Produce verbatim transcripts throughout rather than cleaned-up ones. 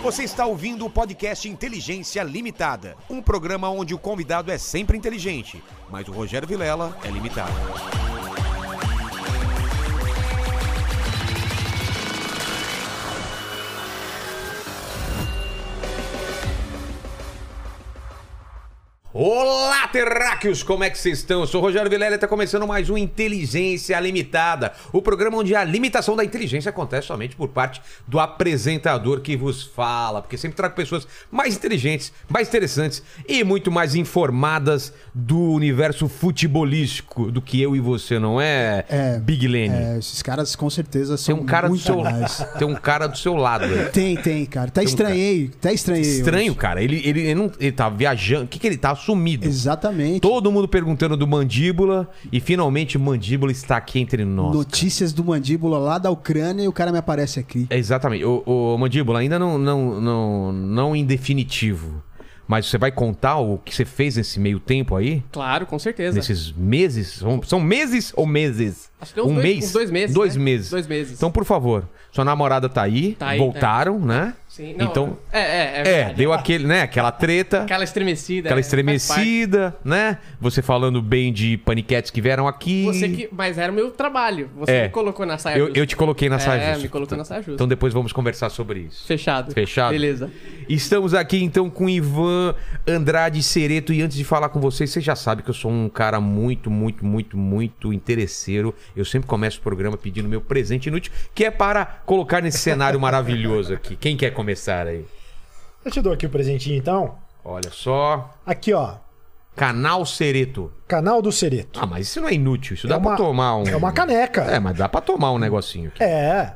Você está ouvindo o podcast Inteligência Limitada, um programa onde o convidado é sempre inteligente, mas o Rogério Vilela é limitado. Olá, terráqueos! Como é que vocês estão? Eu sou o Rogério Vilela e está começando mais um Inteligência Limitada, o programa onde a limitação da inteligência acontece somente por parte do apresentador que vos fala, porque sempre trago pessoas mais inteligentes, mais interessantes e muito mais informadas do universo futebolístico do que eu e você, não é, é Big Lenny? É, esses caras com certeza são tem um cara muito do seu mais. Tem um cara do seu lado aí. Tem, tem, cara. Até estranhei, um até estranhei. Estranho, hoje. cara. Ele, ele, ele, não, ele tá viajando. O que, que ele tá? Sumido. Exatamente. Todo mundo perguntando do Mandíbula e finalmente o Mandíbula está aqui entre nós. Notícias cara. do Mandíbula lá da Ucrânia e o cara me aparece aqui. É, exatamente. O, o Mandíbula, ainda não, não, não, não em definitivo, mas você vai contar o que você fez nesse meio tempo aí? Claro, com certeza. Nesses meses? São, são meses ou meses? Acho que tem uns um dois, mês? uns dois meses. Dois né? meses. Dois meses. Então, por favor, sua namorada tá aí, Tá aí, voltaram, tá né? Sim. Não, Então, é, é, é, é, verdade. deu aquele, né, aquela treta. Aquela estremecida. Aquela é, faz parte. estremecida, né? Você falando bem de paniquetes que vieram aqui. Você que, mas era o meu trabalho. Você É. me colocou na saia Eu, justa. eu te coloquei na saia É, justa. me colocou na saia justa. Então depois vamos conversar sobre isso. Fechado. Fechado? Beleza. Estamos aqui então com Ivan Andrade Cereto. E antes de falar com vocês, você já sabe que eu sou um cara muito, muito, muito, muito interesseiro. Eu sempre começo o programa pedindo meu presente inútil, que é para colocar nesse cenário maravilhoso aqui. Quem quer começar aí? Eu te dou aqui o presentinho, então. Olha só. Aqui, ó. Canal Cereto. Canal do Cereto. Ah, mas isso não é inútil. Isso dá É uma- pra tomar um... É uma caneca. É, mas dá pra tomar um negocinho aqui. É.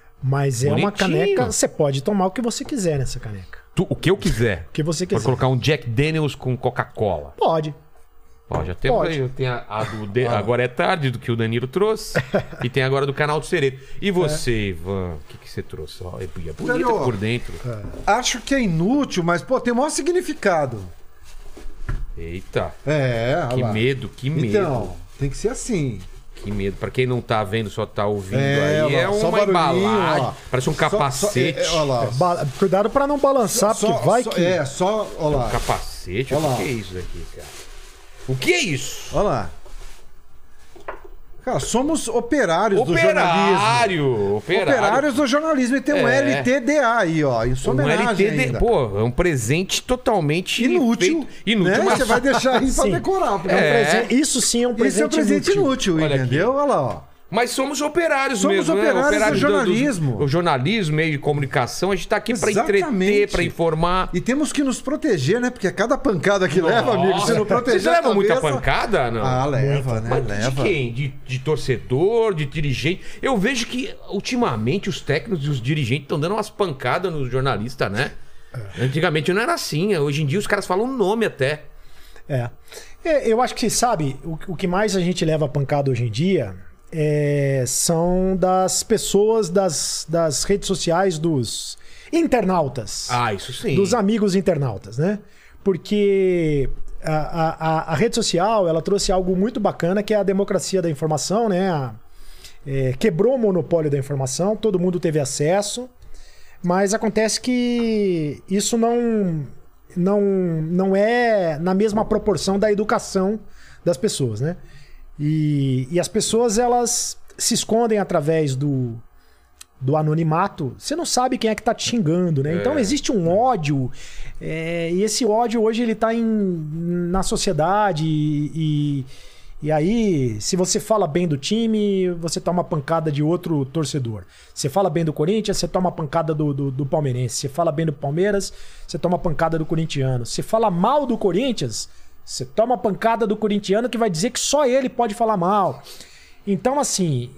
Mas é uma Bonitinho. caneca... Você pode tomar o que você quiser nessa caneca. Tu- o que eu quiser. O que você Pode quiser. colocar um Jack Daniels com Coca-Cola. Pode. Ó, já temos Pode. aí, eu tenho a, a do de- Agora é Tarde, do que o Danilo trouxe. E tem agora do canal do Cereto. E você, Ivan, o que, que você trouxe? Ó, é bonita Danilo, por dentro. Acho que é inútil, mas, pô, tem o maior significado. Eita, É, olha que lá. medo, que medo. Então, tem que ser assim. Que medo. Pra quem não tá vendo, só tá ouvindo É, aí, ó, é só uma barulhinho, embalagem. ó. Parece um Só- só- capacete. é, é, olha lá. Ba- Cuidado pra não balançar, Só- porque vai só- que... É, só, olha Um lá. capacete? Olha O lá. que é isso daqui, cara? O que é isso? Olha lá. Cara, somos operários do jornalismo. Operário! Operário! Operários do jornalismo. E tem um É. L T D A aí, ó. Em sua Um homenagem L T D, ainda. pô, é um presente totalmente Inútil. feito- inútil, né? mas Você vai deixar aí pra Sim. decorar. porque É um É. presen- Isso sim é um Esse presente, é um presente inútil, inútil. Olha entendeu? Olha lá, ó. Mas somos operários Somos mesmo, né? operários do jornalismo. O jornalismo, meio de comunicação, a gente tá aqui pra entreter, Exatamente. pra informar. E temos que nos proteger, né? Porque cada pancada que leva, amigo, se não proteger Vocês levam a muita cabeça- pancada, não? Ah, leva, né? Mas leva. de quem? De, de torcedor, de dirigente? Eu vejo que, ultimamente, os técnicos e os dirigentes estão dando umas pancadas nos jornalistas, né? Antigamente não era assim. Hoje em dia os caras falam o nome até. É. É, eu acho que, sabe, o, o que mais a gente leva pancada hoje em dia é, são das pessoas das, das redes sociais, dos internautas. Ah, isso sim. Dos amigos internautas, né? Porque a, a, a- a rede social, ela trouxe algo muito bacana, que é a democracia da informação, né? A- é, quebrou o monopólio da informação, todo mundo teve acesso, mas acontece que isso não, não, não é na mesma proporção da educação das pessoas, né? E, e as pessoas, elas se escondem através do, do anonimato. Você não sabe quem é que tá te xingando, né? Então existe um ódio, é, e esse ódio hoje ele tá em, na sociedade, e, e aí, se você fala bem do time, você toma pancada de outro torcedor. Você fala bem do Corinthians, você toma pancada do, do, do palmeirense. Você fala bem do Palmeiras, você toma pancada do corintiano. Você fala mal do Corinthians, você toma pancada do corintiano, que vai dizer que só ele pode falar mal. Então, assim,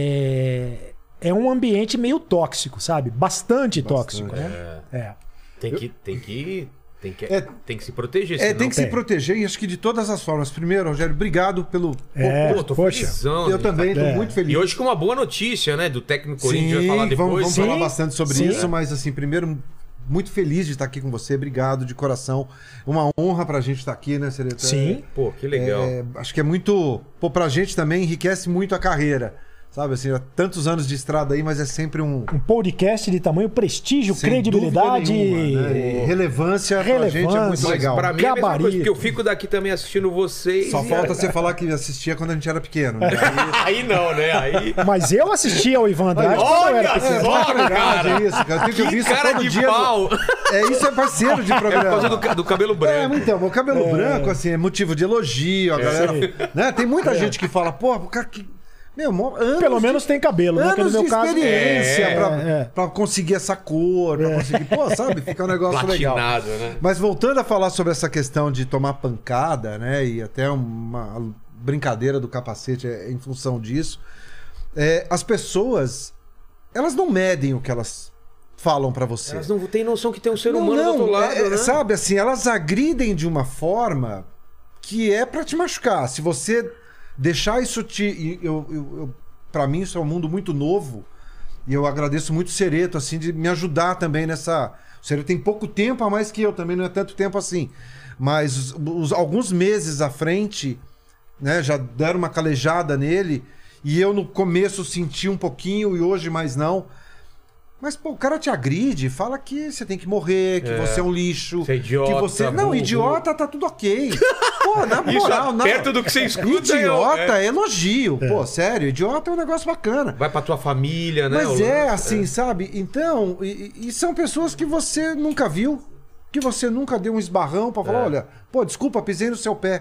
é, é um ambiente meio tóxico, sabe? Bastante, tóxico, né? É. Tem que, tem que, tem que, É- tem que se proteger. É, senão- tem que se tem. proteger, e acho que de todas as formas. Primeiro, Rogério, obrigado pelo... É, Pô, tô poxa. felizão. Eu de também, tá tô É. muito feliz. E hoje com uma boa notícia, né? Do técnico Corinthians, vai falar depois. vamos, vamos Sim, falar bastante sobre sim. isso, mas assim, primeiro, muito feliz de estar aqui com você, obrigado de coração. Uma honra pra gente estar aqui, né, Cereto? Sim. Pô, que legal. É, acho que é muito... Pô, pra gente também enriquece muito a carreira, Sabe assim, há tantos anos de estrada aí, mas é sempre um... Um podcast de tamanho prestígio, sem credibilidade... dúvida nenhuma, né? E relevância, pra Relevância. gente é muito Mas legal. Pra mim é a mesma Gabarito. coisa, porque eu fico daqui também assistindo vocês. Só e- falta você falar que assistia quando a gente era pequeno. Né? Aí não, né? Aí. Mas eu assistia ao Ivan Andrade quando eu era Olha pequeno. só, Verdade, cara! é isso, cara. Eu tenho que ouvir Que isso cara todo de dia. pau! É, isso é parceiro de É por programa. causa do, ca- do cabelo É, branco. então, o cabelo branco, assim, é motivo de elogio, a galera. Né? Tem muita gente que fala, pô, o cara que. Meu, mó- anos Pelo de- menos tem cabelo, né? Que no Anos meu de caso... experiência É, pra, é. pra conseguir essa cor, pra conseguir. Pô, sabe? Fica um negócio legal. Platinado, né? Mas voltando a falar sobre essa questão de tomar pancada, né? E até uma brincadeira do capacete é em função disso. é, as pessoas, elas não medem o que elas falam pra você. Elas não têm noção que tem um ser Não, humano não, do outro lado, é- né? Sabe, assim, elas agridem de uma forma que é pra te machucar. Se você deixar isso te... e Eu, eu, eu, pra mim isso é um mundo muito novo e eu agradeço muito o Sereto, assim, de me ajudar também nessa... O Sereto tem pouco tempo a mais que eu, também não é tanto tempo assim. Mas os, os- alguns meses à frente, né, já deram uma calejada nele e eu no começo senti um pouquinho e hoje mais não. Mas, pô, o cara te agride, fala que você tem que morrer, que É. você é um lixo. Você é idiota, que você... Não, burro. idiota tá tudo ok. Pô, na Isso, moral, na... perto do que você escuta, Idiota é- é elogio. Pô, sério, idiota é um negócio bacana. Vai pra tua família, né? Mas o é lance, assim, sabe? Então, e, e são pessoas que você nunca viu, que você nunca deu um esbarrão pra falar, É. olha, pô, desculpa, pisei no seu pé.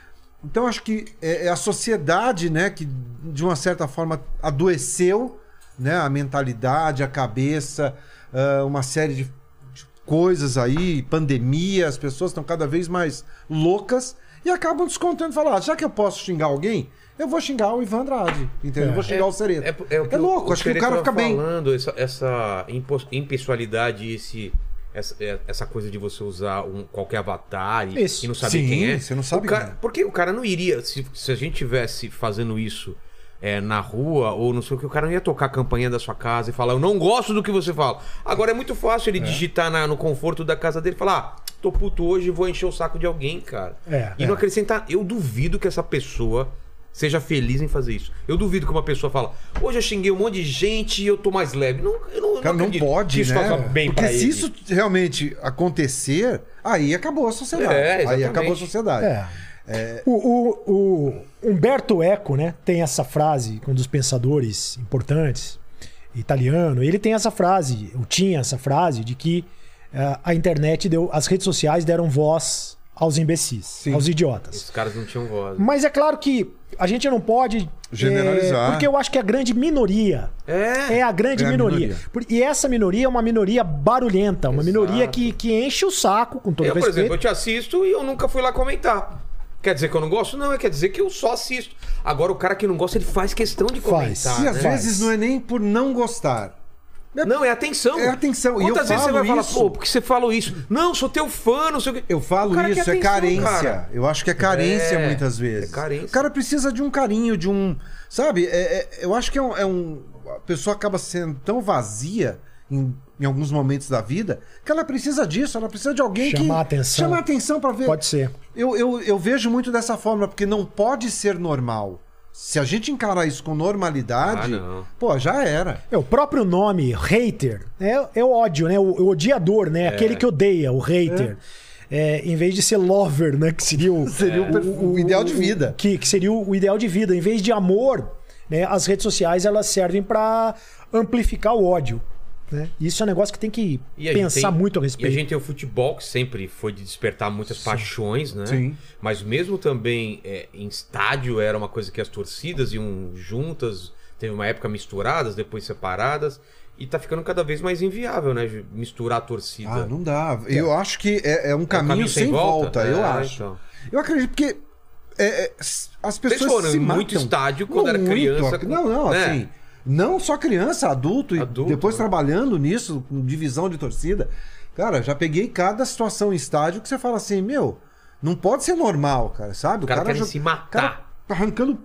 Então acho que é, é a sociedade, né, que de uma certa forma adoeceu, né, a mentalidade, a cabeça, ah, uma série de de coisas aí, pandemia, as pessoas estão cada vez mais loucas e acabam descontando e falam, ah, já que eu posso xingar alguém, eu vou xingar o Ivan Andrade, entendeu? Eu vou xingar o Sereto. É, é o que É louco, o acho que o Sereto cara tava fica bem. falando, essa, essa impo- impessoalidade, esse, essa, é- essa coisa de você usar um, qualquer avatar e, Isso. e não saber Sim, quem é. você não sabe O cara- quem é. Porque o cara não iria, se, se a gente tivesse fazendo isso é, na rua ou não sei o que, o cara não ia tocar a campainha da sua casa e falar, eu não gosto do que você fala. Agora é muito fácil ele digitar na- no conforto da casa dele e falar, ah, tô puto hoje e vou encher o saco de alguém, cara. É, e é. não acrescentar. Eu duvido que essa pessoa seja feliz em fazer isso. Eu duvido que uma pessoa fala, hoje eu xinguei um monte de gente e eu tô mais leve. Não, eu não, Cara, não acredito pode, que isso né? faça bem Porque pra se ele. isso realmente acontecer, aí acabou a sociedade. É, aí exatamente. acabou a sociedade. É. O, o- o Umberto Eco, né, tem essa frase, um dos pensadores importantes, italiano. Ele tem essa frase, ou tinha essa frase, de que eh, a internet deu, as redes sociais deram voz aos imbecis, aos idiotas. Esses caras não tinham voz. Mas é claro que a gente não pode Generalizar. eh, porque eu acho que a grande minoria É. é a grande É a minoria. minoria. Por- E essa minoria é uma minoria barulhenta, uma Exato. minoria que, que enche o saco, com todo Eu, por respeito. exemplo, eu te assisto e eu nunca fui lá comentar. Quer dizer que eu não gosto? Não, é quer dizer que eu só assisto. Agora, o cara que não gosta, ele faz questão de Faz. comentar. E às né? vezes não é nem por não gostar. Não, é atenção. É atenção. E eu Quantas vezes você falo vai falar, isso. pô, porque você falou isso? Não, sou teu fã, não sei o quê. Eu falo O cara isso, quer é atenção, carência. cara. Eu acho que é carência É, muitas vezes. é carência. O cara precisa de um carinho, de um. Sabe? É- é- eu acho que é um, é um- A pessoa acaba sendo tão vazia em, em alguns momentos da vida que ela precisa disso, ela precisa de alguém que. Chamar a atenção. Chamar a atenção pra ver. Pode ser. Eu, eu, eu vejo muito dessa forma, porque não pode ser normal. Se a gente encarar isso com normalidade, Ah, não. pô, já era. É, o próprio nome, hater, é, é o ódio, né? O, o odiador, né? Aquele que odeia, o hater. É, em vez de ser lover, né? Que seria o, Seria o perfe- o ideal de vida. Que, que seria o, o ideal de vida. Em vez de amor, né? As redes sociais elas servem para amplificar o ódio. Né? Isso é um negócio que tem que E a gente pensar tem- muito a E a respeito. gente tem o futebol, que sempre foi de despertar muitas paixões, né? Sim. Mas mesmo também é, em estádio era uma coisa que as torcidas iam juntas, teve uma época misturadas, depois separadas, e tá ficando cada vez mais inviável, né? Misturar a torcida. Ah, não dá. Eu acho que é, é um caminho, sem volta, eu É, acho. então. Eu acredito porque é, é, as pessoas Vocês foram se em matam. muito estádio quando era Muito. criança, Não, não, né? assim. Não só criança, adulto, e Adulto, depois né? trabalhando nisso, com divisão de torcida. Cara, já peguei cada situação em estádio que você fala assim, meu, não pode ser normal, cara, sabe? O cara quer jo- se matar. cara arrancando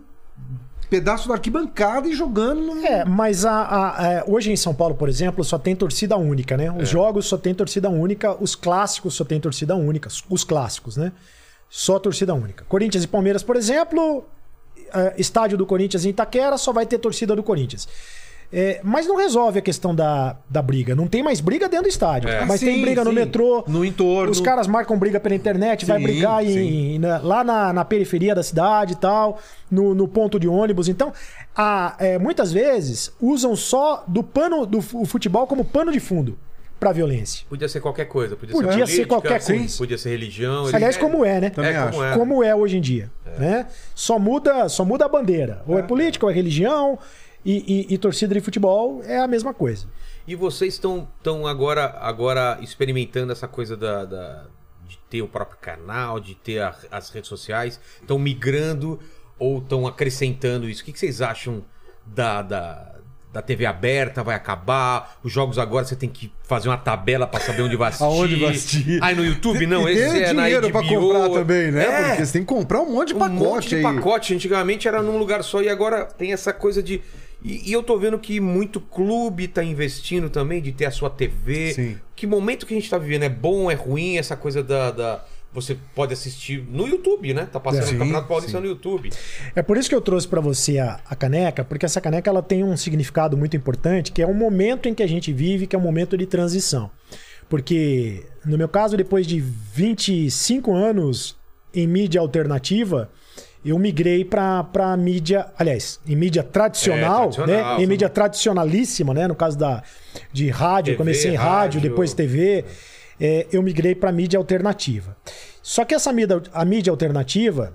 pedaço da arquibancada e jogando no... É, mas a, a- é, hoje em São Paulo, por exemplo, só tem torcida única, né? Os jogos só tem torcida única, os clássicos só tem torcida única, os clássicos, né? Só torcida única. Corinthians e Palmeiras, por exemplo, uh, estádio do Corinthians em Itaquera, só vai ter torcida do Corinthians. É, mas não resolve a questão da, da briga. Não tem mais briga dentro do estádio. É. Mas Sim, tem briga no sim. metrô. No entorno. Os caras marcam briga pela internet, vai Sim, brigar em- sim. em- na- lá na, na periferia da cidade e tal, no, no ponto de ônibus. Então, a- é, muitas vezes usam só do pano do fu- o futebol como pano de fundo pra violência. Podia ser qualquer coisa. Podia, Podia ser, ser política, qualquer sim, coisa. Podia ser religião. Aliás, ele- como é, né? Também é, como acho. é. Como é hoje em dia. Né? Só, muda, só muda a bandeira. Ou é política, ou é religião. E, e- e torcida de futebol é a mesma coisa. E vocês estão estão agora, agora experimentando essa coisa da, da- de ter o próprio canal, de ter a- as redes sociais? Estão migrando ou estão acrescentando isso? O que, que vocês acham da, da, da T V aberta? Vai acabar? Os jogos agora você tem que fazer uma tabela para saber onde vai assistir. Aonde vai assistir. Aí no YouTube não, E esse tem é na dinheiro H B O. pra comprar também, né? É. Porque você tem que comprar um monte de Um pacote monte de aí. pacote. Antigamente era num lugar só e agora tem essa coisa de... E, e eu tô vendo que muito clube tá investindo também de ter a sua T V. Sim. Que momento que a gente tá vivendo? É bom, é ruim? Essa coisa da... da- Você pode assistir no YouTube, né? Tá passando Sim, o Campeonato Paulista sim. no YouTube. É por isso que eu trouxe para você a, a caneca, porque essa caneca ela tem um significado muito importante, que é um momento em que a gente vive, que é um momento de transição. Porque, no meu caso, depois de vinte e cinco anos em mídia alternativa, eu migrei para a mídia, aliás, em mídia tradicional, É, tradicional, né? Em sim. mídia tradicionalíssima, né? No caso da, de rádio, T V, eu comecei em rádio, rádio. depois T V, é, eu migrei para mídia alternativa. Só que essa mídia, a mídia alternativa,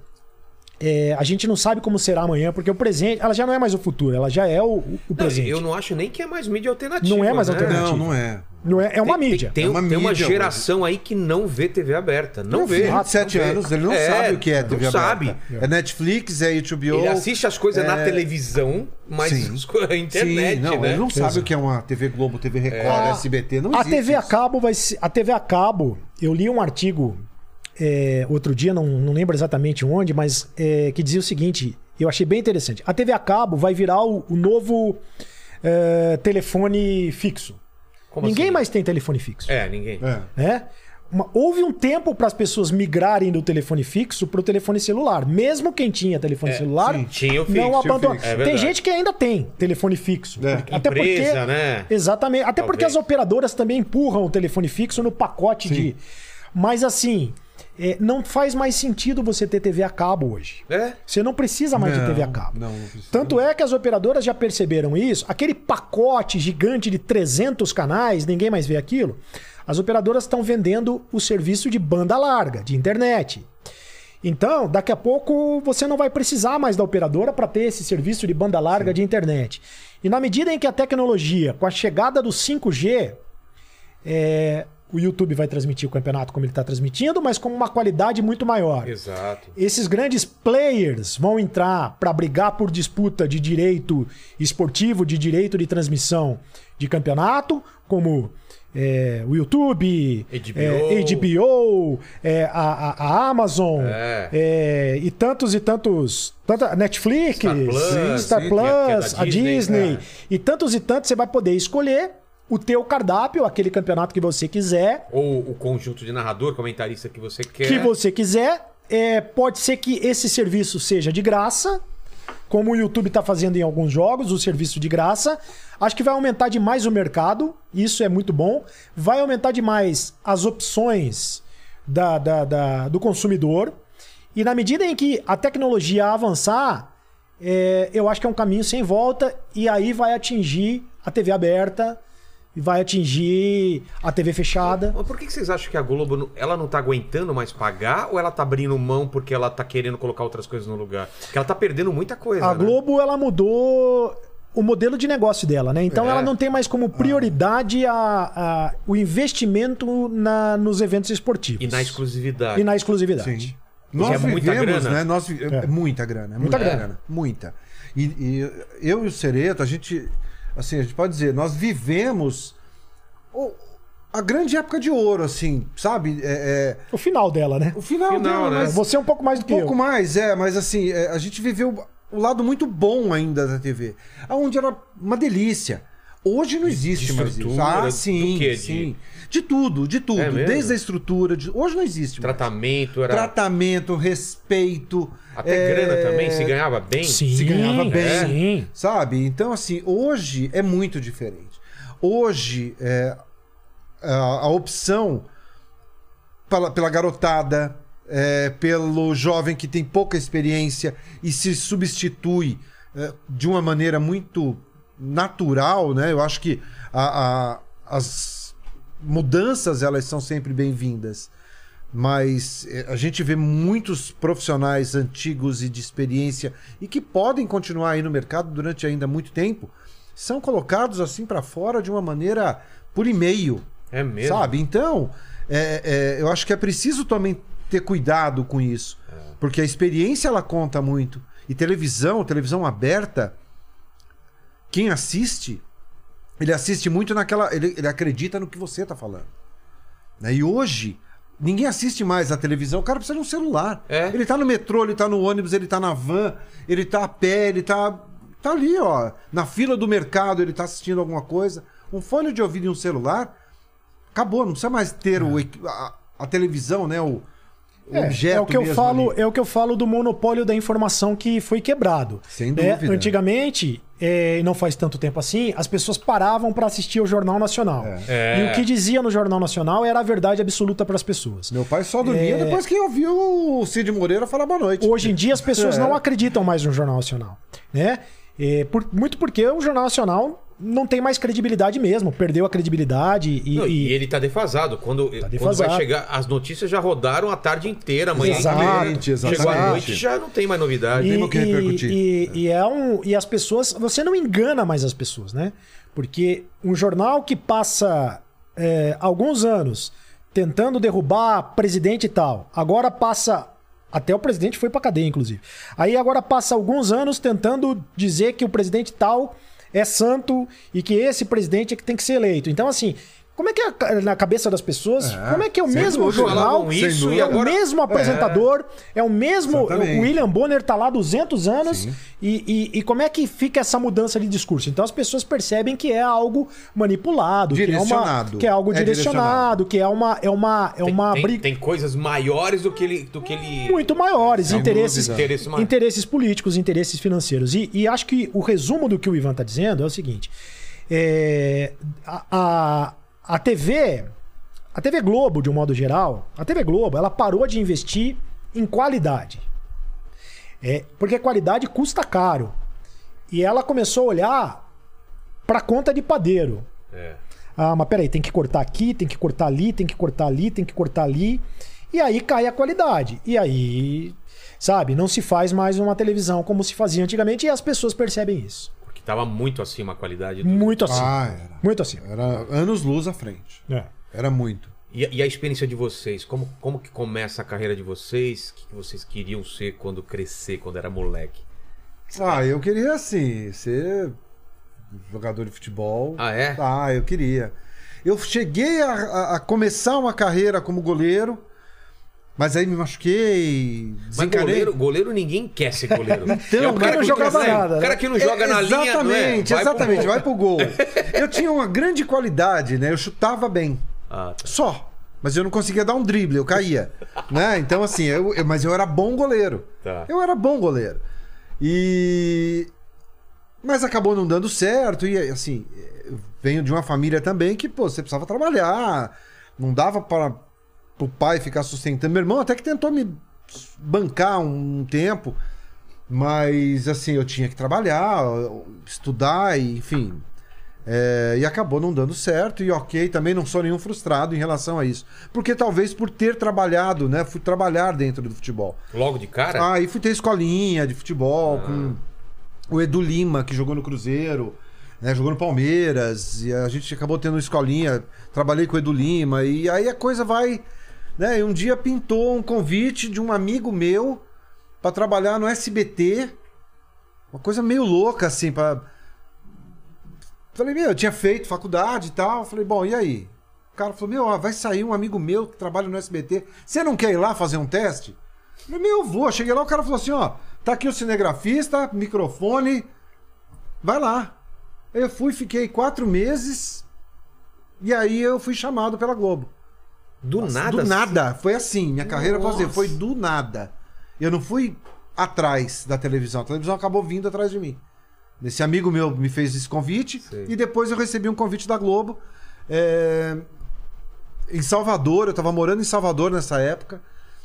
é, a gente não sabe como será amanhã, porque o presente, ela já não é mais o futuro, ela já é o, o Não, presente. eu não acho nem que é mais mídia alternativa. Não é mais né? alternativa. Não, não é. Não é, é uma Tem- mídia. Tem, É uma tem uma mídia geração aí que não vê T V aberta. Não Meu vê. filho de sete não vê. anos, ele não É, sabe o que é não T V sabe. aberta. É Netflix, é H B O. Ele assiste as coisas na é- televisão, mas Sim. as coisas- a internet, Sim, não, né? ele não sabe o que é uma T V Globo, T V Record, É. S B T, não A existe T V a isso. cabo vai ser, a T V a cabo, eu li um artigo é, outro dia, não, não lembro exatamente onde, mas é, que dizia o seguinte, eu achei bem interessante. A T V a cabo vai virar o, o novo é, telefone fixo. Como Ninguém assim? mais tem telefone fixo. É, ninguém. É. Né? Uma- houve um tempo para as pessoas migrarem do telefone fixo para o telefone celular. Mesmo quem tinha telefone celular, sim, tinha o fixo, não tinha o abandonou. fixo. É Tem verdade. gente que ainda tem telefone fixo. É. Porque- até Empresa, porque, né? Exatamente. Até porque Talvez. as operadoras também empurram o telefone fixo no pacote de. Mas assim, é, não faz mais sentido você ter T V a cabo hoje. É? Você não precisa mais de Não, T V a cabo. não, não precisa. Tanto é que as operadoras já perceberam isso. Aquele pacote gigante de trezentos canais, ninguém mais vê aquilo. As operadoras estão vendendo o serviço de banda larga, de internet. Então, daqui a pouco você não vai precisar mais da operadora para ter esse serviço de banda larga de internet. E na medida em que a tecnologia, com a chegada do cinco G, é, o YouTube vai transmitir o campeonato como ele está transmitindo, mas com uma qualidade muito maior. Exato. Esses grandes players vão entrar para brigar por disputa de direito esportivo, de direito de transmissão de campeonato, como é, o YouTube, H B O. é, H B O, é, a, a- a Amazon É. é, e tantos e tantos. Tanta, Netflix, Star Plus, Star sim, Plus, que é- que é da a Disney, Disney. é. E tantos e tantos você vai poder escolher o teu cardápio, aquele campeonato que você quiser. Ou o conjunto de narrador, comentarista que você quer. Que você quiser. É, pode ser que esse serviço seja de graça, como o YouTube está fazendo em alguns jogos, o serviço de graça. Acho que vai aumentar demais o mercado, isso é muito bom. Vai aumentar demais as opções da, da- da- do consumidor. E na medida em que a tecnologia avançar, é, eu acho que é um caminho sem volta, e aí vai atingir a T V aberta, e vai atingir a T V fechada. Mas por que que vocês acham que a Globo não- ela não tá aguentando mais pagar ou ela tá abrindo mão porque ela tá querendo colocar outras coisas no lugar? Porque ela tá perdendo muita coisa. A né? Globo, ela mudou o modelo de negócio dela, né? Então É. ela não tem mais como prioridade a, a- o investimento na, nos eventos esportivos. E na exclusividade. E na exclusividade. Sim. Nós é muita vivemos, grana? né? Nós vi- é. Muita grana. é Muita Muita, grana. grana. Muita. E, e eu e o Sereto, a gente, assim, a gente pode dizer, nós vivemos o- a grande época de ouro, assim, sabe? É, é, O final dela, né? o final, Final, dela, né? mas Você é um pouco mais do um que pouco eu. mais, é, mas assim, é, a gente viveu o lado muito bom ainda da T V, aonde era uma delícia. Hoje não existe de mais isso. estrutura, Ah, do sim, quê? De- sim. De tudo, de tudo. É mesmo? Desde a estrutura. de- Hoje não existe mais. Tratamento, era. Tratamento, respeito. Até é, grana também, se ganhava bem. Sim, Se ganhava bem. é. Sim. Sabe? Então, assim, hoje é muito diferente. Hoje, é, a, a opção pela, pela garotada, é, pelo jovem que tem pouca experiência e se substitui é, de uma maneira muito natural, né? Eu acho que a, a- as mudanças, elas são sempre bem-vindas. Mas é, a gente vê muitos profissionais antigos e de experiência e que podem continuar aí no mercado durante ainda muito tempo, são colocados assim para fora de uma maneira por e-mail, É mesmo. sabe? Então, é, é, eu acho que é preciso também ter cuidado com isso, porque a experiência ela conta muito. E televisão, televisão aberta, quem assiste, ele assiste muito naquela, ele, ele acredita no que você está falando, né? E hoje ninguém assiste mais a televisão, o cara precisa de um celular. É. Ele tá no metrô, ele tá no ônibus, ele tá na van, ele tá a pé, ele tá, tá ali, ó. Na fila do mercado, ele tá assistindo alguma coisa. Um fone de ouvido e um celular, acabou, não precisa mais ter o, equi- a, a televisão, né? O, o É, objeto é o que eu mesmo falo, ali. é o que eu falo do monopólio da informação que foi quebrado. Sem né? dúvida. Antigamente, é, e não faz tanto tempo assim, as pessoas paravam para assistir o Jornal Nacional. É. E o que dizia no Jornal Nacional era a verdade absoluta para as pessoas. Meu pai só dormia É. depois que ouviu o Cid Moreira falar boa noite. Hoje em dia as pessoas É. não acreditam mais no Jornal Nacional, né? É, por- muito porque o Jornal Nacional não tem mais credibilidade mesmo, perdeu a credibilidade e, Não, e- e ele tá defasado. Quando, quando defasado. vai chegar, as notícias já rodaram a tarde inteira, amanhã Exato, inteira. Chegou exatamente. à noite, já não tem mais novidade. E, Tem o que e- repercutir. e- e é um, e as pessoas. Você não engana mais as pessoas, né? Porque um jornal que passa é, alguns anos tentando derrubar presidente e tal, agora passa. Até o presidente foi pra cadeia, inclusive. Aí agora passa alguns anos tentando dizer que o presidente tal é santo e que esse presidente é que tem que ser eleito. Então, assim. Como é que é na cabeça das pessoas? É, como é que é o sem mesmo dúvida. jornal? Falavam isso Sem e É agora... o mesmo apresentador, é, o mesmo. Exatamente. O William Bonner tá lá há duzentos anos. Sim. E, e, e como é que fica essa mudança de discurso? Então as pessoas percebem que é algo manipulado, que é, uma, Direcionado. que é algo É direcionado, que é uma, é uma, é Tem, uma tem- briga tem coisas maiores do que ele, do que ele... muito maiores, Sem interesses, dúvida. Interesse maior. interesses políticos, interesses financeiros. E, e acho que o resumo do que o Ivan está dizendo é o seguinte: é, a, a, a T V, a T V Globo, de um modo geral, a T V Globo, ela parou de investir em qualidade. É, porque a qualidade custa caro. E ela começou a olhar para conta de padeiro. É. Ah, mas peraí, tem que cortar aqui, tem que cortar ali, tem que cortar ali, tem que cortar ali. E aí cai a qualidade. E aí, sabe, não se faz mais uma televisão como se fazia antigamente e as pessoas percebem isso. Porque tava muito acima a qualidade. Do... Muito assim. Ah, era. Muito assim. Era anos luz à frente. É. Era muito. E, e a experiência de vocês? Como, como que começa a carreira de vocês? O que, que vocês queriam ser quando crescer, quando era moleque? Ah, eu queria, assim, ser jogador de futebol. Ah, é? Ah, eu queria. Eu cheguei a, a- a começar uma carreira como goleiro, mas aí me machuquei, Mas desencanei. goleiro, goleiro ninguém quer ser goleiro. Então, é o cara não que jogava né? nada, O cara né? que não joga É, na linha, não é? exatamente, Vai pro exatamente, gol. vai pro gol. Eu tinha uma grande qualidade, né? Eu chutava bem. Ah, tá. Só. Mas eu não conseguia dar um drible, eu caía. Né? Então, assim, eu, eu- mas eu era bom goleiro. Tá. Eu era bom goleiro. E. Mas acabou não dando certo. E, assim, eu venho de uma família também que, pô, você precisava trabalhar. Não dava para o pai ficar sustentando. Meu irmão até que tentou me bancar um tempo. Mas, assim, eu tinha que trabalhar, estudar, e, enfim. É, e acabou não dando certo, e ok, também não sou nenhum frustrado em relação a isso. Porque talvez por ter trabalhado, né? Fui trabalhar dentro do futebol. Logo de cara? Ah, e fui ter escolinha de futebol com o Edu Lima, que jogou no Cruzeiro, né? Jogou no Palmeiras, e a gente acabou tendo escolinha, trabalhei com o Edu Lima, e aí a coisa vai. Né? E um dia pintou um convite de um amigo meu para trabalhar no S B T. Uma coisa meio louca, assim, para. Falei, meu, eu tinha feito faculdade e tal. Falei, bom, e aí? O cara falou, meu, ó, vai sair um amigo meu que trabalha no S B T. Você não quer ir lá fazer um teste? Falei, meu, eu vou. Cheguei lá, o cara falou assim, ó, tá aqui o cinegrafista, microfone, vai lá. Aí eu fui, fiquei quatro meses e aí eu fui chamado pela Globo. Do Nossa, nada? Do nada. Foi assim. Minha carreira, posso dizer, Nossa. foi do nada. Eu não fui atrás da televisão. A televisão acabou vindo atrás de mim. Esse amigo meu me fez esse convite. Sei. E depois eu recebi um convite da Globo. é, Em Salvador. Eu tava morando em Salvador nessa época.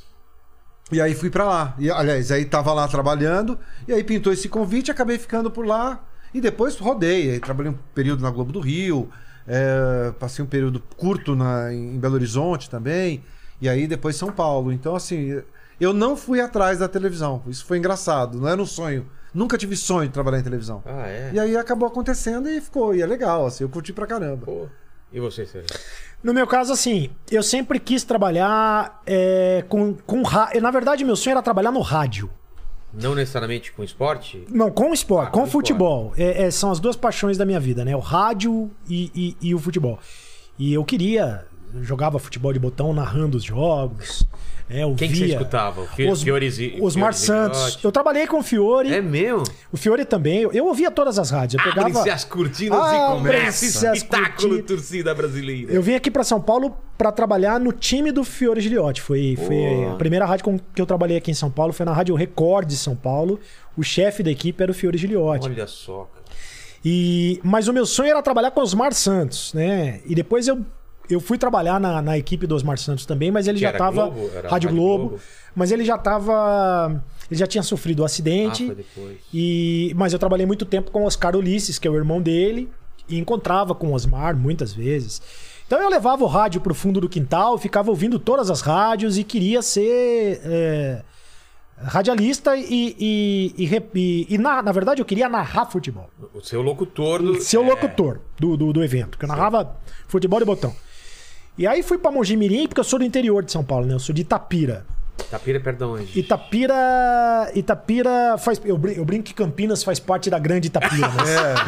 E aí fui pra lá. E, aliás, aí tava lá trabalhando. E aí pintou esse convite. Acabei ficando por lá. E depois rodei. Aí trabalhei um período na Globo do Rio. É, passei um período curto na, em Belo Horizonte também. E aí depois São Paulo. Então, assim, eu não fui atrás da televisão. Isso foi engraçado. Não era um sonho. Nunca tive sonho de trabalhar em televisão. Ah, é? E aí acabou acontecendo e ficou. E é legal, assim, eu curti pra caramba. Pô. E você, Sérgio? No meu caso, assim, eu sempre quis trabalhar é, com, com rádio. Na verdade, meu sonho era trabalhar no rádio. Não necessariamente com esporte? Não, com esporte, Ah, com com futebol. É, é, são as duas paixões da minha vida, né? O rádio e, e, e o futebol. E eu queria... Eu jogava futebol de botão narrando os jogos. É, eu Quem que via você escutava? O Fi- os, Fiore Zi- Osmar Fiore Santos. Zignotti? Eu trabalhei com o Fiore. É mesmo? O Fiore também. Eu, eu ouvia todas as rádios. Eu pegava... Abre-se as cortinas Ah, e começa abre-se as espetáculo cortinas. torcida brasileira. Eu vim aqui pra São Paulo pra trabalhar no time do Fiore Giliotti. Foi, foi a primeira rádio com que eu trabalhei aqui em São Paulo. Foi na Rádio Record de São Paulo. O chefe da equipe era o Fiore Giliotti. Olha só, cara. E, mas o meu sonho era trabalhar com o Osmar Santos, né? E depois eu, eu fui trabalhar na, na equipe do Osmar Santos também, mas ele Que já era tava... Globo? Era Rádio Rádio Globo, Globo? Mas ele já tava... Ele já tinha sofrido um Ah, acidente. foi depois. E, mas eu trabalhei muito tempo com o Oscar Ulisses, que é o irmão dele, e encontrava com o Osmar muitas vezes. Então eu levava o rádio pro fundo do quintal, ficava ouvindo todas as rádios e queria ser é, radialista e, e, e, rep- e, e na, na verdade eu queria narrar futebol. O seu locutor do... Ser o é, locutor do, do, do evento, que eu narrava futebol de botão. E aí fui pra Mogi Mirim, porque eu sou do interior de São Paulo, né? Eu sou de Itapira. Tapira, perdão, onde? Itapira. Itapira faz. Eu brinco, eu brinco que Campinas faz parte da grande Itapira, mas.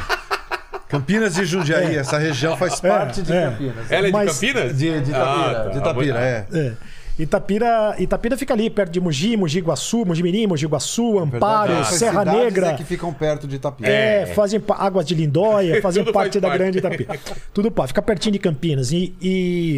É. Campinas e Jundiaí, essa região faz parte de é. Campinas. Ela é de Mas- Campinas? De, de Itapira, Ah, tá. de Itapira, é. É. Itapira, Itapira fica ali perto de Mogi, Mogi Guaçu, Mogi Mirim, Mogi Guaçu, Amparo, Verdade, essas Serra cidades Negra. é que ficam perto de Itapira. É, fazem pa- Águas de Lindóia, fazem Tudo parte faz da parte. grande Itapira. Tudo pá, fica pertinho de Campinas. E, e,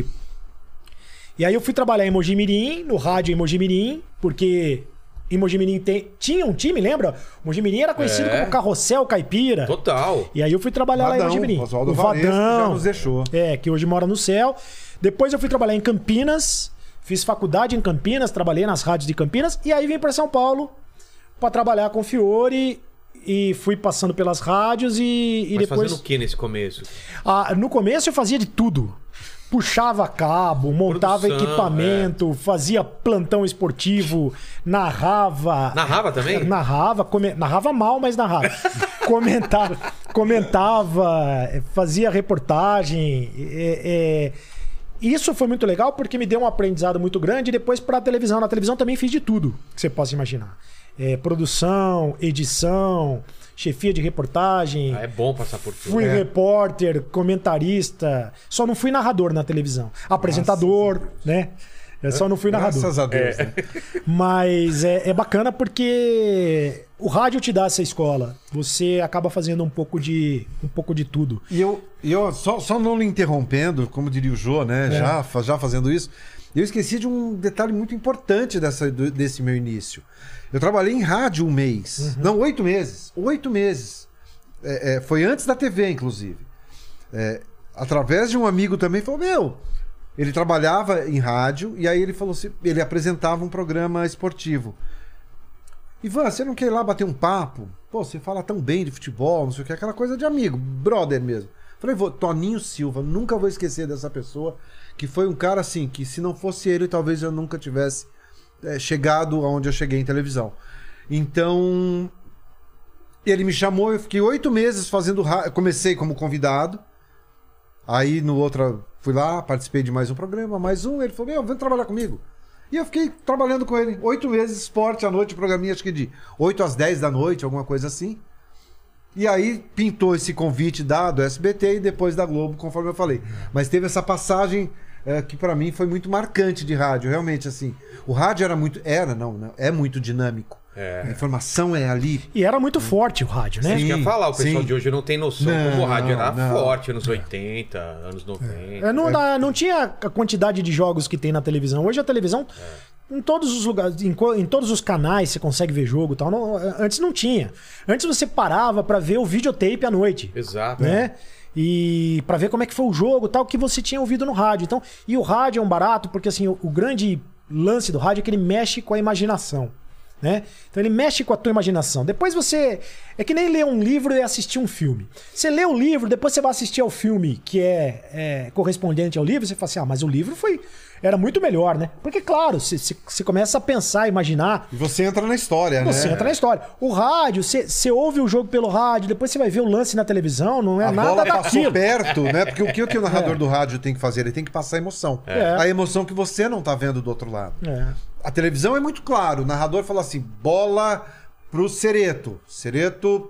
e aí eu fui trabalhar em Mogi Mirim, no rádio em Mogi Mirim, porque em Mogi Mirim tem, tinha um time, lembra? Mogi Mirim era conhecido É. como Carrossel Caipira. Total. E aí eu fui trabalhar lá em Mogi Mirim. Oswaldo O Varesco já Vadão, nos deixou. é, que hoje mora no céu. Depois eu fui trabalhar em Campinas, fiz faculdade em Campinas, trabalhei nas rádios de Campinas, e aí vim para São Paulo para trabalhar com o Fiore e fui passando pelas rádios e, e Mas depois... fazendo o que nesse começo? Ah, no começo eu fazia de tudo. Puxava cabo, montava Produção, equipamento, fazia plantão esportivo, narrava. Narrava também? Narrava, come- narrava mal, mas narrava. comentava, comentava, fazia reportagem. é, é. Isso foi muito legal porque me deu um aprendizado muito grande. E depois para a televisão. Na televisão também fiz de tudo que você possa imaginar. É, produção, edição, chefia de reportagem. Ah, é bom passar por tudo. Fui É. repórter, comentarista. Só não fui narrador na televisão. Apresentador, né? Eu só não fui narrador. Graças a Deus. né? Mas é, é bacana porque o rádio te dá essa escola. Você acaba fazendo um pouco de, um pouco de tudo. E eu, e eu só, só não lhe interrompendo, como diria o Jô, né? É. Já, fa- já fazendo isso, eu esqueci de um detalhe muito importante dessa, do- desse meu início. Eu trabalhei em rádio um mês. Não, oito meses. Oito meses. É, é, foi antes da T V, inclusive. É, através de um amigo também, falou: Meu, ele trabalhava em rádio e aí ele falou assim: ele apresentava um programa esportivo. Ivan, você não quer ir lá bater um papo? Pô, você fala tão bem de futebol, não sei o que, aquela coisa de amigo, brother mesmo. Falei, vou, Toninho Silva, nunca vou esquecer dessa pessoa, que foi um cara assim, que se não fosse ele, talvez eu nunca tivesse é, chegado aonde eu cheguei em televisão. Então, ele me chamou, eu fiquei oito meses fazendo rádio, comecei como convidado, aí no outro, fui lá, participei de mais um programa, mais um, ele falou, meu, vem trabalhar comigo. E eu fiquei trabalhando com ele, oito meses, esporte à noite, programinha acho que de oito às dez da noite, alguma coisa assim. E aí pintou esse convite da, do S B T e depois da Globo, conforme eu falei. Mas teve essa passagem é, que pra mim foi muito marcante de rádio, realmente assim. O rádio era muito, era não, não é muito dinâmico. A informação é ali. E era muito forte o rádio, né? Isso que eu ia falar, o pessoal sim. de hoje não tem noção Não, como o rádio era não. forte, anos oitenta, anos noventa. É, não, na- não tinha a quantidade de jogos que tem na televisão. Hoje a televisão, em todos os lugares, em, co- em todos os canais você consegue ver jogo e tal. Não- antes não tinha. Antes você parava pra ver o videotape à noite. Exato. Né? E pra ver como é que foi o jogo, tal, que você tinha ouvido no rádio. Então, e o rádio é um barato porque assim, o, o grande lance do rádio é que ele mexe com a imaginação, né? Então ele mexe com a tua imaginação. Depois você é que nem ler um livro e assistir um filme. Você lê o livro, depois você vai assistir ao filme que é, é correspondente ao livro, você fala assim: "Ah, mas o livro foi era muito melhor, né?" Porque claro, você, você, você começa a pensar, imaginar. E você entra na história, né? Você entra na história. O rádio, você, você ouve o jogo pelo rádio, depois você vai ver o lance na televisão, não é A nada bola passou daquilo. perto, né? Porque o que, o que o narrador do rádio tem que fazer? Ele tem que passar emoção. É. A emoção que você não tá vendo do outro lado. É. A televisão é muito claro. O narrador fala assim: bola pro Cereto. Cereto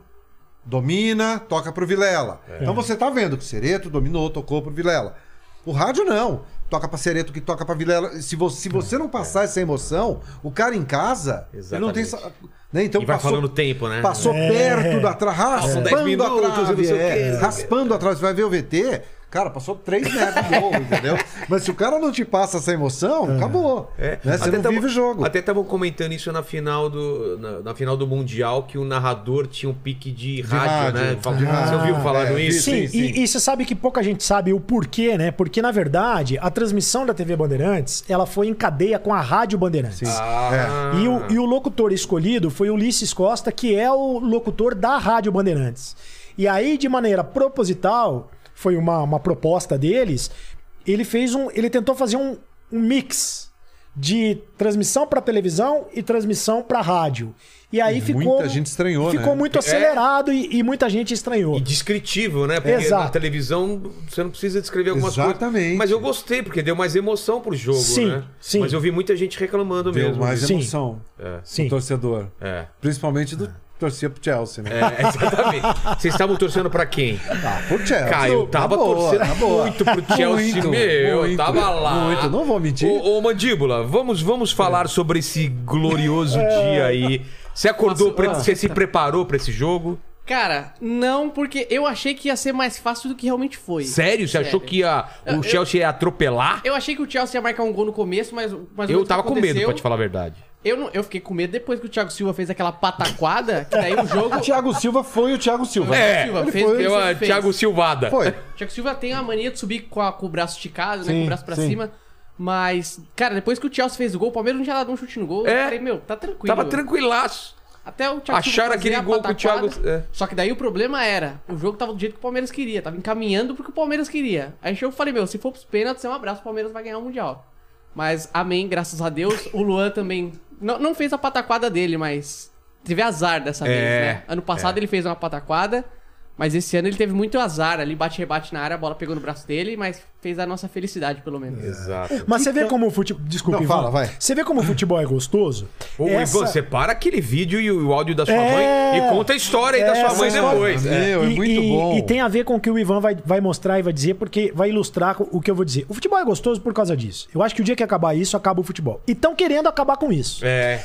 domina, toca pro Vilela. Então você tá vendo que o Cereto dominou, tocou pro Vilela. O rádio não. Toca pra Cereto, que toca pra Vilela. Se você, se você não passar essa emoção, o cara em casa, ele não tem... Exatamente. essa- Né? Então E vai passou, falando o tempo, né? Passou É. perto da trave, São dez raspando minutos, a trave, eu não sei o é, quê. raspando a trave. Você vai ver o V T, cara, passou três metros de gol, entendeu? Mas se o cara não te passa essa emoção, acabou. É. Né? Você Até não tamo- vive o jogo. Até estavam comentando isso na final do, na, na final do Mundial, que o narrador tinha um pique de rádio, rádio, né? Fala- de Você rádio. ouviu falando É, isso? Sim, sim, e, sim. e você sabe que pouca gente sabe o porquê, né? Porque, na verdade, a transmissão da T V Bandeirantes, ela foi em cadeia com a Rádio Bandeirantes. Ah. E o, e o locutor escolhido foi o Ulisses Costa, que é o locutor da Rádio Bandeirantes. E aí, de maneira proposital, foi uma, uma proposta deles, ele fez um. Ele tentou fazer um, um mix de transmissão para televisão e transmissão para rádio. E aí ficou. Muita gente estranhou, Ficou né? muito acelerado e, e muita gente estranhou. E descritivo, né? Porque Exato. na televisão você não precisa descrever algumas Exatamente. coisas. Mas eu gostei, porque deu mais emoção pro jogo, Sim, né? sim. Mas eu vi muita gente reclamando Deu mesmo. mais Sim. emoção É. Sim. do torcedor. É. Principalmente do torcia pro Chelsea, né? É, exatamente. Vocês estavam torcendo pra quem? Ah, pro Chelsea. Cara, eu tava Na boa, torcendo na boa. muito pro Chelsea, Muito, meu. muito, eu tava lá. muito, não vou mentir. Ô, ô, Mandíbula, vamos, vamos falar sobre esse glorioso dia aí. Você acordou, Nossa, pra- ah. você se preparou pra esse jogo? Cara, não, porque eu achei que ia ser mais fácil do que realmente foi. Sério? Você Sério. achou que ia, o Eu- Chelsea ia atropelar? Eu achei que o Chelsea ia marcar um gol no começo, mas... mas Eu o que tava com medo, aconteceu- pra te falar a verdade. Eu, não, eu fiquei com medo depois que o Thiago Silva fez aquela pataquada, que daí o jogo... O Thiago Silva foi o Thiago Silva. É, Silva ele fez, foi- fez, Deu a fez. Thiago Silvada. Foi. O Thiago Silva tem a mania de subir com, a- com o braço esticado, né? Sim, Com o braço pra sim. cima. Mas, cara, depois que o Chelsea fez o gol, o Palmeiras não tinha dado um chute no gol. É. Eu falei, meu, tá tranquilo. Tava tranquilaço. Até o Thiago Acharam Silva fazer aquele a gol que o pataquada. Thiago- é. Só que daí o problema era, o jogo tava do jeito que o Palmeiras queria. Tava encaminhando porque o Palmeiras queria. Aí eu falei, meu, se for pros pênaltis, é um abraço, o Palmeiras vai ganhar o Mundial. Mas, amém, graças a Deus. O Luan também não, não fez a pataquada dele, mas teve azar dessa É, vez, né? Ano passado é. ele fez uma pataquada, mas esse ano ele teve muito azar ali, bate-rebate na área, a bola pegou no braço dele, mas fez a nossa felicidade, pelo menos. Exato. Mas você vê como o futebol. Desculpa, Não, Ivan. fala, vai. Você vê como o futebol é gostoso? Ô, Essa- Ivan, separa aquele vídeo e o áudio da sua É. mãe e conta a história aí da sua Essa mãe história- depois. É. Meu, é e, muito e- bom. E tem a ver com o que o Ivan vai, vai mostrar e vai dizer, porque vai ilustrar o que eu vou dizer. O futebol é gostoso por causa disso. Eu acho que o dia que acabar isso, acaba o futebol. E estão querendo acabar com isso. É.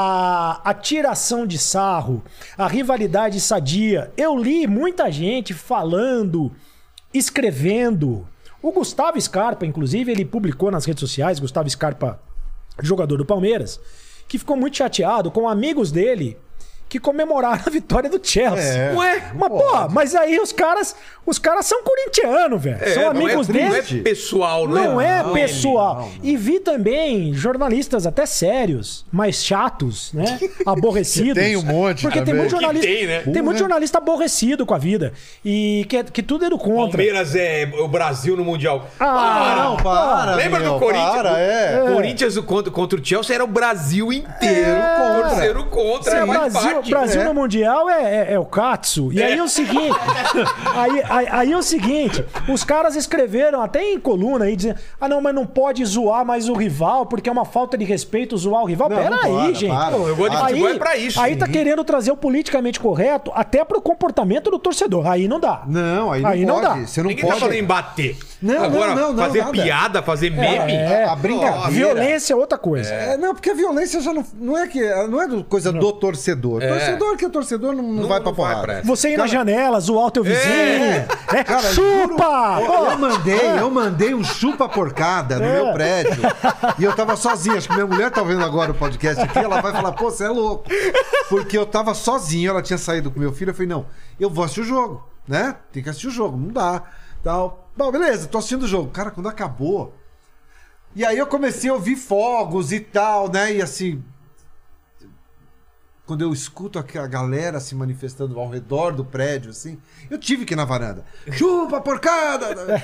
A, a tiração de sarro, a rivalidade sadia. Eu li muita gente falando, escrevendo. O Gustavo Scarpa, inclusive, ele publicou nas redes sociais, Gustavo Scarpa, jogador do Palmeiras, que ficou muito chateado com amigos dele que comemoraram a vitória do Chelsea. É. Ué? Mas, pô, mas aí os caras, os caras são corintianos, velho. É, são não amigos é, dele. Não é pessoal, não, Não é Não, pessoal. não, não. E vi também jornalistas até sérios, mais chatos, né? Aborrecidos. Tem um monte Porque tem também. muito jornalista. Que tem, né? tem muito jornalista aborrecido com a vida. E que, que tudo é do contra. Palmeiras é o Brasil no Mundial. Ah, Não, para. Lembra meu, do Corinthians? Para, é. O Corinthians o contra, contra o Chelsea era o Brasil inteiro É. torcendo contra. É, É, mais Brasil, parte. Brasil é. no Mundial é, é, é o Katsu. E aí é o seguinte. aí, aí, aí é o seguinte: os caras escreveram até em coluna aí dizendo: ah, não, mas não pode zoar mais o rival, porque é uma falta de respeito zoar o rival. Não, Pera não aí, para, gente. para. Pô, eu gosto de Aí, futebol é pra isso. aí tá querendo trazer o politicamente correto até pro comportamento do torcedor. Aí não dá. Não, aí não Aí não pode. dá. Você não Ninguém tá pode. falando em bater. Não, Agora, não, não, não, fazer nada. piada, fazer meme. É, a brincadeira. Violência é outra coisa. É, não, porque a violência já não, não é que não é do- coisa do torcedor. É. Torcedor que é torcedor não, não, Não- vai pra não vai porrada. pra essa. Você ir na Cara- janela, zoar o teu vizinho. É. É. Cara, Chupa! juro, eu mandei, eu mandei um chupa porcada no É. meu prédio. E eu tava sozinho. Acho que minha mulher tá vendo agora o podcast aqui. Ela vai falar, pô, você é louco. Porque eu tava sozinho, ela tinha saído com meu filho. Eu falei, não, eu vou assistir o jogo, né? Tem que assistir o jogo, não dá. Tal. Bom, beleza, tô assistindo o jogo. Cara, quando acabou. E aí eu comecei a ouvir fogos e tal, né? E assim. Quando eu escuto a galera se manifestando ao redor do prédio, assim, eu tive que ir na varanda. Chupa, porcada!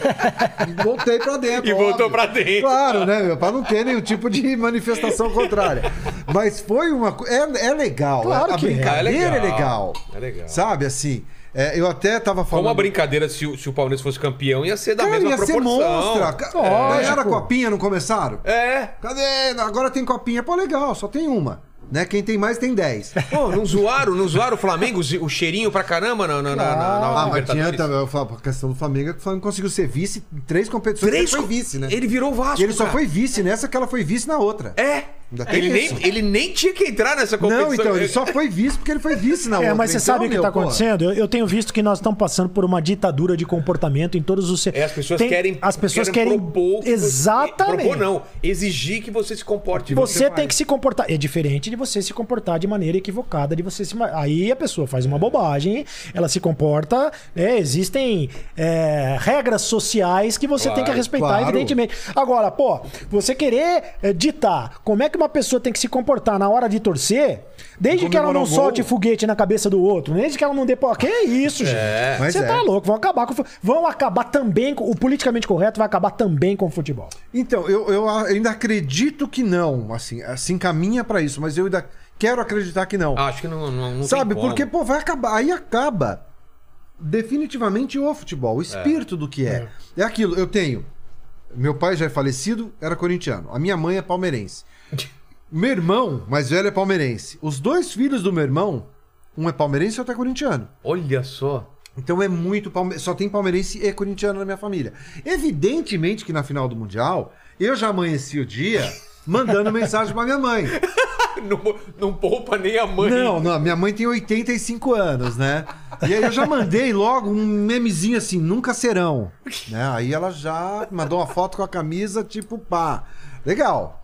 E voltei pra dentro. E voltou óbvio. pra dentro. Claro, né? Pra não ter nenhum tipo de manifestação contrária. Mas foi uma coisa. É, é legal. Claro a que é. brincadeira é legal. É legal. Sabe, assim. é, eu até tava falando. Como a brincadeira, se o, se o Palmeiras fosse campeão, ia ser da Cara, mesma ia ser proporção. monstra. Ca- Lógico. Ganharam a copinha, não começaram? É. Cadê? Agora tem copinha. Pô, legal, só tem uma. Né? Quem tem mais tem dez. Pô, não zoaram, não zoaram o Flamengo, o cheirinho pra caramba na, na, na, na, na Ah, mas tinha Libertadores? também eu falo, a questão do Flamengo é que o Flamengo conseguiu ser vice em três competições. Três ele foi co- vice, né? Ele virou Vasco, E ele só cara. foi vice nessa que ela foi vice na outra. É. Ainda tem Ele isso. nem, ele nem tinha que entrar nessa competição. Não, então, ele só foi vice porque ele foi vice na outra. É, mas você Então, sabe o que meu, está pô, acontecendo? Eu, eu tenho visto que nós estamos passando por uma ditadura de comportamento em todos os... É, as pessoas Tem- querem. As pessoas querem... propor que você- Exatamente. Propor não. Exigir que você se comporte. Você vai. tem que se comportar. É diferente de você se comportar de maneira equivocada, de você se. Aí a pessoa faz uma bobagem, ela se comporta. Né? Existem é, regras sociais que você Claro, tem que respeitar, claro. evidentemente. Agora, pô, você querer é, ditar como é que uma pessoa tem que se comportar na hora de torcer, desde que ela não Comemorar um gol. solte foguete na cabeça do outro, desde que ela não dê. Pô, que isso, gente? Mas Você é. tá louco, vão acabar com o fu- vão acabar também com o politicamente correto, vai acabar também com o futebol. Então, eu, eu ainda acredito que não. Assim, assim caminha pra isso, mas eu ainda quero acreditar que não. Acho que não, não, não Sabe? tem como. Porque, pô, vai acabar. Aí acaba definitivamente o futebol, o espírito do que é. é. aquilo. Eu tenho. Meu pai já é falecido, era corintiano. A minha mãe é palmeirense. Meu irmão, mais velho, é palmeirense. Os dois filhos do meu irmão, um é palmeirense e outro é corintiano. Olha só. Então é muito palme... só tem palmeirense e corintiano na minha família. Evidentemente que na final do Mundial, eu já amanheci o dia mandando mensagem pra minha mãe. Não, não poupa nem a mãe. Não, não, minha mãe tem oitenta e cinco anos, né? E aí eu já mandei logo um memezinho assim, nunca serão. Né? Aí ela já mandou uma foto com a camisa, tipo, pá. Legal.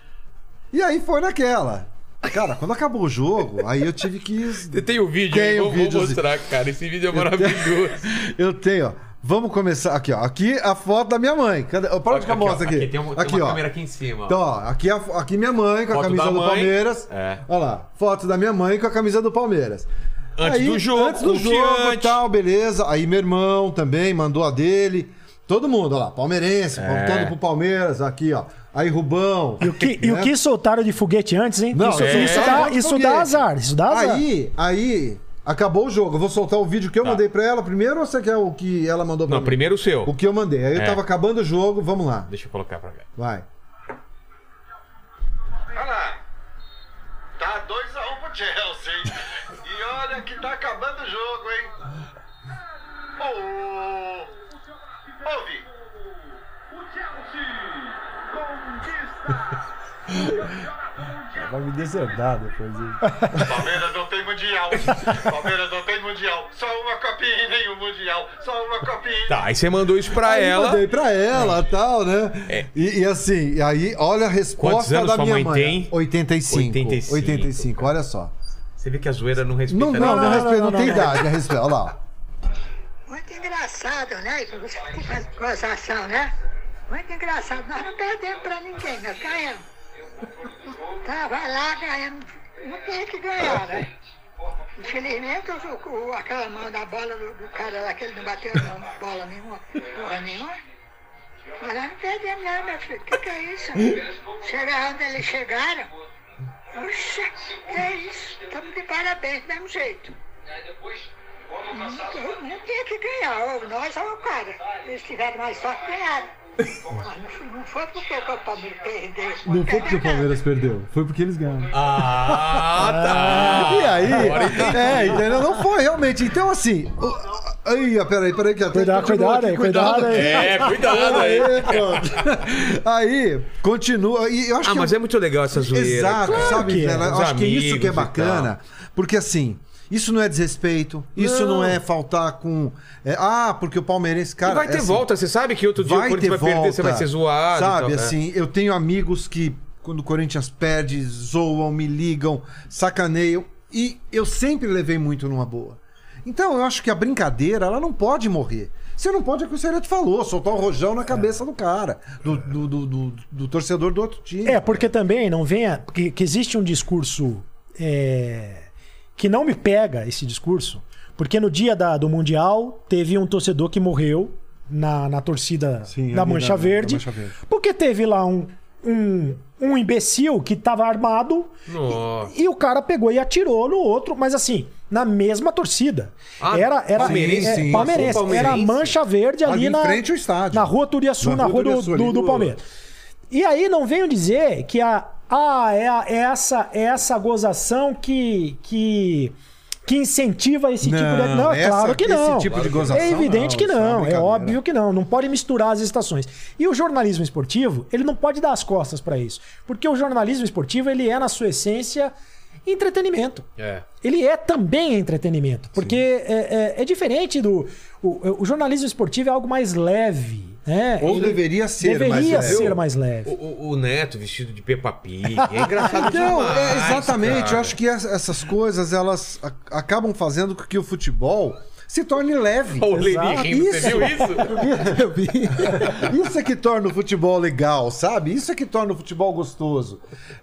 E aí foi naquela. Cara, quando acabou o jogo, aí eu tive que... Você tem o vídeo? Tenho Vou, o vídeo, vou mostrar, cara. Esse vídeo é maravilhoso. Eu tenho, ó. Vamos começar aqui, ó. Aqui a foto da minha mãe. Cadê? Para onde que eu mostro aqui? Aqui tem, um, tem aqui, uma ó. câmera aqui em cima. Ó. Então, ó, aqui, a, aqui minha mãe com Foto a camisa da do mãe. Palmeiras. É. Olha lá, foto da minha mãe com a camisa do Palmeiras. Antes do jogo, antes do jogo e confiante. tal, beleza. Aí meu irmão também mandou a dele. Todo mundo, olha lá, palmeirense, É. voltando pro Palmeiras, aqui, ó. Aí Rubão. E o que, e o né? que soltaram de foguete antes, hein? Não, isso, é. isso, dá, É. isso dá azar. Isso dá azar. Aí, aí, acabou o jogo. Eu vou soltar o vídeo que eu Tá. mandei pra ela primeiro ou você quer o que ela mandou pra Não, mim? primeiro o seu. O que eu mandei. Aí eu É. tava acabando o jogo, vamos lá. Deixa eu colocar pra cá. Vai. Olha lá. Tá dois a um pro Chelsea, hein? E olha que tá acabando o jogo, hein? Ô, ouve. Vai me deserdar depois. Palmeiras não tem mundial. Palmeiras não tem mundial. Só uma copinha e nenhum mundial. Só uma copinha. Tá, aí você mandou isso pra Aí ela. mandei pra ela e tal, né? É. E, e assim, e aí, olha a Quantos resposta anos da sua minha mãe mãe. tem? oitenta e cinco. oitenta e cinco. oitenta e cinco, olha só. Você vê que a zoeira não respeita Não, não, não, nada. respeito, não, não, tem não. idade, a respeito. Olha lá. Muito engraçado, né? Gozação, né? Muito engraçado. Nós não perdemos pra ninguém, nós ganhamos. Tá, vai lá, ganhamos. Não tem que ganhar, né? Infelizmente, o, o, aquela mão da bola do, do cara lá, que ele não bateu não, bola nenhuma, porra nenhuma. Mas nós não perdemos não, meu filho. O que, que é isso? Chegar onde eles chegaram? Puxa, que é isso? Estamos de parabéns, do mesmo jeito. Não, não tinha que ganhar, ou nós ou o cara. Eles tiveram mais sorte, ganharam. Mas não, não foi porque o Palmeiras perdeu. Não foi porque o Palmeiras perdeu, foi porque eles ganharam. Ah, tá. E aí, Agora entendi. é, entendeu? Não foi realmente. Então, assim, o- Aí, peraí, peraí, que até Cuidado, continua cuidado aqui, aí, cuidado aí. É, cuidado aí. Aí, pronto. Aí, continua. E eu acho Ah, que mas é muito legal essa zoeira. Exato, Claro sabe? que é. Vilela? Eu Os acho que é isso que é amigos e bacana. Porque assim, isso não é desrespeito, isso não, Não. é faltar com. é, ah, porque o palmeirense, cara. E vai ter é assim, volta, você sabe que outro dia o vai Corinthians ter vai perder, você vai volta, ser zoado. Sabe, e tal, assim, eu tenho amigos que, quando o Corinthians perde, zoam, me ligam, sacaneiam. E eu sempre levei muito numa boa. Então, eu acho que a brincadeira, ela não pode morrer. Você não pode, é o que o Sereto falou, soltar o rojão na cabeça do cara, do, do, do, do, do torcedor do outro time. É, porque também não venha. Que, que existe um discurso é, que não me pega esse discurso, porque no dia da, do Mundial teve um torcedor que morreu na, na torcida Sim, da ali Mancha, na- Verde, da Mancha Verde. porque teve lá um, um, um imbecil que tava armado Nossa. e, e o cara pegou e atirou no outro, mas assim, na mesma torcida. Ah, era era palmeirense, é, sim, palmeirense, palmeirense. era Mancha Verde ali, Ali em na, frente ao estádio. na rua Turiaçu, Na na, rua rua do, Turiaçu, ali do, do do- Palmeiras. E aí não venham dizer que a, ah, é, a- é essa, é essa gozação que, que, que incentiva esse tipo de... Não, é essa- claro que esse não. tipo de gozação, é evidente não, que isso é uma não, é brincadeira. óbvio que não. Não pode misturar as estações. E o jornalismo esportivo, ele não pode dar as costas para isso. Porque o jornalismo esportivo, ele é, na sua essência, entretenimento. É. Ele é também entretenimento. Porque é, é- é diferente do... O, o jornalismo esportivo é algo mais leve, né? Ou Ele deveria ser deveria mais leve. ser mais leve. O, o- o Neto vestido de Peppa Pig. É engraçado Não, demais. é, exatamente. cara. Eu acho que essa- essas coisas, elas a- acabam fazendo com que o futebol se torne leve. Olha o Levi Exato. rindo, você Isso. viu isso? Eu vi. Isso é que torna o futebol legal, sabe? Isso é que torna o futebol gostoso.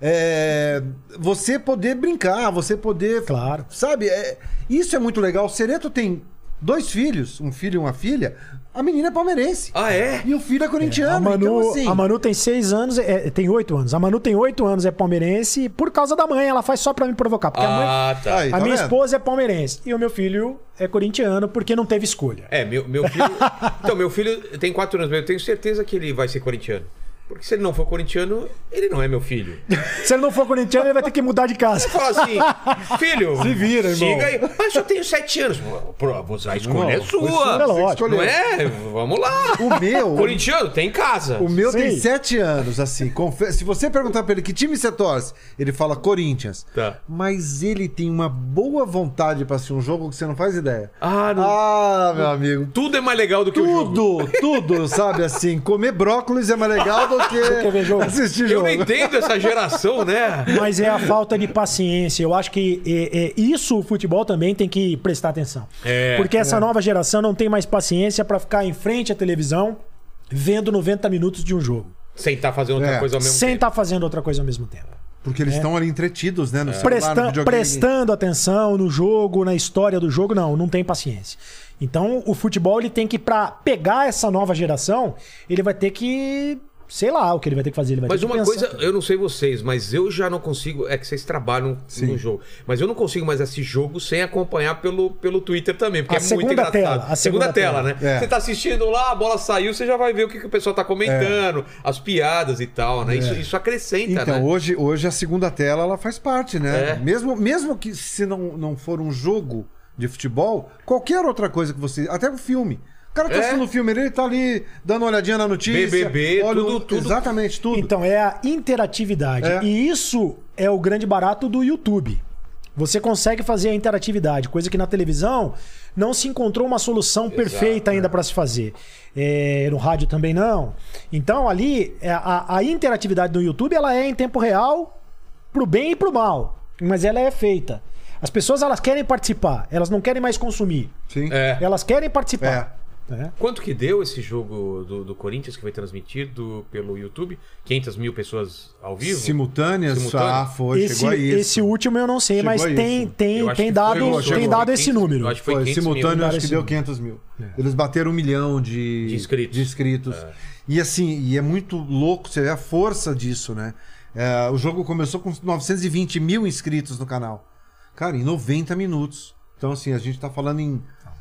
É, você poder brincar, você poder. Claro. Sabe? É, isso é muito legal. O Sereto tem dois filhos, um filho e uma filha. A menina é palmeirense. Ah, é? E o filho é corintiano. A Manu, então, assim, a Manu tem seis anos, é, tem oito anos. A Manu tem oito anos, é palmeirense, por causa da mãe. Ela faz só pra me provocar. Porque a, mãe, Ah, tá. Aí, a tá minha vendo? esposa é palmeirense. E o meu filho é corintiano, porque não teve escolha. É, meu, meu filho. Então, meu filho tem quatro anos, mas eu tenho certeza que ele vai ser corintiano. Porque se ele não for corintiano, ele não é meu filho. Se ele não for corintiano, ele vai ter que mudar de casa. Fala assim, filho, Se vira, irmão. siga aí. Mas eu tenho sete anos. Pô, você- a escolha é Não, foi sua. sua, É lógico. Não é? Vamos lá. O meu. Corintiano, tem casa. O meu tem Sim. sete anos, assim. Confe- Se você perguntar pra ele que time você torce, ele fala Corinthians. Tá. Mas ele tem uma boa vontade pra assistir um jogo que você não faz ideia. Ah, não. Ah, meu amigo. Tudo é mais legal do que o jogo. Tudo, tudo, sabe assim? Comer brócolis é mais legal do que que ver jogo. assistir Eu jogo. não entendo essa geração, né? Mas é a falta de paciência. Eu acho que é, é, isso o futebol também tem que prestar atenção. É, Porque essa nova geração não tem mais paciência pra ficar em frente à televisão vendo noventa minutos de um jogo. Sem estar fazendo outra É. coisa ao mesmo Sem tempo. estar fazendo outra coisa ao mesmo tempo. Porque eles estão ali entretidos, né? No celular, no Presta- videogame. prestando atenção no jogo, na história do jogo, não, não tem paciência. Então, o futebol, ele tem que, pra pegar essa nova geração, ele vai ter que, sei lá, o que ele vai ter que fazer. Ele vai Mas ter que uma pensar. coisa, eu não sei vocês, mas eu já não consigo. É que vocês trabalham no jogo. Mas eu não consigo mais assistir jogo sem acompanhar pelo, pelo Twitter também, porque A é muito segunda engraçado. tela, a segunda, segunda tela, tela. né? É. Você tá assistindo lá, a bola saiu, você já vai ver o que, que o pessoal tá comentando, as piadas e tal, né? Isso, isso acrescenta, Então, né? hoje, hoje a segunda tela ela faz parte, né? É. Mesmo, mesmo que se não, não for um jogo de futebol, qualquer outra coisa que você. Até um filme. O cara tá É. assistindo o filme, ele tá ali dando uma olhadinha na notícia. B B B, olha o- tudo- tudo. Exatamente, tudo. Então, é a interatividade. É. E isso é o grande barato do YouTube. Você consegue fazer a interatividade, coisa que na televisão não se encontrou uma solução perfeita ainda para se fazer. É, no rádio também não. Então, ali, é, a, a interatividade do YouTube ela é em tempo real, pro bem e pro mal. Mas ela é feita. As pessoas elas querem participar, elas não querem mais consumir. Sim. É. Elas querem participar. É. Quanto que deu esse jogo do, do Corinthians que foi transmitido pelo YouTube? quinhentas mil pessoas ao vivo? Simultâneas? Simultâneo? Ah, foi, Esse, chegou a isso. esse último eu não sei, Chegou mas a tem, isso. tem, Eu acho tem que dado, foi- tem chegou dado a esse quinhentos número. eu acho que foi Foi, quinhentos simultâneo, mil. acho que esse deu número. quinhentos mil. Eles bateram um milhão de, De inscritos. de inscritos. E assim, e é muito louco você vê a força disso, né? É, o jogo começou com novecentos e vinte mil inscritos no canal. Cara, em noventa minutos. Então, assim, a gente tá falando em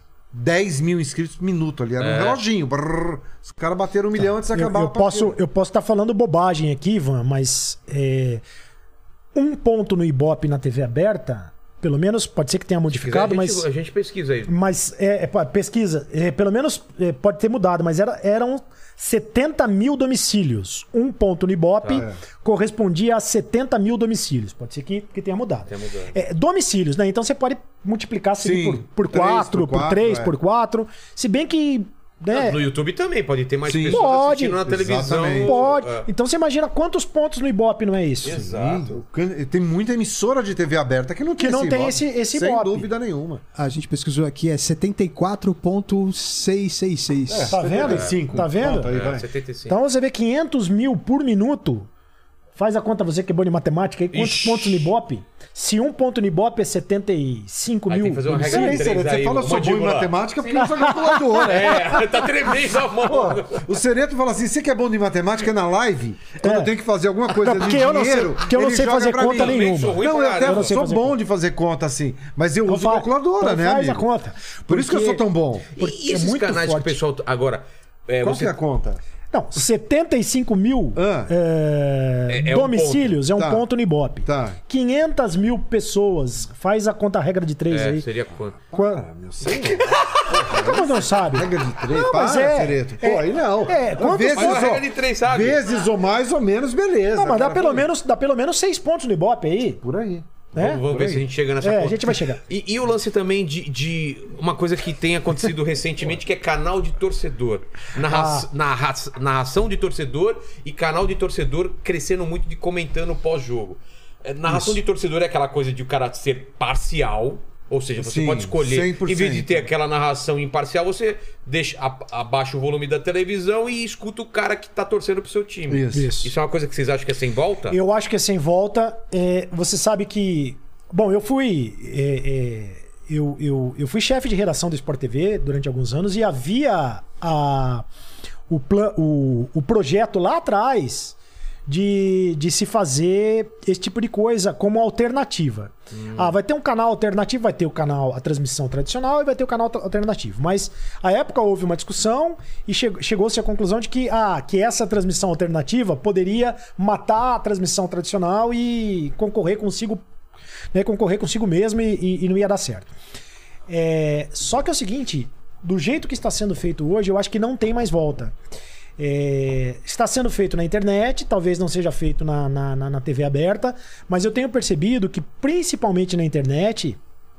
dez mil inscritos por minuto ali. Era um É. reloginho. Brrr. Os caras bateram um milhão antes de Eu, acabar eu a partida. posso eu posso estar falando bobagem aqui, Ivan, mas é, um ponto no Ibope na T V aberta Pelo menos, pode ser que tenha modificado, a gente, mas... a gente pesquisa aí. Mas, é, é, pesquisa, é, pelo menos é, pode ter mudado, mas era, eram setenta mil domicílios. Um ponto no Ibope Tá, é. correspondia a setenta mil domicílios. Pode ser que, que tenha mudado. Tenha mudado. É, domicílios, né? Então você pode multiplicar se Sim, por, por três, quatro, por por quatro, três, é. por quatro. Se bem que... Né, No YouTube também, pode ter mais Sim. pessoas Pode. assistindo na televisão. Exatamente. pode. É. Então você imagina quantos pontos no Ibope não é isso? Exato. Sim, tem muita emissora de T V aberta que não tem Que não esse tem Ibope. esse- esse Sem Ibope. dúvida nenhuma. A gente pesquisou aqui, é setenta e quatro ponto seiscentos e sessenta e seis. Tá vendo? setenta e cinco. Tá vendo? Conta aí, É, vai. setenta e cinco. Então você vê quinhentos mil por minuto. Faz a conta, você que é bom de matemática aí, quantos Ixi. pontos no Ibope? Se um ponto no Ibope é setenta e cinco Aí mil. tem que fazer uma regra Peraí, de três Sereto, você aí, fala sou bom em mandíbula. matemática porque usa calculadora. É, tá tremendo a mão. Pô, o Sereto fala assim: você que é bom de matemática na live, quando É. tem que fazer alguma coisa Não, de porque eu não sei- dinheiro, porque eu não ele sei joga fazer pra conta mim. nenhuma. Sou ruim Não, pra eu até caramba. Eu não sei sou fazer bom conta. de fazer conta assim, mas eu Então uso faz- calculadora, então né, faz amigo? a conta. Por isso que eu Porque- sou tão bom. E é esses muito canais forte. que o pessoal... Agora, é, Qual você... que é a conta? Não, setenta e cinco mil Ah. é, É- é um domicílios é um Tá. ponto no Ibope. Tá. quinhentas mil pessoas. Faz a conta regra de três É, aí. seria quanto? Qua- Ah, meu senhor. Como não sabe? Regra de três, Não, mas para, é- Sereto. Pô, é- aí não. é, quantos- vezes, Faz a ó, regra de três, sabe? vezes ou mais ou menos, beleza. Não, mas dá Agora, pelo, pô, menos, dá pelo menos seis pontos no Ibope aí. Por aí. Né? Vamos, vamos ver se a gente chega nessa É, conta. a gente vai chegar. E, e o lance também de, de uma coisa que tem acontecido recentemente, que é canal de torcedor. Narra Ah. narra narração de torcedor e canal de torcedor crescendo muito de comentando pós-jogo. É, narração de torcedor é aquela coisa de o cara ser parcial. Ou seja, você Sim, pode escolher, cem por cento. em vez de ter aquela narração imparcial, você deixa, a- abaixa o volume da televisão e escuta o cara que tá torcendo pro seu time. Isso. Isso. Isso é uma coisa que vocês acham que é sem volta? Eu acho que é sem volta. É, você sabe que. Bom, eu fui. é, é, eu, eu, eu fui chefe de redação do Sport T V durante alguns anos e havia a, o, plan, o, o projeto lá atrás de, de se fazer esse tipo de coisa como alternativa. Ah, vai ter um canal alternativo, vai ter o canal, a transmissão tradicional e vai ter o canal alternativo. Mas à época houve uma discussão e che- chegou-se à conclusão de que, ah, que essa transmissão alternativa poderia matar a transmissão tradicional e concorrer consigo, né, concorrer consigo mesmo e, e- e não ia dar certo. É, só que é o seguinte, do jeito que está sendo feito hoje, eu acho que não tem mais volta. É, está sendo feito na internet, talvez não seja feito na, na, na- na T V aberta, mas eu tenho percebido que, principalmente na internet,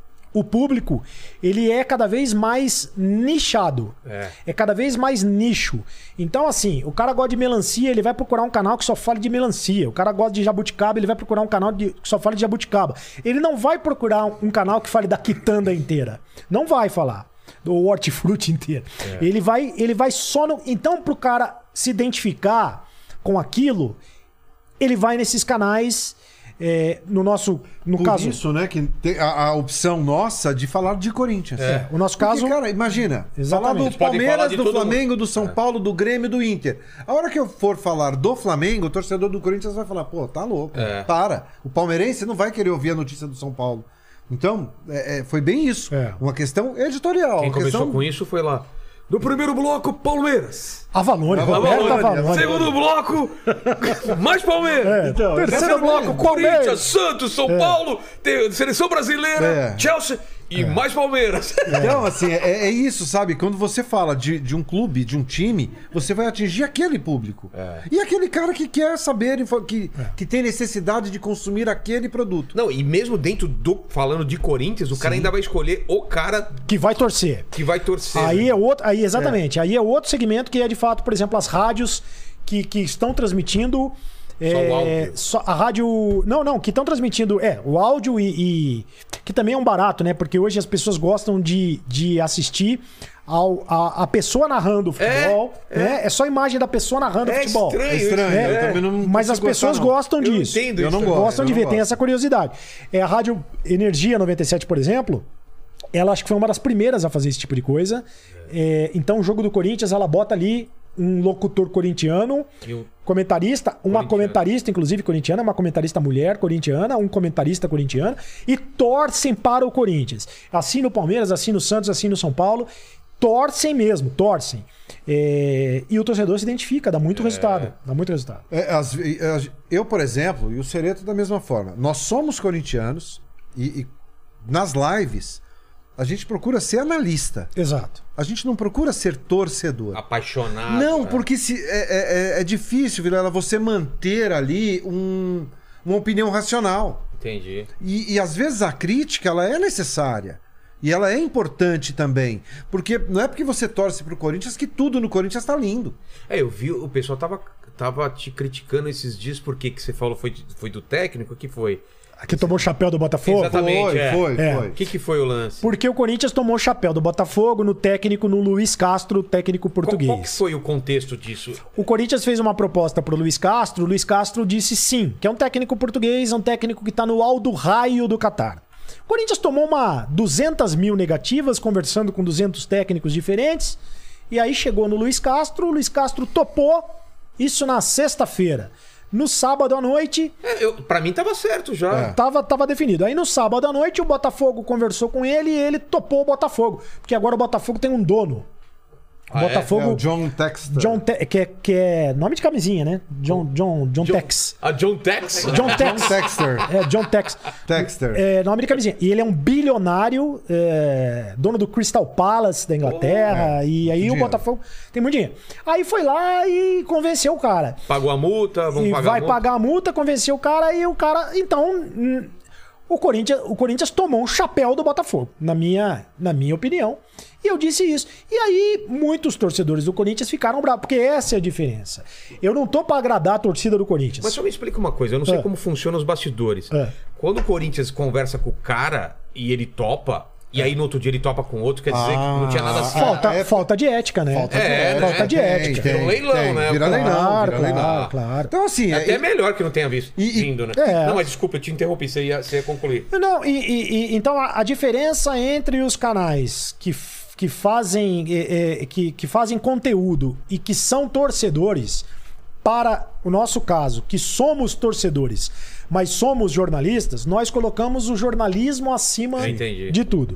o público ele é cada vez mais nichado. É. É cada vez mais nicho. Então, assim, o cara gosta de melancia, ele vai procurar um canal que só fale de melancia. O cara gosta de jabuticaba, ele vai procurar um canal de- que só fale de jabuticaba. Ele não vai procurar um, um canal que fale da quitanda inteira. Não vai falar. Do hortifruti inteiro. Ele vai, ele vai só no. Então, pro cara se identificar com aquilo, ele vai nesses canais. é, no nosso. No Por caso. isso, né, que tem a, a opção nossa de falar de Corinthians. É, o nosso Porque, caso. cara, imagina. Exatamente. Falar Eles do podem falar Palmeiras, de do todo Flamengo, do São Paulo, do Grêmio, do Inter. A hora que eu for falar do Flamengo, o torcedor do Corinthians vai falar, pô, tá louco. É. Para. O palmeirense não vai querer ouvir a notícia do São Paulo. Então, é, é, foi bem isso. É. Uma questão editorial. Quem uma começou questão... com isso foi lá. No primeiro bloco, Palmeiras. Avalone, Roberto Avalone, Avalone. Segundo bloco, mais Palmeiras. É, Então, terceiro exatamente. bloco, Corinthians, Palmeiras. Santos, São Paulo, tem Seleção Brasileira, É. Chelsea e mais Palmeiras. Então, assim, é, é isso, sabe? Quando você fala de, de um clube, de um time, você vai atingir aquele público. E aquele cara que quer saber, info- que, que tem necessidade de consumir aquele produto. Não, e mesmo dentro do. Falando de Corinthians, o cara ainda vai escolher o cara Que vai torcer. que vai torcer. Aí é outro. Aí, exatamente. Aí é outro segmento que é de fato, por exemplo, as rádios que, que estão transmitindo. é, o áudio. só a rádio. Não, não, que estão transmitindo. É, o áudio e, e- que também é um barato, né? Porque hoje as pessoas gostam de, de assistir ao, a, a pessoa narrando o futebol. É, né? É só a imagem da pessoa narrando o É futebol. estranho, É estranho, É. eu também não Mas as consigo gostar, pessoas não. gostam Eu não disso. entendo Eu isso. não gosto. Gostam eu de não ver, tem gosto. essa curiosidade. É, a Rádio Energia noventa e sete, por exemplo, ela acho que foi uma das primeiras a fazer esse tipo de coisa. É, então, o jogo do Corinthians, ela bota ali um locutor corintiano, E um- comentarista, uma Corintiano. comentarista, inclusive corintiana, uma comentarista mulher corintiana, um comentarista corintiano, e torcem para o Corinthians. Assim no Palmeiras, assim no Santos, assim no São Paulo. Torcem mesmo, torcem. É, e o torcedor se identifica, dá muito resultado. Dá muito resultado. É, as- as- eu, por exemplo, e o Sereto da mesma forma. Nós somos corintianos e, e nas lives, a gente procura ser analista. Exato. A gente não procura ser torcedor. Apaixonado. Não, né? porque se, é, é, é difícil, Vilela, você manter ali um, uma opinião racional. Entendi. E, e às vezes a crítica ela é necessária. E ela é importante também. Porque não é porque você torce pro Corinthians que tudo no Corinthians tá lindo. É, eu vi, o pessoal tava, tava te criticando esses dias, porque que você falou foi, foi do técnico? O que foi? Que tomou o chapéu do Botafogo? Exatamente. Foi, é. foi, É. foi. O que, que foi o lance? Porque o Corinthians tomou o chapéu do Botafogo no técnico, no Luiz Castro, técnico Qual, português. qual que foi o contexto disso? O Corinthians fez uma proposta pro Luiz Castro, o Luiz Castro disse sim, que é um técnico português, é um técnico que tá no alto raio do Catar. O Corinthians tomou uma duzentas mil negativas, conversando com duzentos técnicos diferentes, e aí chegou no Luiz Castro, o Luiz Castro topou, isso na sexta-feira. No sábado à noite, É, eu, pra mim tava certo já. É. tava, tava definido. Aí no sábado à noite o Botafogo conversou com ele e ele topou o Botafogo, porque agora o Botafogo tem um dono. O Ah, é? Botafogo... É o John Textor. John Te- que, é, que é nome de camisinha, né? John, John, John, Tex. A John Tex? John Tex. Textor. É, John Tex. Textor. É, nome de camisinha. E ele é um bilionário, é, dono do Crystal Palace da Inglaterra. Oh, e aí o dinheiro. Botafogo tem muito dinheiro. Aí foi lá e convenceu o cara. Pagou a multa, vamos e pagar vai a multa. pagar a multa, convenceu o cara e o cara. Então. hum, O Corinthians, o Corinthians tomou um chapéu do Botafogo, na minha, na minha opinião. E eu disse isso. E aí, muitos torcedores do Corinthians ficaram bravos, porque essa é a diferença. Eu não tô pra agradar a torcida do Corinthians. Mas só me explica uma coisa, eu não sei É. como funcionam os bastidores. É. Quando o Corinthians conversa com o cara e ele topa, e aí no outro dia ele topa com outro, quer dizer que não tinha nada assim. Falta, é- falta de ética, né? Falta de ética. Falta de Tem, ética. Vira um leilão, tem, né? Vira Claro, leilão, Claro, vira leilão. claro, claro. Então, assim, É é, até melhor que não tenha visto, E- e- vindo, né? É. Não, mas desculpa, eu te interrompi, você ia, você ia concluir. Não, e, e- e- então a, a diferença entre os canais que, f- que, fazem, é, é, que, que fazem conteúdo e que são torcedores, para o nosso caso, que somos torcedores, mas somos jornalistas, nós colocamos o jornalismo acima Eu entendi. de tudo.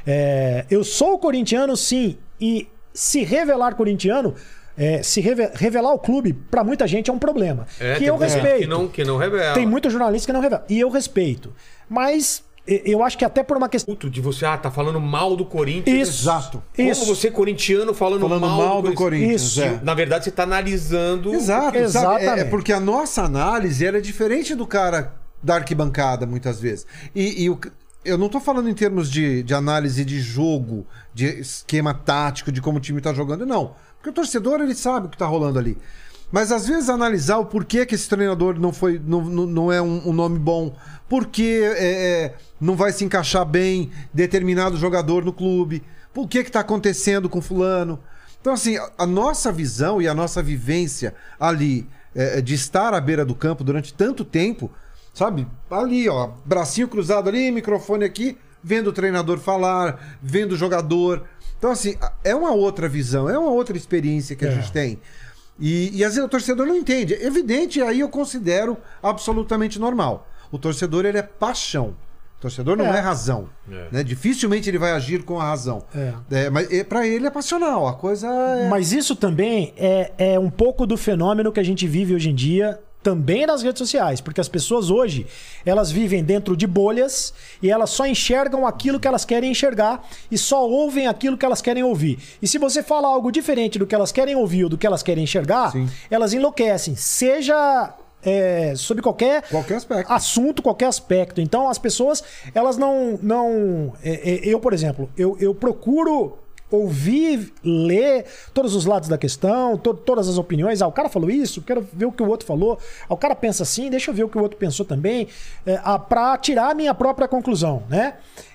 É, eu sou corintiano, sim, e se revelar corintiano, é, se reve- revelar o clube, para muita gente é um problema. É, que tem eu muita gente respeito. Que não, que não revela. Tem muito jornalista que não revela. E eu respeito. Mas e- eu acho que até por uma questão. Puto de você, ah, tá falando mal do Corinthians. Isso. Exato. Como Isso. você, corintiano, falando, falando mal, mal do Corinthians. Isso. é. Na verdade, você tá analisando. Exato, sabe? É- É, Exatamente. porque a nossa análise ela é diferente do cara da arquibancada, muitas vezes. E, e o, eu não tô falando em termos de, de análise de jogo, de esquema tático, de como o time tá jogando, não. Porque o torcedor, ele sabe o que tá rolando ali. Mas às vezes analisar o porquê que esse treinador não, foi, não, não, não é um, um nome bom, porque é, é, não vai se encaixar bem determinado jogador no clube, por que que tá acontecendo com fulano. Então, assim, a, a nossa visão e a nossa vivência ali, é, de estar à beira do campo durante tanto tempo, sabe? Ali, ó, bracinho cruzado ali, microfone aqui, vendo o treinador falar, vendo o jogador. Então, assim, é uma outra visão, é uma outra experiência que a É. gente tem. E, e às vezes o torcedor não entende. É evidente, aí eu considero absolutamente normal. O torcedor, ele é paixão. O torcedor não é, É. razão. É. Né? Dificilmente ele vai agir com a razão. É. É, mas é, pra ele é passional. A coisa é... Mas isso também é, é um pouco do fenômeno que a gente vive hoje em dia, também nas redes sociais, porque as pessoas hoje, elas vivem dentro de bolhas e elas só enxergam aquilo que elas querem enxergar e só ouvem aquilo que elas querem ouvir. E se você fala algo diferente do que elas querem ouvir ou do que elas querem enxergar, Sim. elas enlouquecem, seja é, sobre qualquer, Qualquer aspecto. assunto, qualquer aspecto. Então as pessoas, elas não... não é, é, eu, por exemplo, eu, eu procuro ouvir, ler todos os lados da questão, to- todas as opiniões. Ah, o cara falou isso, quero ver o que o outro falou. Ah, o cara pensa assim, deixa eu ver o que o outro pensou também, é, ah, para tirar a minha própria conclusão, né?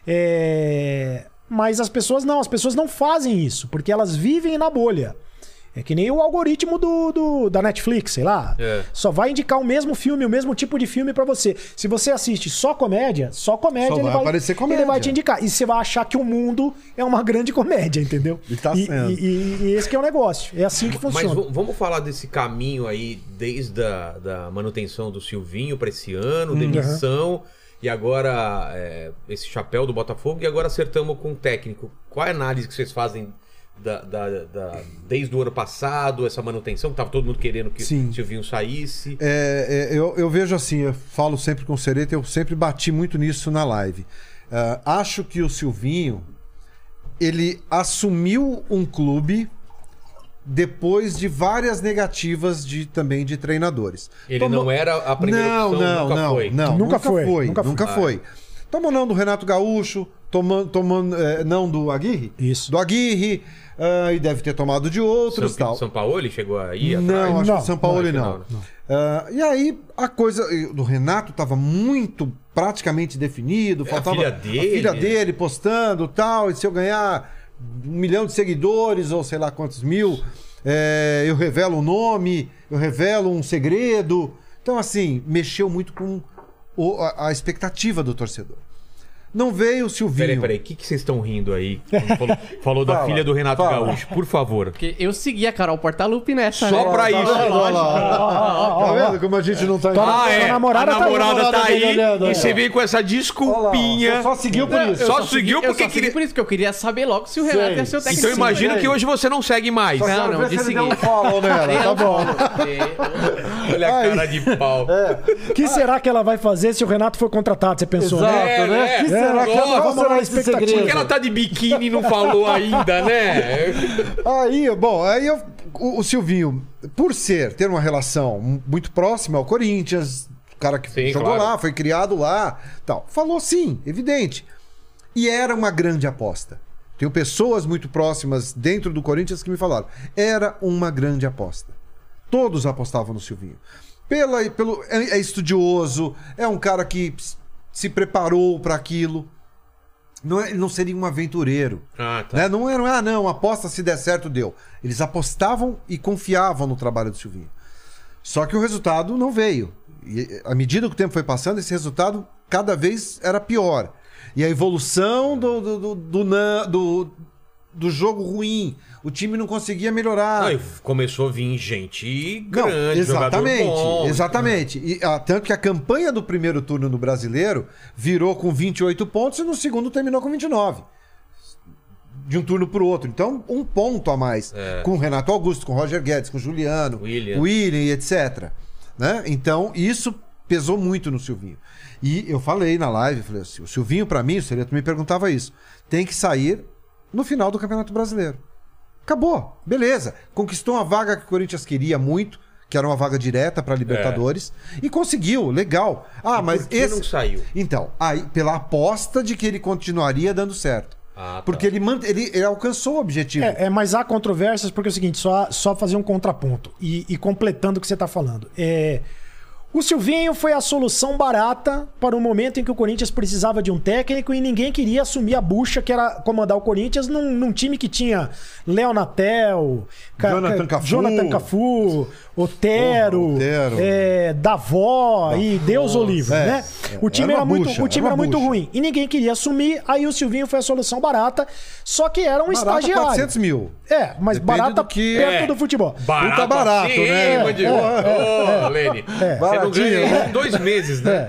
É, mas as pessoas não, as pessoas não fazem isso, porque elas vivem na bolha. É que nem o algoritmo do, do- da Netflix, sei lá. É. Só vai indicar o mesmo filme, o mesmo tipo de filme pra você. Se você assiste só comédia, só comédia, Só ele vai vai, aparecer comédia. ele vai te indicar. E você vai achar que o mundo é uma grande comédia, entendeu? E tá sendo. E, e- e esse que é o negócio. É assim que Mas funciona. v- vamos falar desse caminho aí, desde a da manutenção do Silvinho para esse ano, demissão, e agora é, esse chapéu do Botafogo, e agora acertamos com o técnico. Qual é a análise que vocês fazem da, da- da- desde o ano passado, essa manutenção, que tava todo mundo querendo que Sim. o Silvinho saísse? É, é, eu, eu vejo assim, eu falo sempre com o Sereta, eu sempre bati muito nisso na live. Uh, acho que o Silvinho, ele assumiu um clube depois de várias negativas de, também de treinadores. Ele Tomou- não era a primeira não, opção, não, nunca não, foi. Não, Nunca nunca, foi, foi. nunca Nunca foi. foi. Tomou não do Renato Gaúcho, tomando, tomando eh, não do Aguirre? Isso. Do Aguirre, ah, e deve ter tomado de outros e São, tal. São Paulo ele chegou aí Não, atrás? acho Não, que o São Paulo não, ele acho não. que não, Ah, e aí a coisa do Renato estava muito praticamente definido. É, a Faltava filha dele. a filha dele postando tal. E se eu ganhar um milhão de seguidores ou sei lá quantos mil, é, eu revelo um nome, eu revelo um segredo. Então, assim, mexeu muito com o- a, a expectativa do torcedor. Não veio o Silvinho. Peraí, peraí, o que, que vocês estão rindo aí? Falou, falou da Fala, filha do Renato fala. Gaúcho, por favor. Porque eu segui a Carol Portalupe nessa, Só né? pra isso. Olha lá, olha lá. Tá vendo como a gente não tá Ah, Sua é. namorada a tá aí, namorada namorada tá aí. dele olhando, E olha. você veio com essa Olha lá, desculpinha. você só seguiu por Eu isso. Só segui- seguiu eu porque só segui queria- por isso que eu queria saber logo se o Sei. Renato ia ser o técnico. Então eu imagino aí. que hoje você não segue mais. Só Não, quero não, ver de se ele seguir. deu um follow nela. Tá bom. Olha a cara de pau. O que será que ela vai fazer se o Renato for contratado? Você pensou, Exato, né? É, né? né? Que será que Nossa, ela vamos lá, será esse expectativa. Por segredo? que ela tá de biquíni e não falou ainda, né? Aí, bom, aí eu- o, o Silvinho, por ser, ter uma relação muito próxima ao Corinthians, o cara que Sim, jogou claro. lá, foi criado lá, tal, falou sim, evidente. E era uma grande aposta. Tenho pessoas muito próximas dentro do Corinthians que me falaram, era uma grande aposta. Todos apostavam no Silvinho. Pela, pelo, é, é estudioso, é um cara que se preparou para aquilo. Não, é- ele não seria um aventureiro. Ah, tá. Né? Não era, ah, não, aposta se der certo, deu. Eles apostavam e confiavam no trabalho do Silvinho. Só que o resultado não veio. E à medida que o tempo foi passando, esse resultado cada vez era pior. E a evolução do, do, do, do, na- do, do jogo ruim. O time não conseguia melhorar. Aí começou a vir gente Não, grande, exatamente, jogador bom. exatamente. E, ah, tanto que a campanha do primeiro turno no Brasileiro virou com vinte e oito pontos e no segundo terminou com vinte e nove. De um turno pro outro. Então, um ponto a mais. É. Com o Renato Augusto, com o Roger Guedes, com o Juliano, William. William e etcétera. Né? Então, isso pesou muito no Silvinho. E eu falei na live, falei assim, o Silvinho, pra mim, o Sereto me perguntava isso, tem que sair no final do Campeonato Brasileiro. Acabou, beleza. Conquistou uma vaga que o Corinthians queria muito, que era uma vaga direta para Libertadores, e conseguiu, legal. Ah, E mas por que esse não saiu? Então, aí pela aposta de que ele continuaria dando certo. Ah, tá. Porque ele, mant... ele, ele alcançou o objetivo. É, é, mas há controvérsias porque é o seguinte, só, só fazer um contraponto e, e completando o que você está falando. É, o Silvinho foi a solução barata para o momento em que o Corinthians precisava de um técnico e ninguém queria assumir a bucha que era comandar o Corinthians num, num time que tinha Léo Natel, Ca- Jonathan Ca- Cafu. Jonathan Cafu, Otero, Porra, Otero. é, Davó e Deus o livre, É, né? é, O time era era, uma muito, bucha, o time era era uma muito bucha. ruim e ninguém queria assumir. Aí o Silvinho foi a solução barata, só que era um Barata, estagiário. quatrocentos mil. É, mas Depende barata do que- perto É. do futebol. Barato, Puta barato, assim, né? hein, Mandíbula? Ô, Lene, você não Baratinho, ganha né? isso em dois meses, né?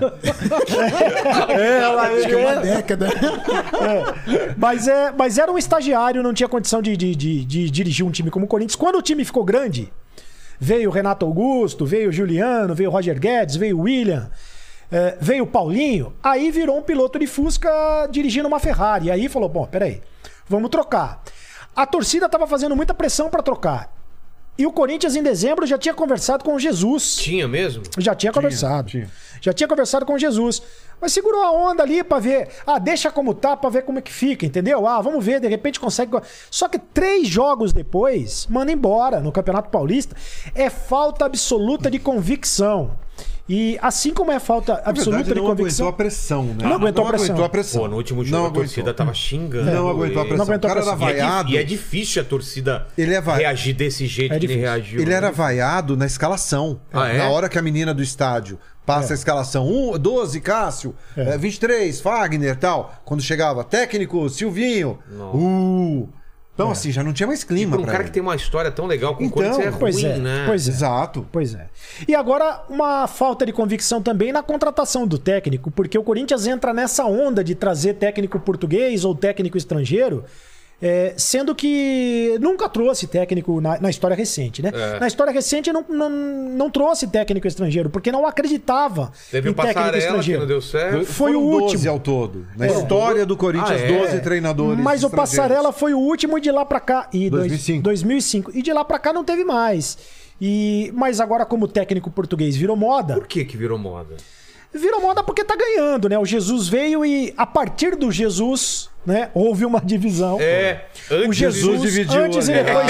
Acho que é uma década. Mas, é, mas era um estagiário, não tinha condição de, de, de- de dirigir um time como o Corinthians. Quando o time ficou grande, veio o Renato Augusto, veio o Juliano, veio o Roger Guedes, veio o William, é, veio o Paulinho. Aí virou um piloto de Fusca dirigindo uma Ferrari. E aí falou: bom, peraí, vamos trocar. A torcida estava fazendo muita pressão para trocar. E o Corinthians, em dezembro, já tinha conversado com o Jesus. Tinha mesmo? Já tinha conversado. tinha. Já tinha conversado com Jesus. Mas segurou a onda ali pra ver. Ah, deixa como tá pra ver como é que fica, entendeu? Ah, vamos ver, de repente consegue. Só que três jogos depois, manda embora no Campeonato Paulista. É falta absoluta de convicção. E assim como é falta Na absoluta verdade, de não convicção. aguentou a pressão, né? Não aguentou a pressão. aguentou a pressão. Pô, no último jogo Não a aguentou. torcida tava xingando. Não aguentou a ele. pressão. Não aguentou o a cara era pressão. E é, di- vaiado. e é difícil a torcida Ele é vai- reagir desse jeito É que ele difícil. reagiu. Ele né? era vaiado na escalação. Ah, é? Na hora que a menina do estádio passa a escalação. Um, doze, Cássio. eh, vinte e três, Fagner e tal. Quando chegava, técnico, Silvinho. Nossa. Uh. Então, assim, já não tinha mais E clima pra um pra cara ele. que tem uma história tão legal com o Então, Corinthians é ruim, Pois é, né? pois é. Exato. Pois é. E agora, uma falta de convicção também na contratação do técnico, porque o Corinthians entra nessa onda de trazer técnico português ou técnico estrangeiro É, sendo que nunca trouxe técnico na, na história recente, né? É. Na história recente não, não, não trouxe técnico estrangeiro, porque não acreditava Teve em o técnico Passarella que estrangeiro. não deu certo. Foi Foram o doze último. ao todo. Na história do Corinthians, Ah, é? doze treinadores Mas o estrangeiros. Passarella foi o último e de lá pra cá. E dois mil e cinco. dois mil e cinco. E de lá pra cá não teve mais. E, mas agora, como técnico português virou moda. Por que que virou moda? Virou moda porque tá ganhando, né? O Jesus veio e, a partir do Jesus, né, houve uma divisão. É, antes O Jesus dividiu antes e ali. depois.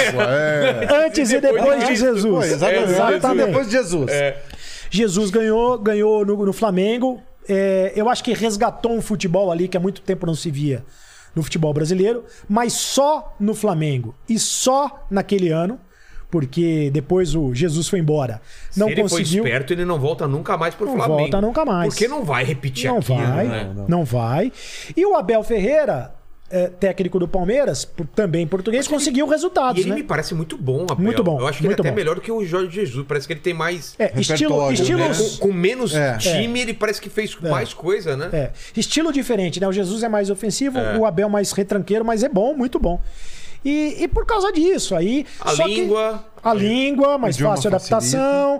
É. Antes e Depois depois de de Cristo. Jesus. Foi, exatamente. Exatamente. Depois de Jesus. É. Jesus ganhou, ganhou no, no Flamengo. É, eu acho que resgatou um futebol ali que há muito tempo não se via no futebol brasileiro, mas só no Flamengo e só naquele ano, porque depois o Jesus foi embora. Não Se ele conseguiu. for esperto, ele não volta nunca mais pro Não Flamengo. volta nunca mais. Porque não vai repetir Não aquilo, vai, né? não, vai. E o Abel Ferreira, é, técnico do Palmeiras, por- também português, conseguiu E resultados, ele né? me parece muito bom, Abel. Muito bom, Eu acho que ele é muito até bom. melhor do que o Jorge Jesus. Parece que ele tem mais... É, estilo, Repertório, estilos, Com, com menos É. time, ele parece que fez mais coisa, né? É, estilo diferente, né? O Jesus é mais ofensivo, É. o Abel mais retranqueiro, mas é bom, muito bom. E, e por causa disso, aí. A só que- língua... a língua, mais idioma fácil adaptação.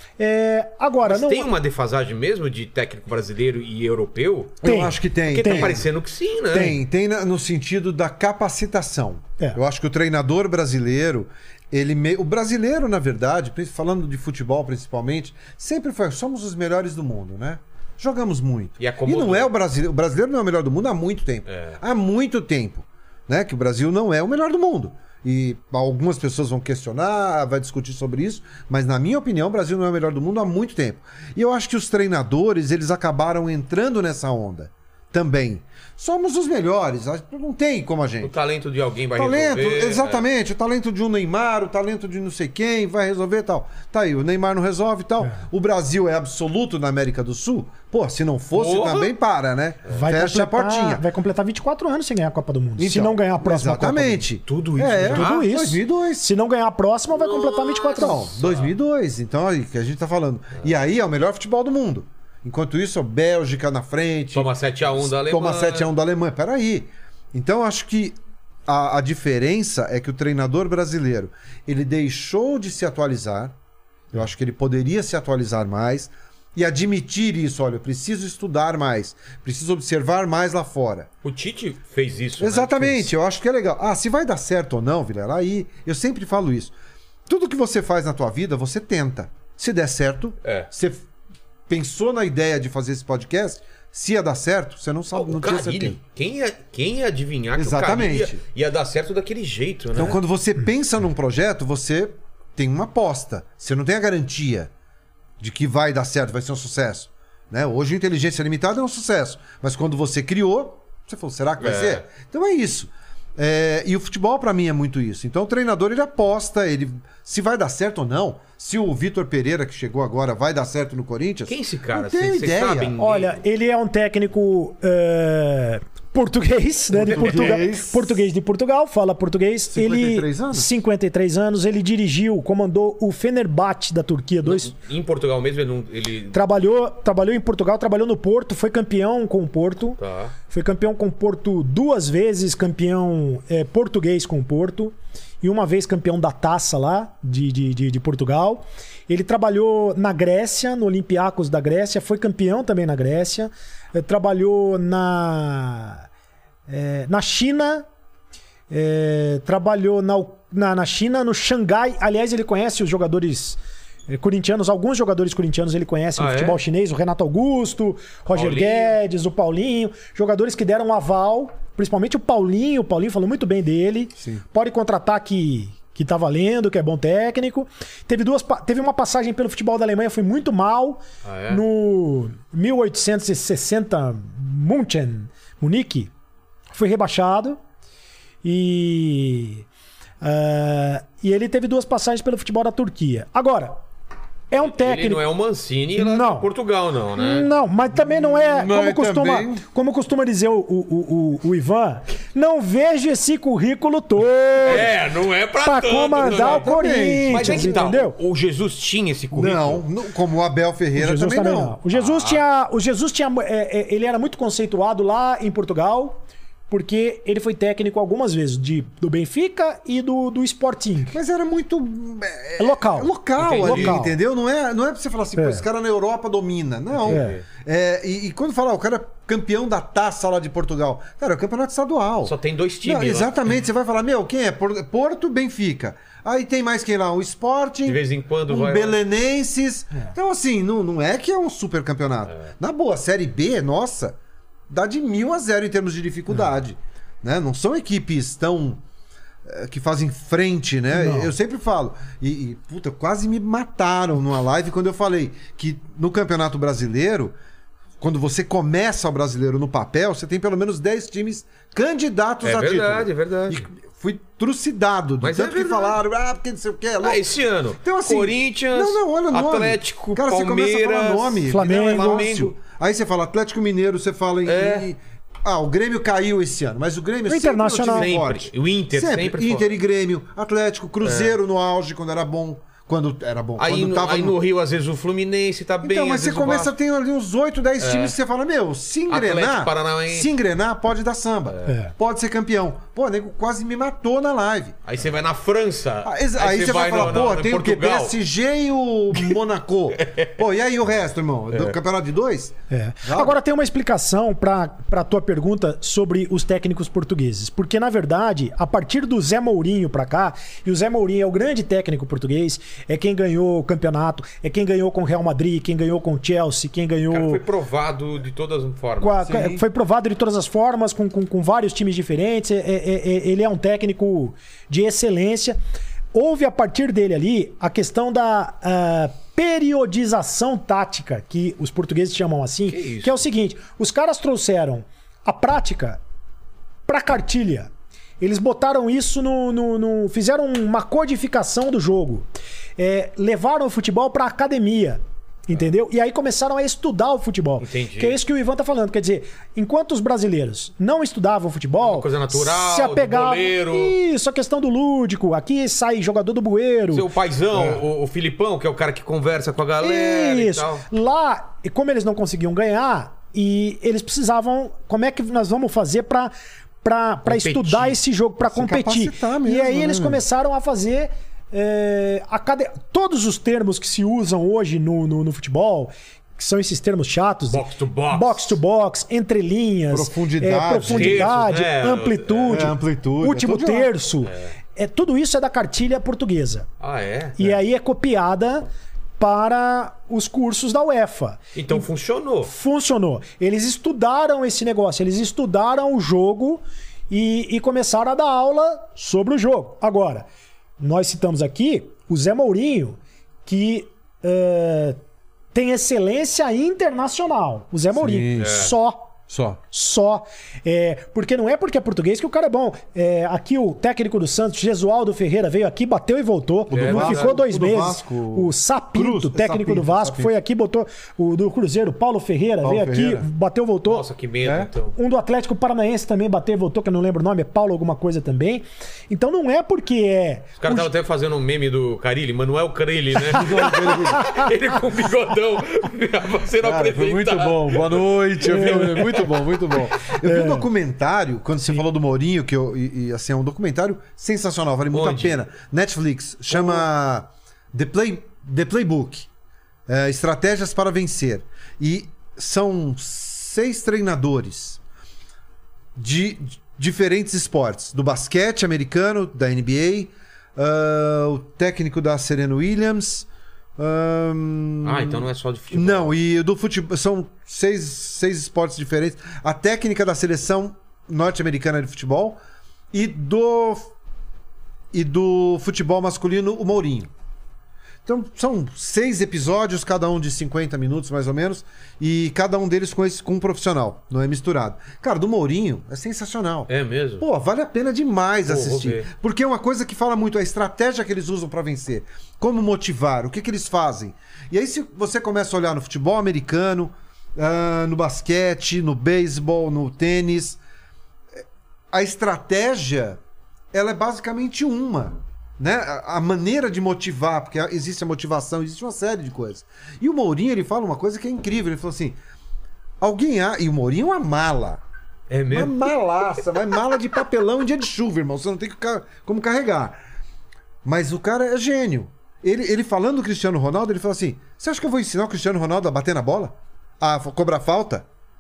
É, agora, Mas não. tem uma defasagem mesmo de técnico brasileiro e europeu? Tem. Eu acho que tem. Porque tem. tá parecendo que sim, né? Tem, tem na- no sentido da capacitação. É. Eu acho que o treinador brasileiro, ele me... o brasileiro, na verdade, pri- falando de futebol principalmente, sempre foi, somos os melhores do mundo, né? Jogamos muito. E acomodou. não é o brasileiro, o brasileiro não é o melhor do mundo há muito tempo. É. Há muito tempo, né? Que o Brasil não é o melhor do mundo. E algumas pessoas vão questionar, vai discutir sobre isso, mas na minha opinião, o Brasil não é o melhor do mundo há muito tempo. E eu acho que os treinadores, eles acabaram entrando nessa onda também. Somos os melhores, não tem como a O gente. talento de alguém vai Talento, resolver. exatamente, o talento de um Neymar, o talento de não sei quem, vai resolver e tal. Tá aí, o Neymar não resolve e tal. O Brasil é absoluto na América do Sul. Pô, se não fosse, Porra. também para, né? Vai Fecha a completar, portinha. vai completar vinte e quatro anos sem ganhar a Copa do Mundo. se Então, não ganhar a próxima exatamente. Tudo isso É, já? Copa do Mundo. Tudo isso. dois mil e dois. Se não ganhar a próxima, vai completar vinte e quatro Não, anos. dois mil e dois. Então, aí que a gente tá falando. E aí é o melhor futebol do mundo. Enquanto isso, a Bélgica na frente. Toma sete a um da Alemanha. Toma sete a um da Alemanha. Peraí. Então, acho que a, a diferença é que o treinador brasileiro, ele deixou de se atualizar. Eu acho que ele poderia se atualizar mais e admitir isso. Olha, eu preciso estudar mais. Preciso observar mais lá fora. O Tite fez isso, né? Exatamente, eu acho que é legal. Ah, se vai dar certo ou não, Vilela, aí eu sempre falo isso. Tudo que você faz na tua vida, você tenta. Se der certo, É. você pensou na ideia de fazer esse podcast, se ia dar certo, você não sabe, não O tinha Carille, certeza. quem ia, quem ia adivinhar que Exatamente. o Carille ia, ia dar certo daquele jeito, né? Então, quando você pensa num projeto, você tem uma aposta. Você não tem a garantia de que vai dar certo, vai ser um sucesso. Né? Hoje, a inteligência limitada é um sucesso. Mas quando você criou, você falou, será que vai É. ser? Então é isso. É, e o futebol, pra mim, é muito isso. Então, o treinador, ele aposta, ele se vai dar certo ou não. Se o Vitor Pereira, que chegou agora, vai dar certo no Corinthians. Quem é esse cara? Não tenho Vocês ideia. sabem? Olha, ele é um técnico é, português, né? De Portugal, Português. português de Portugal, fala português. cinquenta e três ele, anos? cinquenta e três anos, ele dirigiu, comandou o Fenerbahçe da Turquia, dois. Em Portugal mesmo, ele... não- ele... Trabalhou, trabalhou em Portugal, trabalhou no Porto, foi campeão com o Porto. Tá. Foi campeão com o Porto duas vezes, campeão é, português com o Porto. E uma vez campeão da taça lá de, de, de, de Portugal. Ele trabalhou na Grécia, no Olympiacos da Grécia, foi campeão também na Grécia. É, trabalhou na, é, na China, é, trabalhou na, na, na China, no Xangai. Aliás, ele conhece os jogadores é, corintianos, alguns jogadores corintianos ele conhece no Ah, é? futebol chinês, o Renato Augusto, Roger Paulinho. Guedes, o Paulinho, jogadores que deram um aval, principalmente o Paulinho, o Paulinho falou muito bem dele. Sim. Pode contratar que, que tá valendo, que é bom técnico. Teve, duas, pa- teve uma passagem pelo futebol da Alemanha, foi muito mal. Ah, é? No mil oitocentos e sessenta, München, Munique, foi rebaixado. E, ah, e ele teve duas passagens pelo futebol da Turquia. Agora, é um técnico... Ele não é o Mancini lá Não. de Portugal, não, né? Não, mas também não é, Não, como e costuma, também- como costuma dizer o, o, o, o Ivan, não vejo esse currículo todo É, não é pra, pra tanto, comandar o exatamente. Corinthians, Mas é que tá, entendeu? o Jesus tinha esse currículo? Não, não, como o Abel O Ferreira Jesus também, também não. não. O Jesus tinha, o Jesus tinha, é, é, ele era muito conceituado lá em Portugal porque ele foi técnico algumas vezes de, do Benfica e do, do Sporting. Mas era muito. É local. É local Entendi. ali, Local. entendeu? Não é, não é pra você falar assim, É. pô, esse cara na Europa domina. Não. É. É, e, e quando falar, o cara é campeão da taça lá de Portugal. Cara, é o campeonato estadual. Só tem dois times Não, lá. exatamente, você vai falar, meu, quem é? Por- Porto, Benfica. Aí tem mais quem lá? O Sporting. De vez em quando um vai lá. Belenenses. Então, assim, não, não é que é um super campeonato. Na boa, Série B, nossa, dá de mil a zero em termos de dificuldade. Né? Não são equipes tão. eh, que fazem frente, né? Não. Eu sempre falo. E, e, puta, quase me mataram numa live quando eu falei que no Campeonato Brasileiro. Quando você começa o brasileiro no papel, você tem pelo menos dez times candidatos É a título. verdade, é verdade. E fui trucidado. Mas De é tanto que verdade. falaram, ah, porque não sei o que. É louco. Ah, esse ano. Então, assim, Corinthians, não, não, olha o nome. Atlético, Cara, Palmeiras, você começa a falar nome. Flamengo. vira um negócio. Flamengo. Aí você fala Atlético Mineiro, você fala em... É. em- Ah, o Grêmio caiu esse ano, mas o Grêmio O sempre Internacional. é um time Sempre. forte. O Inter sempre, Sempre. Inter forte. e Grêmio, Atlético, Cruzeiro no auge, quando era bom. Quando era bom. Aí, quando no, tava aí no Rio, às vezes, o Fluminense tá bem. Então, mas às você vezes o começa a Vasco. ter ali uns oito, dez times que você fala, meu, se engrenar, Atlético Paranaense. se engrenar, pode dar samba. É. Pode ser campeão. Pô, o nego quase me matou na live. Aí você vai na França. Ah, exa- Aí, você vai falar, no- pô, no- tem em o quê? P Portugal. S G e o Monaco. Pô, e aí o resto, irmão? Do campeonato de dois? É. Joga. Agora tem uma explicação para a tua pergunta sobre os técnicos portugueses. Porque, na verdade, a partir do Zé Mourinho para cá, e o Zé Mourinho é o grande técnico português, é quem ganhou o campeonato, é quem ganhou com o Real Madrid, quem ganhou com o Chelsea, quem ganhou. O cara foi provado de todas as formas. com a- Sim. foi provado de todas as formas, com, com, com vários times diferentes. É- é- é- ele é um técnico de excelência. Houve a partir dele ali a questão da ah, periodização tática, que os portugueses chamam assim, Que isso? que é o seguinte: os caras trouxeram a prática pra cartilha. Eles botaram isso no. no- no- fizeram uma codificação do jogo. É, levaram o futebol pra academia. Entendeu? E aí começaram a estudar o futebol. Entendi. Que é isso que o Ivan tá falando. Quer dizer, enquanto os brasileiros não estudavam futebol. Uma coisa natural, se do apegavam. goleiro. Isso, a questão do lúdico. Aqui sai jogador do bueiro. Seu paizão, o, o Filipão, que é o cara que conversa com a galera Isso. e tal. Lá, e como eles não conseguiam ganhar, e eles precisavam. Como é que nós vamos fazer pra, pra, pra Competir. estudar esse jogo, pra competir? capacitar mesmo, E aí né, eles meu? começaram a fazer. é, a cade- Todos os termos que se usam hoje no, no, no futebol, que são esses termos chatos. Box to box. Box to box, entre linhas. Profundidade. é, profundidade, Terços, né? amplitude, É, amplitude, último é tudo de lá. terço. É, tudo isso é da cartilha portuguesa. Ah, é? E aí é copiada para os cursos da UEFA. Então funcionou. Funcionou. Eles estudaram esse negócio, eles estudaram o jogo e, e começaram a dar aula sobre o jogo. Agora, nós citamos aqui o Zé Mourinho, que eh, tem excelência internacional. O Zé Mourinho. Só. Só. Só. É, porque não é porque é português que o cara é bom. É, aqui o técnico do Santos, Jesualdo Ferreira, veio aqui, bateu e voltou. do não Vasco, ficou dois o do meses. Vasco, o Sapinto, Cruz, é técnico Sapinto, do Vasco, Sapinto. foi aqui, botou. O do Cruzeiro, Paulo Ferreira, Paulo veio Ferreira. aqui, bateu, voltou. Nossa, que medo, É? então. Um do Atlético Paranaense também bateu e voltou, que eu não lembro o nome, é Paulo alguma coisa também. Então não é porque é. Os caras estavam até fazendo um meme do Carilli, Manuel Carilli, né? Ele com bigodão sendo Cara, foi apresentado. muito bom. Boa noite. Eu vi, muito bom, muito bom. Eu vi um documentário, quando você falou do Mourinho, que eu, e, e, assim, é um documentário sensacional, vale muito Onde? a pena. Netflix, chama The, Play, The Playbook. É, Estratégias para Vencer. E são seis treinadores de, de diferentes esportes. Do basquete americano, da N B A, ah, o técnico da Serena Williams. ahn, Ah, então não é só de futebol. não, e do futebol são seis, seis esportes diferentes. A técnica da seleção norte-americana de futebol e do e do futebol masculino, o Mourinho. Então são seis episódios, cada um de cinquenta minutos mais ou menos, e cada um deles com, esse, com um profissional, não é misturado. Cara, do Mourinho é sensacional. É mesmo? Pô, vale a pena demais Pô, vou assistir. ver. Porque é uma coisa que fala muito, a estratégia que eles usam pra vencer. Como motivar, o que, que eles fazem. E aí, se você começa a olhar no futebol americano, ah, no basquete, no beisebol, no tênis, a estratégia, ela é basicamente uma. Né? A a maneira de motivar, porque existe a motivação, existe uma série de coisas. E o Mourinho, ele fala uma coisa que é incrível. Ele falou assim: alguém há. E o Mourinho é uma mala. É mesmo? Uma malaça, vai mala de papelão em dia de chuva, irmão. Você não tem que ca- como carregar. Mas o cara é gênio. Ele, ele falando do Cristiano Ronaldo, ele fala assim: você acha que eu vou ensinar o Cristiano Ronaldo a bater na bola? A f- cobrar falta?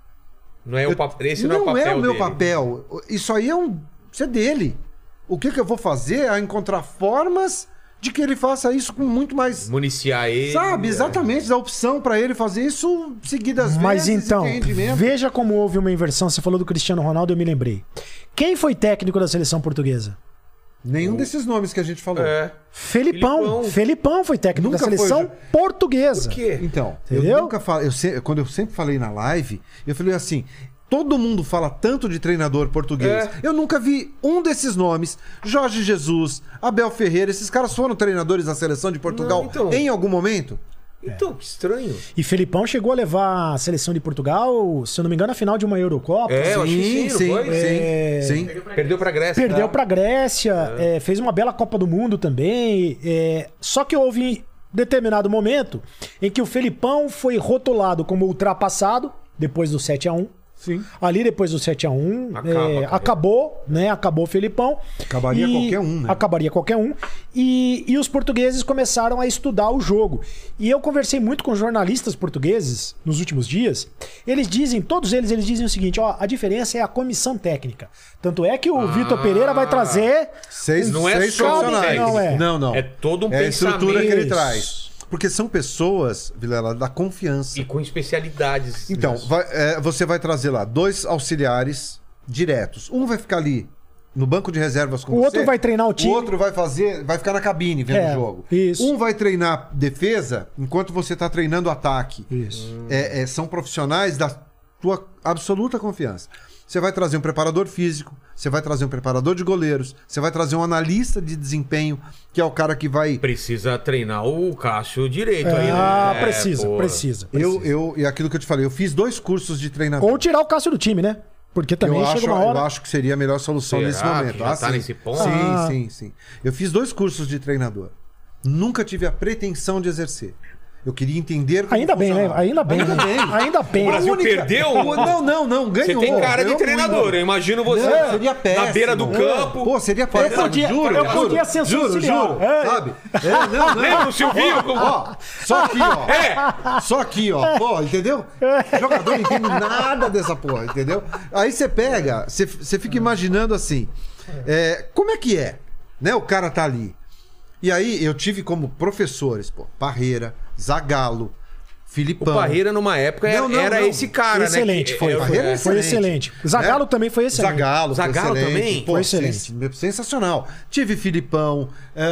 Não é o pa- Esse não, não é o papel é o meu dele. papel. Isso aí é um. Isso é dele. O que, que eu vou fazer é encontrar formas de que ele faça isso com muito mais. Municiar ele. Sabe, é. exatamente, dar opção pra ele fazer isso seguidas Mas vezes. então, e ter rendimento. veja como houve uma inversão. Você falou do Cristiano Ronaldo, eu me lembrei. Quem foi técnico da seleção portuguesa? Nenhum desses nomes que a gente falou. É. Felipão. Felipão. Felipão foi técnico Nunca da foi, seleção já. portuguesa. Por quê? Então, Entendeu? eu nunca falei. Eu se- quando eu sempre falei na live, eu falei assim. Todo mundo fala tanto de treinador português. É. Eu nunca vi um desses nomes. Jorge Jesus, Abel Ferreira, esses caras foram treinadores da seleção de Portugal Não, então. em algum momento? Então, que estranho. E Felipão chegou a levar a seleção de Portugal, se eu não me engano, à final de uma Eurocopa. É, eu acho que sim, sim, não sim, foi? É. sim, sim. Perdeu pra Grécia. Perdeu tá? pra Grécia, é, fez uma bela Copa do Mundo também. é, só que houve determinado momento em que o Felipão foi rotulado como ultrapassado depois do sete a um. Sim. Ali depois do sete a um, Acaba, é, acaba. acabou, né? Acabou o Felipão. Acabaria qualquer um, né? Acabaria qualquer um. E, e os portugueses começaram a estudar o jogo. E eu conversei muito com jornalistas portugueses nos últimos dias. Eles dizem, todos eles, eles dizem o seguinte: ó, a diferença é a comissão técnica. Tanto é que o Ah. Vitor Pereira vai trazer. Seis, Não é seis só profissionais. não é. Não, não. É todo um É a estrutura que ele pensamento. traz. Porque são pessoas, Vilela, da confiança. E com especialidades. Então, nisso. vai- é, você vai trazer lá dois auxiliares diretos. Um vai ficar ali no banco de reservas com O você. outro vai treinar o time. O outro vai fazer, vai ficar na cabine vendo É, o jogo. isso. Um vai treinar defesa enquanto você está treinando ataque. Isso. É, é, são profissionais da tua absoluta confiança. Você vai trazer um preparador físico, você vai trazer um preparador de goleiros, você vai trazer um analista de desempenho, que é o cara que vai. Precisa treinar o Cássio direito aí, né? Ah, É, precisa, pô. precisa, Eu, precisa. eu, e aquilo que eu te falei, eu fiz dois cursos de treinador. Ou tirar o Cássio do time, né? Porque também eu, chega acho, uma hora. eu acho que seria a melhor solução Será nesse que momento. já Ah, tá sim. nesse ponto? Sim, Ah. sim, sim. Eu fiz dois cursos de treinador. Nunca tive a pretensão de exercer. Eu queria entender como Ainda bem, né? funcionava. Ainda bem. Ainda né? bem. Ainda bem. O Brasil A única- perdeu? Pô, Não, não, não. Você Ganhou. tem cara de Ganhou treinador. muito. Eu imagino você Não, na, seria péssimo. na beira do campo. Pô, seria péssimo. podia- juro, eu juro, podia ser juro, auxiliar. juro, É. sabe? É, não, não. Lembra o Silvinho? como- Ó, só aqui, ó. É. Só aqui, ó. Pô, entendeu? Jogador não entende nada dessa porra, entendeu? Aí você pega, você, você fica imaginando assim, é, como é que é? Né? O cara tá ali. E aí eu tive como professores, pô, Parreira, Zagallo, O Filipão. Parreira, numa época, era, Não, não, era não. esse cara, Excelente, né? foi. era- Parreira é Foi excelente. excelente. Zagallo Né? também foi excelente. Zagallo, foi Zagallo excelente. também? Pô, Foi excelente. sens- Sensacional. Tive Filipão,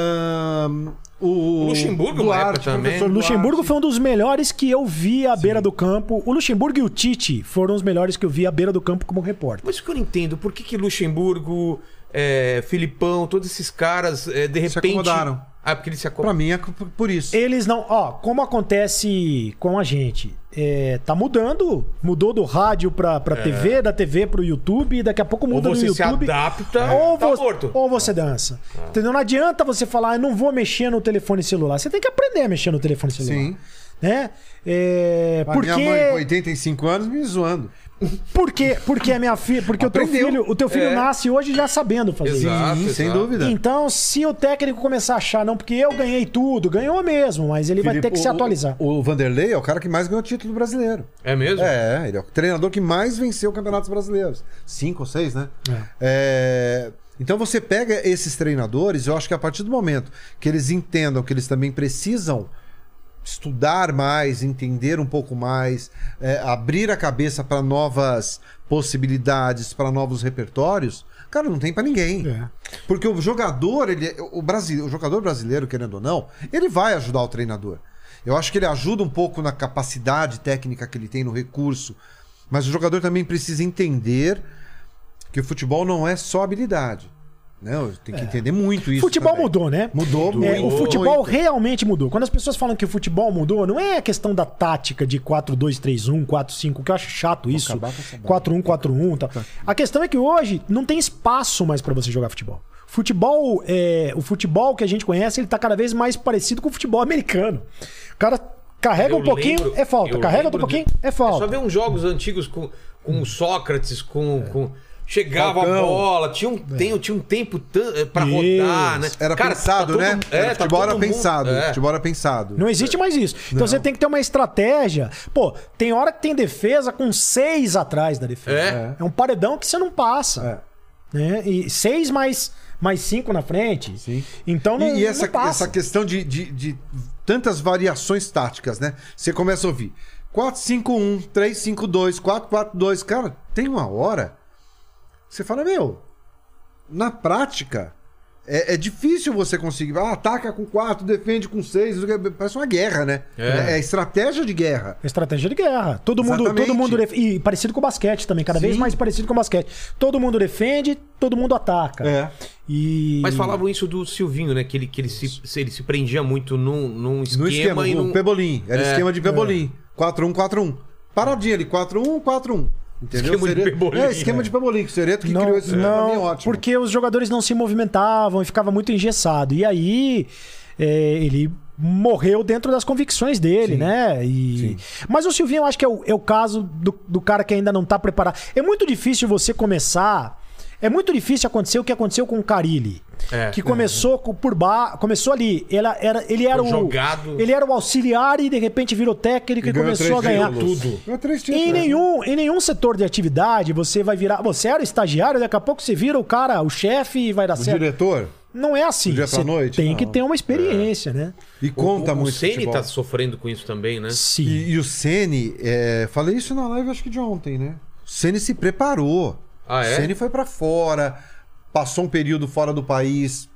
ahn, o, O Luxemburgo, uma época Duarte, também. professor O Luxemburgo Duarte. foi um dos melhores que eu vi à beira do campo. O Luxemburgo e o Tite foram os melhores que eu vi à beira do campo como repórter. Mas o que eu não entendo, por que que Luxemburgo, é, Filipão, todos esses caras, é, de Se repente... acomodaram. Ah, porque eles se Pra acomodaram. mim é por por isso. Eles não. Ó, como acontece com a gente? É, tá mudando. Mudou do rádio pra, pra T V, da T V pro YouTube, e daqui a pouco Ou muda no você se YouTube. adapta, ou, tá vo- morto. ou você dança. Entendeu? Não adianta você falar, eu não vou mexer no telefone celular. Você tem que aprender a mexer no telefone celular. Sim. Né? É, A porque... minha mãe com oitenta e cinco anos me zoando. Por quê? Porque a minha filha, porque o teu Aprendeu. filho, o teu filho É. nasce hoje já sabendo fazer Exato. isso. Sim, sem exato. dúvida. Então, se o técnico começar a achar, não, porque eu ganhei tudo, ganhou mesmo, mas ele vai ter que Felipe, se o- atualizar. O, o Vanderlei é o cara que mais ganhou título brasileiro. É mesmo? É, ele é o treinador que mais venceu campeonatos brasileiros. Cinco ou seis, né? É, Então você pega esses treinadores, eu acho que a partir do momento que eles entendam que eles também precisam estudar mais, entender um pouco mais, é, abrir a cabeça para novas possibilidades, para novos repertórios, cara, não tem para ninguém. É. Porque o jogador, ele, o, Brasil, o jogador brasileiro, querendo ou não, ele vai ajudar o treinador. Eu acho que ele ajuda um pouco na capacidade técnica que ele tem, no recurso. Mas o jogador também precisa entender que o futebol não é só habilidade. Não, tem que entender muito isso. Futebol também. mudou, né? Mudou É, muito. o futebol muito. realmente mudou. Quando as pessoas falam que o futebol mudou, não é a questão da tática de quatro dois três um, quatro cinco, que eu acho chato isso. acabar com essa bola. quatro um quatro um e tal. A questão é que hoje não tem espaço mais pra você jogar futebol. Futebol, é, o futebol que a gente conhece, ele tá cada vez mais parecido com o futebol americano. O cara Carrega Eu um pouquinho, lembro- é falta. eu Carrega lembro um pouquinho, de- é É falta. só ver uns jogos antigos com, com o Sócrates, com... com... Chegava Falcão. a bola, tinha um, tem, tinha um tempo tan- eh, pra Isso. rodar, né? Era Cara, pensado, tá todo- né? É, Era tá futebol todo era mundo- pensado. é. Futebol era pensado. Não existe mais isso. Então você tem que ter uma estratégia. Pô, tem hora que tem defesa com seis atrás da defesa. É. É um paredão que você não passa. Né? E seis mais, mais cinco na frente. Sim. Então não, e e essa, não passa. essa questão de, de, de tantas variações táticas, né? Você começa a ouvir quatro cinco um, três cinco dois, quatro quatro dois. Cara, tem uma hora que você fala, meu, na prática é, é difícil você conseguir. Ah, ataca com quatro, defende com seis. Parece uma guerra, né? É. É, estratégia de guerra. Estratégia de guerra. Todo mundo, Exatamente. todo mundo def... E parecido com o basquete também, cada vez Sim. mais parecido com o basquete. Todo mundo defende, todo mundo ataca. É. E... Mas falavam isso do Silvinho, né? Que ele, que ele, se, se- ele se prendia muito num, num esquema, No esquema, e o num... Pebolim. Era É. esquema de Pebolim. quatro um quatro um. Paradinha ali, quatro um quatro um. Entendeu? Esquema de Seria- Pebolim. É, esquema de Pebolim. Que o Sereto que não, criou esse pra mim é não, ótimo. porque os jogadores não se movimentavam e ficava muito engessado. E aí é, ele morreu dentro das convicções dele, Sim. né? E... Mas o Silvinho eu acho que é o, é o caso do, do cara que ainda não tá preparado. É muito difícil você começar. É muito difícil acontecer o que aconteceu com o Carille. É. Que começou com- por baixo. Começou ali. Ela era, ele era Foi o. jogado. Ele era o auxiliar e de repente virou técnico e, Ganhou começou a três ganhar títulos. tudo. Ganhou três títulos. em nenhum, em nenhum setor de atividade você vai virar. Você era estagiário, daqui a pouco você vira o cara, o chefe e vai dar O certo. diretor. Não é assim. Do dia pra Você noite? tem Não. que ter uma experiência, né? E conta o, o, muito O Ceni futebol. tá sofrendo com isso também, né? Sim. E, e o Ceni, é, falei isso na live acho que de ontem, né? O Ceni se preparou. Ah, é? O Ceni foi pra fora, passou um período fora do país,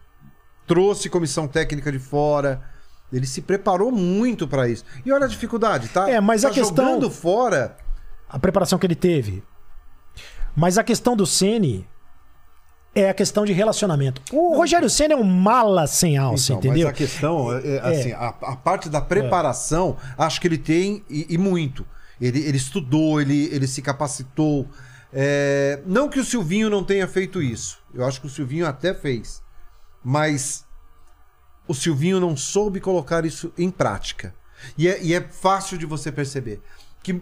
trouxe comissão técnica de fora. Ele se preparou muito pra isso. E olha a dificuldade, tá? É, mas tá a questão- jogando fora. A preparação que ele teve. Mas a questão do Ceni é a questão de relacionamento. O Rogério Ceni é um mala sem alça, Então, entendeu? mas a questão, é, é, assim, a, a parte da preparação, acho que ele tem e, e muito. Ele, ele estudou, ele, ele se capacitou. É, não que o Silvinho não tenha feito isso. Eu acho que o Silvinho até fez. Mas o Silvinho não soube colocar isso em prática. E é, e é fácil de você perceber que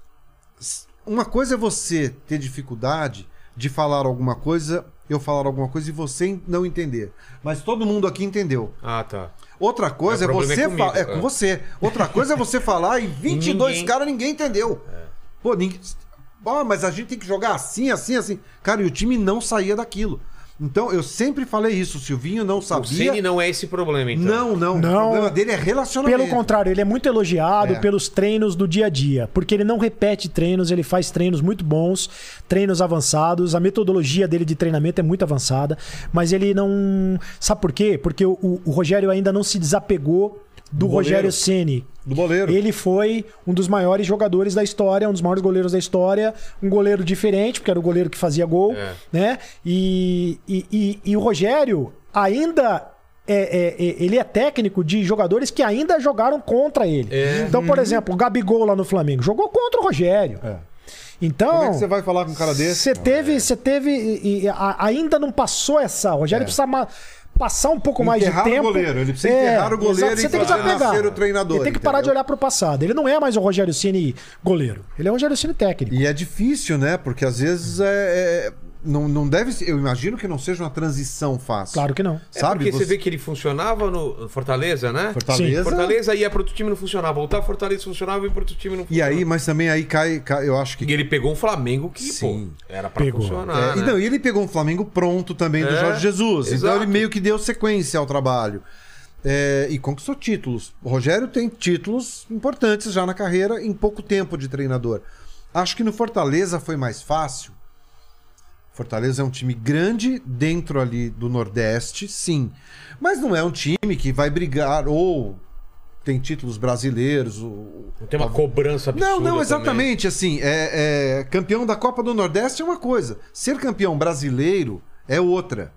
uma coisa é você ter dificuldade de falar alguma coisa, eu falar alguma coisa e você não entender. Mas todo mundo aqui entendeu. Ah, tá. Outra coisa É, é, o problema você é comigo, falar. É é. com você. Outra coisa é você falar e vinte e dois Ninguém- caras ninguém entendeu. Pô, ninguém. Ah, mas a gente tem que jogar assim, assim, assim. Cara, e o time não saía daquilo. Então, eu sempre falei isso. O Silvinho não O sabia. Ceni não é esse problema, então. Não, não. Não. O problema dele é relacionamento. Pelo contrário, ele é muito elogiado É. pelos treinos do dia a dia, porque ele não repete treinos, ele faz treinos muito bons, treinos avançados, a metodologia dele de treinamento é muito avançada, mas ele não... Sabe por quê? Porque o, o- o Rogério ainda não se desapegou do, Do goleiro. Rogério Ceni. Do goleiro. Ele foi um dos maiores jogadores da história, um dos maiores goleiros da história, um goleiro diferente, porque era o goleiro que fazia gol, É. né? E, e, e, e o Rogério ainda é, é- é- ele é técnico de jogadores que ainda jogaram contra ele. É. Então, por exemplo, o Gabigol lá no Flamengo jogou contra o Rogério. É. Então, Como é que você vai falar com um cara desse? você teve, você teve e- e a- ainda não passou essa. O Rogério É. precisa ma- passar um pouco mais de Enterrar o tempo. goleiro, ele precisa enterrar o goleiro exato, você e tem que fazer desapegar. nascer o treinador, Ele tem que parar entendeu? de olhar pro passado. Ele não é mais o Rogério Ceni goleiro. Ele é o Rogério Ceni técnico. E é difícil, né? Porque às vezes é. é- não, não deve ser. Eu imagino que não seja uma transição fácil. Claro que não. É Sabe? porque você vê que ele funcionava no Fortaleza, né? Fortaleza. Fortaleza ia para outro time não funcionava. Voltar Fortaleza funcionava e para outro time não E funcionava. aí, mas também aí cai. cai- eu acho que. E ele pegou um Flamengo que, Sim. pô, era pra Pegou. funcionar. É, e, né? não, e ele pegou um Flamengo pronto também do É, Jorge Jesus. Então exato. ele meio que deu sequência ao trabalho. É, e conquistou títulos. O Rogério tem títulos importantes já na carreira em pouco tempo de treinador. Acho que no Fortaleza foi mais fácil. Fortaleza é um time grande dentro ali do Nordeste, sim. Mas não é um time que vai brigar ou tem títulos brasileiros. Ou... Não tem uma cobrança absurda. Não, não, também. exatamente. Assim, é, é, campeão da Copa do Nordeste é uma coisa. Ser campeão brasileiro é outra.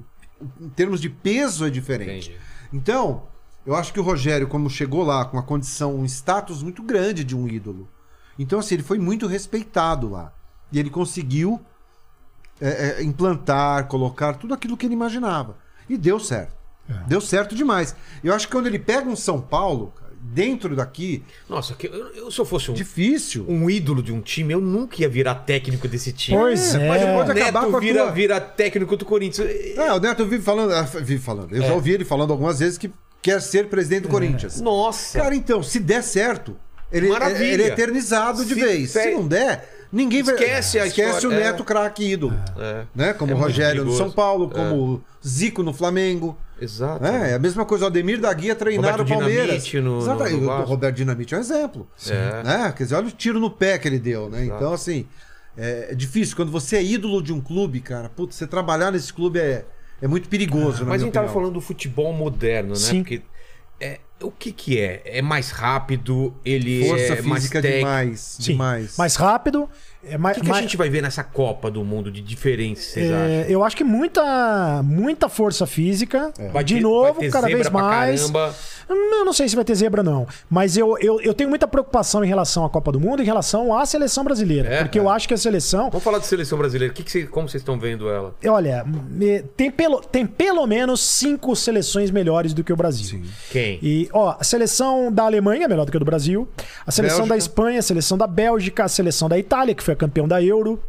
Em termos de peso é diferente. Entendi. Então, eu acho que o Rogério, como chegou lá com uma condição, um status muito grande de um ídolo. Então, assim, ele foi muito respeitado lá. E ele conseguiu é, é, implantar, colocar tudo aquilo que ele imaginava. E deu certo. Deu certo demais. Eu acho que quando ele pega um São Paulo, cara, dentro daqui, Nossa, que eu, eu, se eu fosse um, difícil. um ídolo de um time, eu nunca ia virar técnico desse time. Pois é. Mas pode O acabar Neto com a vira, tua... vira técnico do Corinthians. É, o Neto vive falando, ah, vive falando. Eu É. já ouvi ele falando algumas vezes que quer ser presidente do Corinthians. Nossa. Cara, então, se der certo, ele, Maravilha. ele é eternizado de Se vez. der- Se não der, ninguém vai... Esquece a Esquece história, o é. Neto craque ídolo. É. Né? Como É o muito Rogério no perigoso. São Paulo, como o Zico no Flamengo. Exato. É, é a mesma coisa, o Ademir da Guia treinar Roberto o Palmeiras. Dinamite no- Exatamente. no- no O Vasco. Roberto Dinamite é um exemplo. É. Né? Quer dizer, olha o tiro no pé que ele deu, né? Então, assim, é, é difícil. Quando você é ídolo de um clube, cara, putz, você trabalhar nesse clube é, é muito perigoso, na Mas a minha gente tava opinião. falando do futebol moderno, né? Sim. Porque é, o que que é? É mais rápido, ele Força é mais física técnico. demais, Sim. demais. Mais rápido. É O mais, que, que mais- a gente vai ver nessa Copa do Mundo de diferença, vocês acham? é, eu acho que muita, muita força física. Vai De ter- novo, vai ter cada zebra vez pra mais. caramba. Eu não sei se vai ter zebra, não. Mas eu, eu, eu tenho muita preocupação em relação à Copa do Mundo, em relação à seleção brasileira. É, porque é. eu acho que a seleção. Vamos falar de seleção brasileira. Que que cê- como vocês estão vendo ela? Olha, me- tem pelo, tem pelo menos cinco seleções melhores do que o Brasil. Quem? E, ó, a seleção da Alemanha é melhor do que a do Brasil. A seleção Bélgica. da Espanha, a seleção da Bélgica, a seleção da Itália, que foi a campeão da Euro.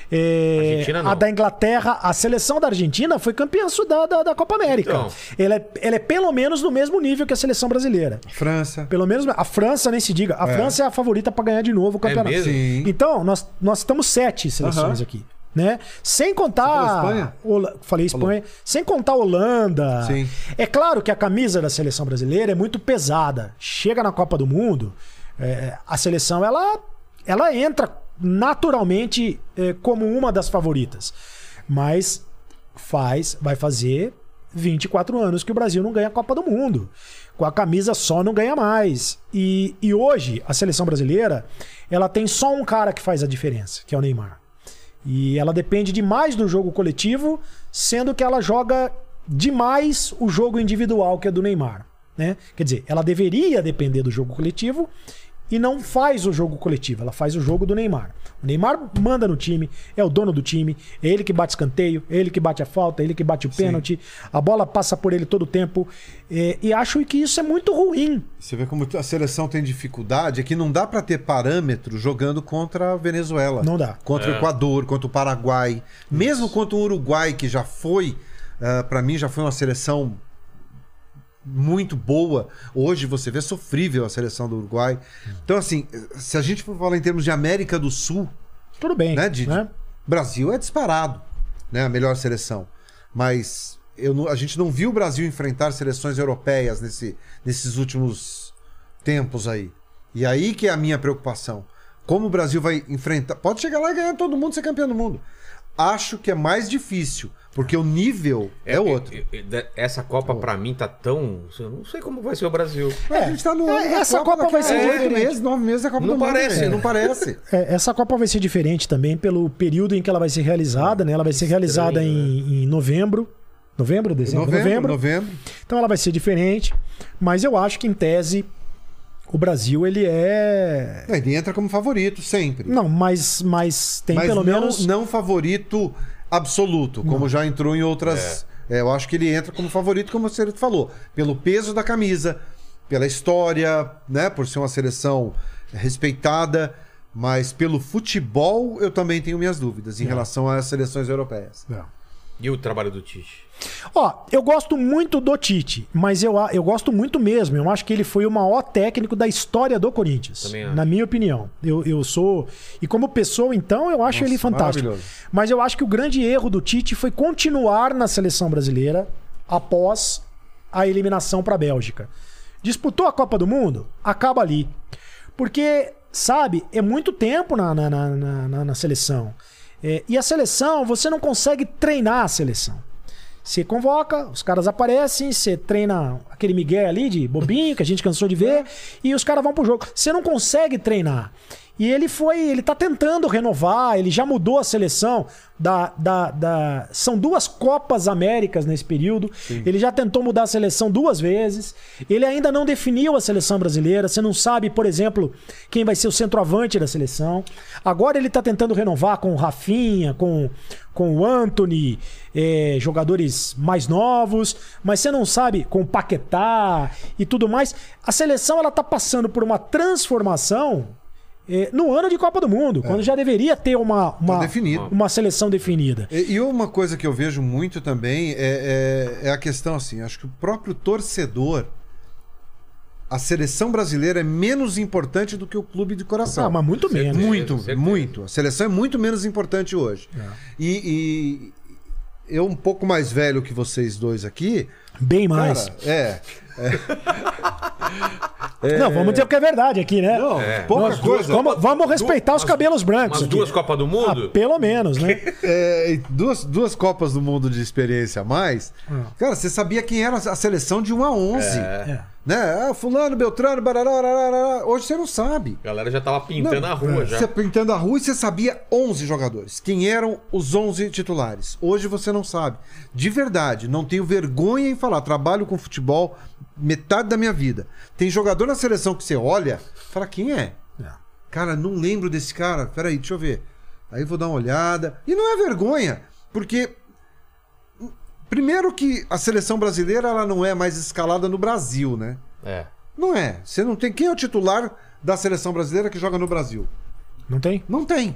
É, Argentina, não. a da Inglaterra, a seleção da Argentina foi campeã da, da, da Copa América. Então. Ela, é, ela é pelo menos no mesmo nível que a seleção brasileira. França. Pelo menos a França, nem se diga. A França é a favorita para ganhar de novo o campeonato. mesmo? Sim. Então, nós, nós estamos sete seleções Aham. aqui. Né? Sem contar. Você falou Espanha? Hola- Falei Espanha. Sem contar Holanda. Sim. É claro que a camisa da seleção brasileira é muito pesada. Chega na Copa do Mundo, é, a seleção ela, ela entra naturalmente é, como uma das favoritas. Mas faz, vai fazer vinte e quatro anos que o Brasil não ganha a Copa do Mundo. Com a camisa só não ganha mais. E, e hoje, a seleção brasileira, ela tem só um cara que faz a diferença, que é o Neymar. E ela depende demais do jogo coletivo, sendo que ela joga demais o jogo individual, que é do Neymar. Né? Quer dizer, ela deveria depender do jogo coletivo e não faz o jogo coletivo, ela faz o jogo do Neymar. O Neymar manda no time, é o dono do time, é ele que bate escanteio, é ele que bate a falta, é ele que bate o pênalti, a bola passa por ele todo o tempo. É, e acho que isso é muito ruim. Você vê como a seleção tem dificuldade, é que não dá pra ter parâmetro jogando contra a Venezuela. Não dá. Contra o Equador, contra o Paraguai. Mesmo contra o Uruguai, que já foi, uh, para mim, já foi uma seleção muito boa. Hoje você vê sofrível a seleção do Uruguai. Então, assim, se a gente for falar em termos de América do Sul, Tudo bem. né, de, né? Brasil é disparado, né, a melhor seleção. Mas eu não- a gente não viu o Brasil enfrentar seleções europeias nesse, nesses últimos tempos aí. E aí que é a minha preocupação. Como o Brasil vai enfrentar... Pode chegar lá e ganhar todo mundo, ser campeão do mundo. Acho que é mais difícil, porque o nível é, outro. é, é, Essa Copa, pra mim, tá tão. Eu não sei como vai ser o Brasil. A gente tá no ano É, da essa Copa daqui vai a ser oito diferente. meses, nove meses da Copa Não do Mundo. parece, né? não Não parece. É, essa Copa vai ser diferente também pelo período em que ela vai ser realizada, né? Ela vai ser realizada em, em novembro. Novembro, dezembro? Novembro, novembro. Então ela vai ser diferente, mas eu acho que em tese o Brasil ele é Ele entra como favorito sempre. não, mas mas tem Mas pelo não, menos não favorito absoluto, como já entrou em outras. É, eu acho que ele entra como favorito, como você falou, pelo peso da camisa, pela história, né? Por ser uma seleção respeitada, mas pelo futebol eu também tenho minhas dúvidas em relação às seleções europeias. E o trabalho do Tite? Ó, eu gosto muito do Tite, mas eu, eu gosto muito mesmo. Eu acho que ele foi o maior técnico da história do Corinthians. Também acho. Na minha opinião. Eu, eu sou. E como pessoa, então, eu acho Nossa, ele fantástico. maravilhoso. Mas eu acho que o grande erro do Tite foi continuar na seleção brasileira após a eliminação para a Bélgica. Disputou a Copa do Mundo? Acaba ali. Porque, sabe, é muito tempo na, na, na, na, na seleção. É, e a seleção, você não consegue treinar a seleção. Você convoca, os caras aparecem, você treina aquele migué ali de bobinho que a gente cansou de ver e os caras vão pro jogo. Você não consegue treinar. E ele foi, ele tá tentando renovar, ele já mudou a seleção da, da, da... São duas Copas Américas nesse período. Sim. Ele já tentou mudar a seleção duas vezes. Ele ainda não definiu a seleção brasileira. Você não sabe, por exemplo, quem vai ser o centroavante da seleção. Agora ele tá tentando renovar com o Rafinha, com, com o Antony, é, jogadores mais novos. Mas você não sabe, com o Paquetá e tudo mais. A seleção ela tá passando por uma transformação no ano de Copa do Mundo, é. quando já deveria ter uma, uma, tá uma seleção definida. E, e uma coisa que eu vejo muito também é, é, é a questão assim, acho que o próprio torcedor, a seleção brasileira é menos importante do que o clube de coração. Ah, mas muito menos. Muito, certeza. muito. A seleção é muito menos importante hoje. É. E, e eu um pouco mais velho que vocês dois aqui... Bem mais. Cara, é... é... É... Não, vamos dizer o que é verdade aqui, né? Não, é. pouca Nós, coisa. Vamos, vamos respeitar duas, os cabelos brancos. Umas aqui. duas Copas do Mundo? Ah, pelo menos, né? É, duas, duas Copas do Mundo de experiência a mais. Hum. Cara, você sabia quem era a seleção de um a onze. É. Né? Ah, fulano, Beltrano, barará, barará. Hoje você não sabe. A galera já tava pintando não, a rua. Já. Você pintando a rua e você sabia onze jogadores. Quem eram os onze titulares. Hoje você não sabe. De verdade, não tenho vergonha em falar. Trabalho com futebol metade da minha vida. Tem jogador na seleção que você olha fala, quem é? é? Cara, não lembro desse cara. Peraí, deixa eu ver. Aí vou dar uma olhada. E não é vergonha, porque... Primeiro que a seleção brasileira ela não é mais escalada no Brasil, né? É. Não é. Você não tem... Quem é o titular da seleção brasileira que joga no Brasil? Não tem? Não tem.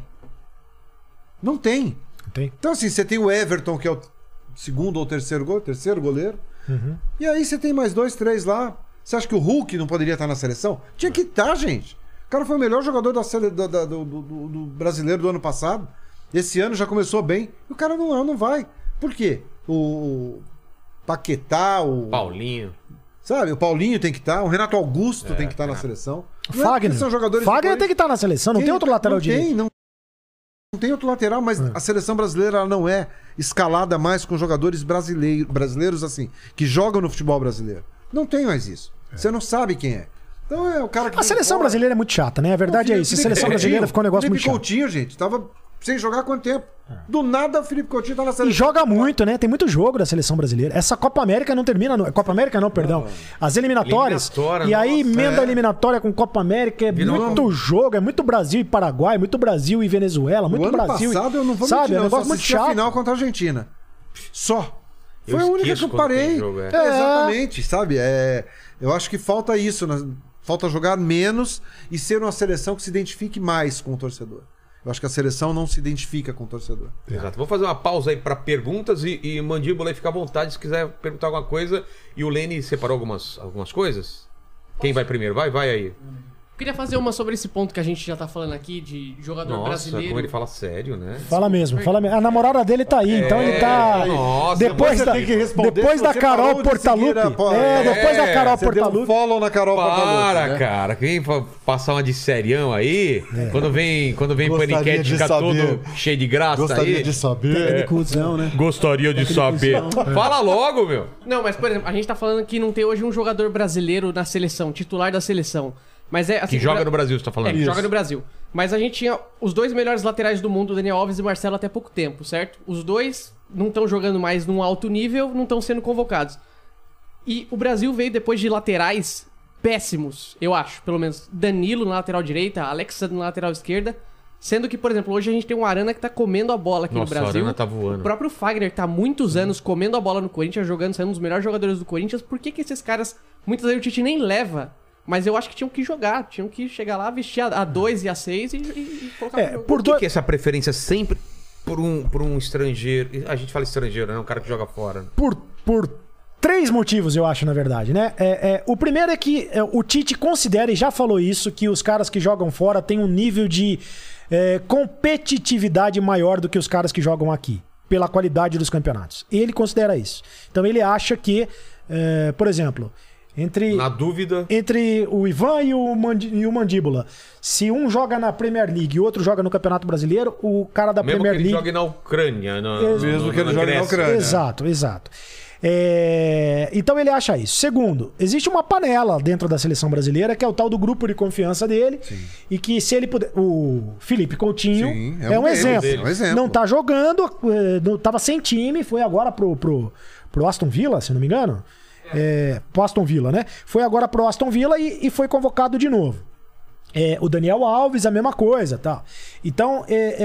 Não tem. Não tem. Então assim, você tem o Everton, que é o segundo ou terceiro goleiro, terceiro goleiro. Uhum. E aí você tem mais dois, três lá. Você acha que o Hulk não poderia estar na seleção? Tinha que estar, gente. O cara foi o melhor jogador da sele... da, da, do, do, do brasileiro do ano passado. Esse ano já começou bem. E o cara não, não vai. Por quê? O Paquetá, o... Paulinho. Sabe? O Paulinho tem que estar. O Renato Augusto é, tem que estar é. na seleção. O Fagner. São jogadores Fagner depois... tem que estar na seleção. Não Quem... tem outro lateral não direito. Tem, não... não tem outro lateral, mas é. a seleção brasileira ela não é escalada mais com jogadores brasileiros, brasileiros assim, que jogam no futebol brasileiro. Não tem mais isso. É. Você não sabe quem é. Então é o cara que... A seleção fora. brasileira é muito chata, né? A verdade Pô, é isso. A seleção brasileira ficou um negócio Felipe muito Coutinho, chato. gente, tava sem jogar há quanto tempo? Do nada o Felipe Coutinho tá na seleção. E joga muito, né? Tem muito jogo da seleção brasileira. Essa Copa América não termina... No... Copa América não, perdão. Não. As eliminatórias. Eliminatória, e aí, nossa, emenda é. eliminatória com Copa América. É Virou muito um... jogo. É muito Brasil e Paraguai, muito Brasil e Venezuela, muito o ano Brasil. passado eu não vou sabe, mentir, é um não. negócio Eu muito chato. a final contra a Argentina. Só. Foi eu a única que eu parei. Jogo, é. É, exatamente, sabe? É... Eu acho que falta isso. Né? Falta jogar menos e ser uma seleção que se identifique mais com o torcedor. Eu acho que a seleção não se identifica com o torcedor. Exato. Vou fazer uma pausa aí para perguntas e, e Mandíbula aí fica à vontade se quiser perguntar alguma coisa. E o Lene separou algumas, algumas coisas? Quem vai primeiro? Vai, vai aí. Eu queria fazer uma sobre esse ponto que a gente já tá falando aqui de jogador Nossa, brasileiro. como ele fala sério, né? Fala mesmo, fala mesmo. A namorada dele tá aí, é, então ele tá... Nossa, depois da, tem que responder depois da Carol Portalupe. É, depois da Carol Portalupe. Um follow na Carol Portalupe. Para, né? cara. Quem passar uma de serião aí, é. quando vem, quando vem paniquete fica todo cheio de graça Gostaria aí. de saber. É. Cuzão, né? Gostaria de saber. É. Fala logo, meu. Não, mas por exemplo, a gente tá falando que não tem hoje um jogador brasileiro na seleção, titular da seleção. Mas é, assim, que joga pra... no Brasil, você tá falando. É, que Isso. joga no Brasil. Mas a gente tinha os dois melhores laterais do mundo, Daniel Alves e Marcelo, até pouco tempo, certo? Os dois não estão jogando mais num alto nível, não estão sendo convocados. E o Brasil veio depois de laterais péssimos, eu acho. Pelo menos Danilo na lateral direita, Alexandre na lateral esquerda. Sendo que, por exemplo, hoje a gente tem um Arana que tá comendo a bola aqui Nossa, no Brasil. O Arana tá voando. O próprio Fagner tá há muitos anos comendo a bola no Corinthians, jogando, sendo um dos melhores jogadores do Corinthians. Por que que esses caras, muitas vezes o Tite nem leva? Mas eu acho que tinham que jogar, tinham que chegar lá, vestir a dois e a seis e, e colocar é, no jogo. Por que, que essa preferência sempre por um, por um estrangeiro? A gente fala estrangeiro, né? Um cara que joga fora. Por, por três motivos, eu acho, na verdade, né? É, é, o primeiro é que é, o Tite considera, e já falou isso, que os caras que jogam fora têm um nível de é, competitividade maior do que os caras que jogam aqui, pela qualidade dos campeonatos. Ele considera isso. Então ele acha que, é, por exemplo... Entre, na dúvida... Entre o Ivan e o, Mandi, e o Mandíbula. Se um joga na Premier League e o outro joga no Campeonato Brasileiro, o cara da Mesmo Premier que ele League... jogue na Ucrânia. Na, Mesmo no, que ele na jogue na Ucrânia. Exato, exato. É, então ele acha isso. Segundo, existe uma panela dentro da seleção brasileira, que é o tal do grupo de confiança dele. Sim. E que se ele puder. O Felipe Coutinho Sim, é, é um, um exemplo. deles, é um exemplo. Não tá jogando, eh, não, tava sem time, foi agora pro, pro, pro Aston Villa, se não me engano. É, pro Aston Villa, né? Foi agora pro Aston Villa e, e foi convocado de novo. É, o Daniel Alves, a mesma coisa, tá? Então,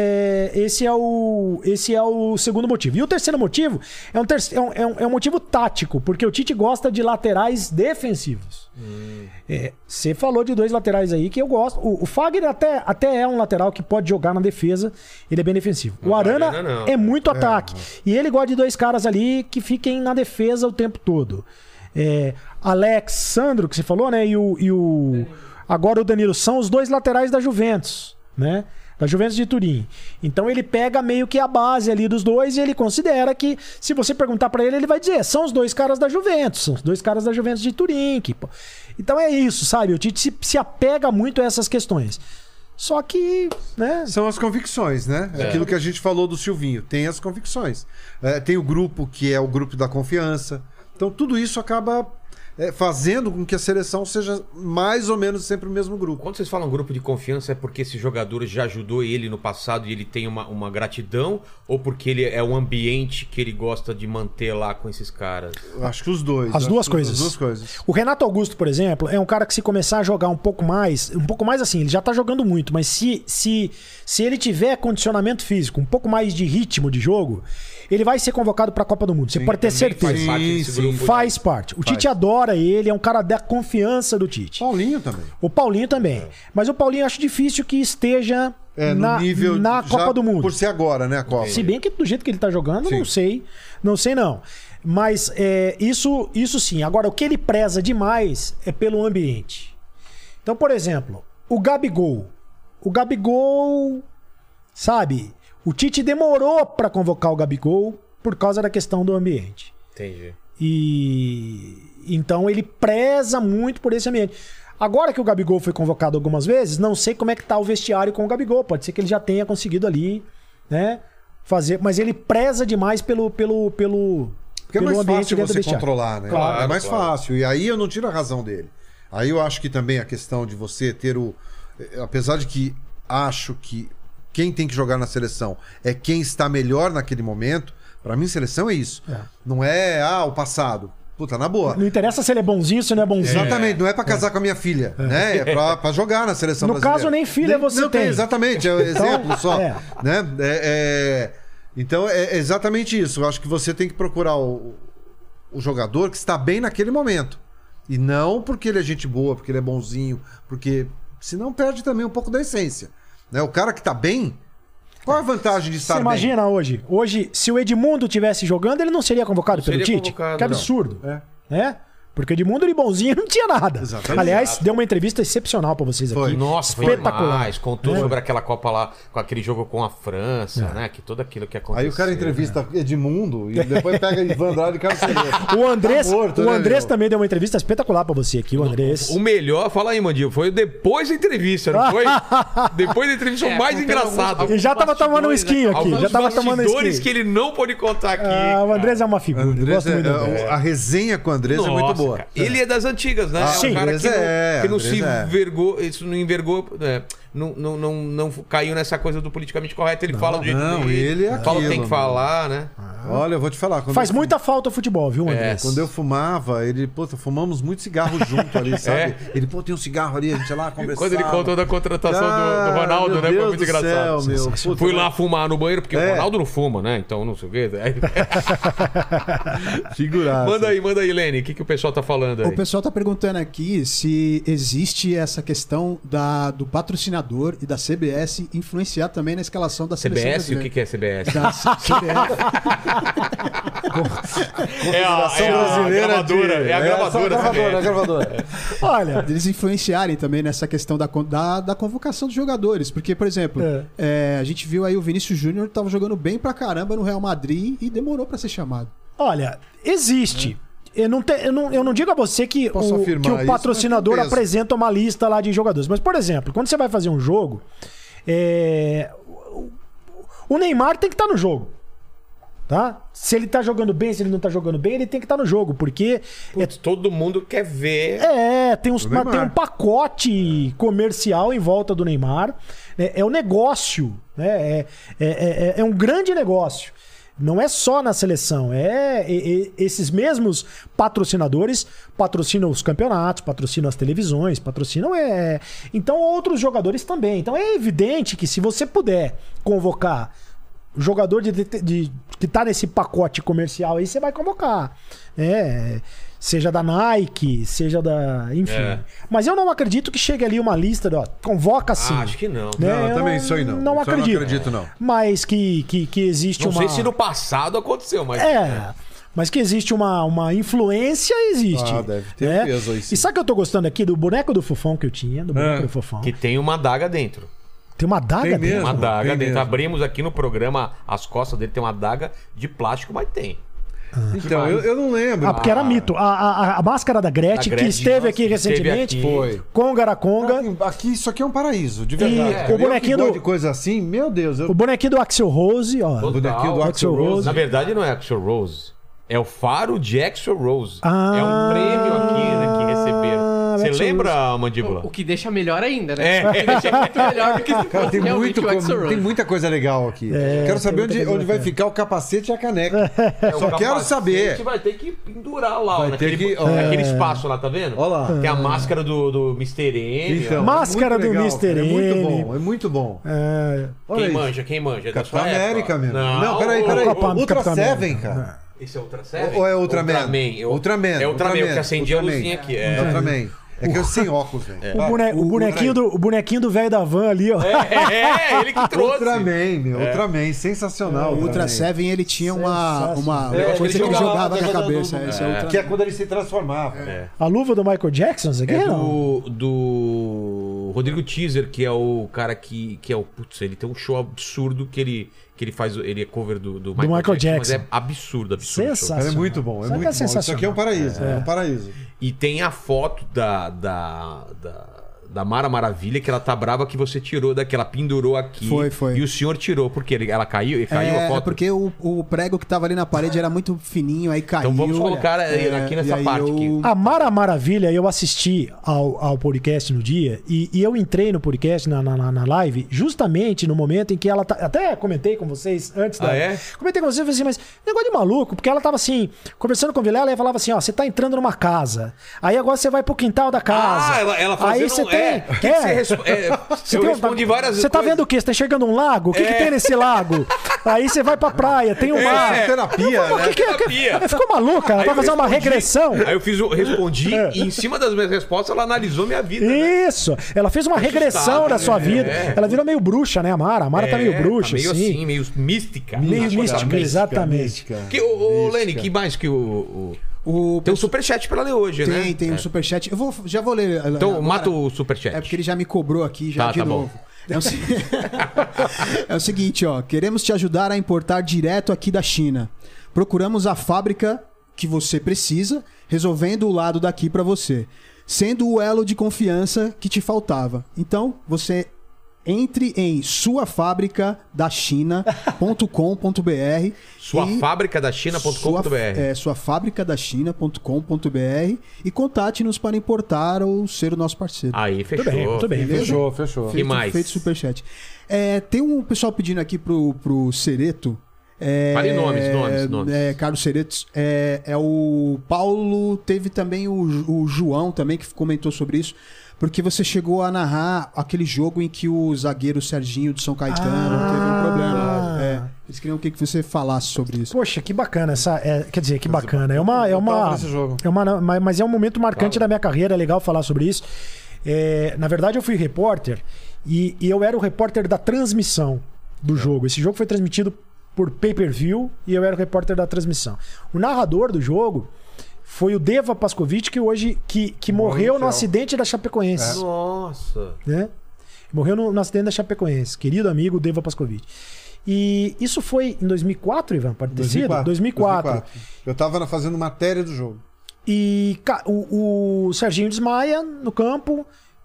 é, é, esse, é o, esse é o segundo motivo. E o terceiro motivo é um, ter, é, um, é, um, é um motivo tático, porque o Tite gosta de laterais defensivos. Hum. É, você falou de dois laterais aí que eu gosto. O, o Fagner até, até é um lateral que pode jogar na defesa, ele é bem defensivo. O Arana não, não, é muito ataque. É. E ele gosta de dois caras ali que fiquem na defesa o tempo todo. É, Alex Sandro, que você falou, né? E o... E o agora o Danilo, são os dois laterais da Juventus, né? Da Juventus de Turim. Então ele pega meio que a base ali dos dois e ele considera que, se você perguntar pra ele, ele vai dizer, são os dois caras da Juventus, são os dois caras da Juventus de Turim. Que... Então é isso, sabe? O Tite se, se apega muito a essas questões. Só que, né? São as convicções, né? É. Aquilo que a gente falou do Silvinho. Tem as convicções. É, tem o grupo que é o grupo da confiança. Então tudo isso acaba... É, fazendo com que a seleção seja mais ou menos sempre o mesmo grupo. Quando vocês falam grupo de confiança, é porque esse jogador já ajudou ele no passado e ele tem uma, uma gratidão? Ou porque ele é um ambiente que ele gosta de manter lá com esses caras? Eu acho que os dois. As duas coisas. As duas coisas. O Renato Augusto, por exemplo, é um cara que se começar a jogar um pouco mais, um pouco mais assim, ele já tá jogando muito, mas se, se, se ele tiver condicionamento físico, um pouco mais de ritmo de jogo, ele vai ser convocado para a Copa do Mundo. Você sim, pode ter certeza. Faz parte desse sim, grupo. Faz parte. O faz. Tite adora ele, é um cara da confiança do Tite. Paulinho também. O Paulinho também. É. Mas o Paulinho acho difícil que esteja é, no na, nível na Copa do Mundo. Por ser agora, né, a Copa. Se bem que do jeito que ele tá jogando, sim. não sei. Não sei não. Mas é, isso, isso sim. Agora, o que ele preza demais é pelo ambiente. Então, por exemplo, o Gabigol. O Gabigol, sabe? O Tite demorou para convocar o Gabigol por causa da questão do ambiente. Entendi. E então ele preza muito por esse ambiente. Agora que o Gabigol foi convocado algumas vezes, não sei como é que tá o vestiário com o Gabigol. Pode ser que ele já tenha conseguido ali, né, fazer, mas ele preza demais pelo pelo pelo Porque é pelo mais ambiente fácil dentro do você vestiário. controlar, né? Claro, é mais claro. fácil. E aí eu não tiro a razão dele. Aí eu acho que também a questão de você ter o... Apesar de que acho que quem tem que jogar na seleção é quem está melhor naquele momento, pra mim seleção é isso. É. Não é, ah, o passado. Puta, na boa. Não interessa se ele é bonzinho, se não é bonzinho. Exatamente, não é pra casar é. com a minha filha, é. né? É pra, pra jogar na seleção no brasileira. No caso, nem filha nem, você não tem. tem. Exatamente, é um então, exemplo só. É. Né? É, é... Então é exatamente isso. Eu acho que você tem que procurar o, o jogador que está bem naquele momento. E não porque ele é gente boa, porque ele é bonzinho, porque senão perde também um pouco da essência. Né? O cara que tá bem... Qual a vantagem de estar Você imagina bem? hoje, hoje, se o Edmundo tivesse jogando, ele não seria convocado não pelo seria Tite? Convocado, que absurdo. É. É? Porque o Edmundo de bonzinho não tinha nada. Exatamente. Aliás, deu uma entrevista excepcional pra vocês Foi. aqui. Nossa, foi espetacular. demais. Contou É. sobre aquela Copa lá, com aquele jogo com a França, é. né? Que tudo aquilo que aconteceu. Aí o cara entrevista né? Edmundo e depois pega Ivan Andrade e cara O Andrés, tá morto, o né, Andrés meu? também deu uma entrevista espetacular pra você aqui, o Andrés. O melhor, fala aí, Mandinho, foi depois da entrevista, não foi? Depois da entrevista, o É, mais porque engraçado. alguns- E já tava tomando um bastidores, esquinho né? aqui. Alguns Já tava tomando um bastidores esquinho. que ele não pôde contar aqui. Ah, o Andrés é uma figura. Eu Andrés gosto é- muito do é- Andrés. a resenha com o Andrés é muito Nossa, boa. cara. Ele é das antigas, né? Ah, é um cara Andrés que não, é, que não Andrés se é. envergou, isso não envergou, é, não, não, não, não caiu nessa coisa do politicamente correto. Ele fala do jeito não, dele, ele é fala o que tem aquilo, que falar, né? Olha, eu vou te falar. quando Faz eu- muita falta o futebol, viu, Andrés? Quando eu fumava, ele, puta, fumamos muito cigarro junto ali, sabe? É. Ele, pô, tem um cigarro ali, a gente ia lá conversar. Quando ele contou da contratação do, do Ronaldo, meu né? Deus Foi muito do engraçado. céu, meu. Puta, Fui mas- lá fumar no banheiro, porque É. o Ronaldo não fuma, né? Então não sei o quê. Aí- Figuraça. Manda aí, manda aí, Lene. O que, que o pessoal tá falando aí? O pessoal tá perguntando aqui se existe essa questão da, do patrocinador e da C B S influenciar também na escalação da seleção C B S? O brasileira. que, que é C B S? Da C B F. É a, Confederação é a Brasileira gravadora. de- É a É, gravadora. só a gravadora, C B S. a gravadora. Olha, Eles influenciarem também nessa questão da, con- da, da convocação dos jogadores. Porque, por exemplo, É. é, a gente viu aí o Vinícius Júnior tava jogando bem pra caramba no Real Madrid e demorou pra ser chamado. olha, existe. Eu não, te- eu, não, eu não digo a você que Posso o, afirmar que o isso, patrocinador mas tem peso. apresenta uma lista lá de jogadores. Mas, por exemplo, quando você vai fazer um jogo, é, o- o Neymar tem que estar no jogo. Tá? Se ele tá jogando bem, se ele não tá jogando bem, ele tem que estar no jogo, porque Putz, todo mundo quer ver. é, tem, uns, O Neymar. tem um pacote comercial em volta do Neymar. né? É um negócio, né? é, é, é, é um grande negócio. Não é só na seleção, é, é- é- esses mesmos patrocinadores patrocinam os campeonatos, patrocinam as televisões, patrocinam é, então outros jogadores também. Então é evidente que se você puder convocar o jogador de, de- de- que tá nesse pacote comercial aí, você vai convocar. É, seja da Nike, seja da. Enfim. É. Mas eu não acredito que chegue ali uma lista, ó, convoca sim. Ah, acho que não. né? Não, eu Eu também isso aí não. Não Isso eu acredito. não acredito, não. Mas que, que, que existe Não uma. sei se no passado aconteceu, mas. É. Mas que existe uma, uma influência, existe. Ah, deve ter né? um peso aí, sim. E sabe o que eu tô gostando aqui? Do boneco do Fofão que eu tinha, do boneco É. do Fofão. Que tem uma adaga dentro. Tem uma adaga Tem dentro. mesmo? Uma adaga tem dentro. mesmo. Abrimos aqui no programa, as costas dele tem uma adaga de plástico, mas tem. Então, eu, eu não lembro. Ah, porque era mito. A, a, a máscara da Gretchen, Da que Gretchen, esteve aqui nossa, esteve recentemente, aqui. Foi. com Garaconga. Aqui, aqui, isso aqui é um paraíso, de verdade. E cara. o bonequinho eu que gosto do- de coisa assim, meu Deus. Eu... O bonequinho do Axel Rose, ó. Total. bonequinho do Axel Axl Rose. Na verdade, não é Axl Rose. É o faro de Axl Rose. Ah, é um prêmio aqui, né, que receberam. Você Axl lembra, Mandíbula? O que deixa melhor ainda, né? É. O que deixa muito melhor do que se Cara, fosse tem, realmente muito, o Axl co- Rose. tem muita coisa legal aqui. É, quero saber tem muita onde, coisa onde vai bacana. ficar o capacete e a caneca. É, Só o quero capacete saber. vai ter que pendurar lá, ó, Vai ter naquele, que- ó. naquele espaço lá, tá vendo? Olha lá. Tem a máscara do, do mister M. Então, ó. Máscara é muito do legal, mister cara, É muito M. bom, é muito bom. É, Olha Quem isso. manja, quem manja? Da Capitão sua época. América mesmo. Não, Não, peraí, ô, peraí. ô, Copa- Ultra Capitão Seven, América. cara. Esse é Ultra Seven? Ou é Ultraman? Ultraman. Eu- Ultraman. É Ultraman, Ultraman, porque acendia a Ultraman. luzinha aqui. É. Ultraman. É que eu sem óculos, velho. o, bone- o bonequinho do, o bonequinho do velho da van ali, ó. É, é, ele que trouxe. Ultraman, meu. Ultraman. Sensacional. O Ultra Ultraman. Seven, ele tinha uma, uma É, coisa ele que ele jogava- jogava com a jogava cabeça. no- Esse é, o Ultra... Que é quando ele se transformava. A luva do Michael Jackson, isso aqui É não. do, do Rodrigo Teaser, que é o cara que, que é o. Putz, ele tem um show absurdo que ele, que ele faz. Ele é cover do, do Michael, Michael Jackson, Jackson. Mas é absurdo, absurdo. o show. Sensacional. Cara, é muito bom, é Sabe muito que é bom. Isso aqui é um sensacional. paraíso, é, um paraíso. E tem a foto da, da, da, da Mara Maravilha, que ela tá brava que você tirou daqui. Ela pendurou aqui. Foi, foi. E o senhor tirou, porque ele, ela caiu, caiu a É, foto. porque o, o prego que tava ali na parede era muito fininho, aí caiu. Então vamos colocar aí, É, aqui nessa e aí parte. eu- aqui. A Mara Maravilha, eu assisti ao, ao podcast no dia e, e eu entrei no podcast, na, na, na live, justamente no momento em que ela tá. Até comentei com vocês antes da. Ah, é? Comentei com vocês, falei assim, mas negócio de maluco, porque ela tava assim, conversando com o Vilela e falava assim: ó, você tá entrando numa casa. Aí agora você vai pro quintal da casa. Ah, ela, ela fazendo... Aí você tem. É, que que você respo- é, Você eu tem um- respondi várias Você tá coisas. vendo o quê? Você tá enxergando um lago? O que, que É. tem nesse lago? Aí você vai pra praia, tem um É. mar. É terapia, Mas né? que que é? Terapia. Ela ficou maluca, ela Aí vai eu fazer uma respondi- regressão. Aí eu fiz o, respondi É. e em cima das minhas respostas ela analisou minha vida. Né? Isso! Ela fez uma regressão da sua é. vida. Ela virou meio bruxa, né, a Mara? A Mara tá meio É, bruxa, tá meio assim. assim, meio mística. Meio Acho que mística, tá exatamente. Mística. Que, ô, ô, Mística. Lenny, que mais que o. o- O Tem um superchat pra ler hoje, né? Tem, tem um superchat. Eu vou, já vou ler. Então agora. mata o superchat. É porque ele já me cobrou aqui já Tá, de tá novo. bom. É o, se- é o seguinte, ó. Queremos te ajudar a importar direto aqui da China. Procuramos a fábrica que você precisa, resolvendo o lado daqui pra você, sendo o elo de confiança que te faltava. Então, você entre em sua fábrica da china ponto com ponto br. Sua e- fábrica da China ponto com ponto br. Sua, é, sua fábrica da china ponto com ponto br e contate-nos para importar ou ser o nosso parceiro. Aí, fechou. Muito bem, muito bem. Beleza? Fechou, fechou. Que Feito, mais? feito superchat. É, tem um pessoal pedindo aqui pro, pro Cereto. É, Fale nomes, nomes, nomes. É, Carlos Ceretos. É, é o Paulo, teve também o, o João também que comentou sobre isso. Porque você chegou a narrar aquele jogo em que o zagueiro Serginho de São Caetano Ah. teve um problema. É, eles queriam que você falasse sobre isso. Poxa, que bacana essa. é, quer dizer, que bacana. É uma. É Eu tava uma nesse jogo. é uma mas- mas é um momento marcante da minha carreira, é legal falar sobre isso. É, na verdade, eu fui repórter e, e eu era o repórter da transmissão do jogo. Esse jogo foi transmitido por pay-per-view e eu era o repórter da transmissão. O narrador do jogo foi o Deva Pascovitch, que hoje que, que morreu no céu. acidente da Chapecoense. Nossa. Né? Morreu no, no acidente da Chapecoense. Querido amigo Deva Pascovitch. E isso foi em dois mil e quatro, Ivan? Pode ter sido? dois mil e quatro. Eu tava na- fazendo matéria do jogo. E ca- o, o Serginho desmaia no campo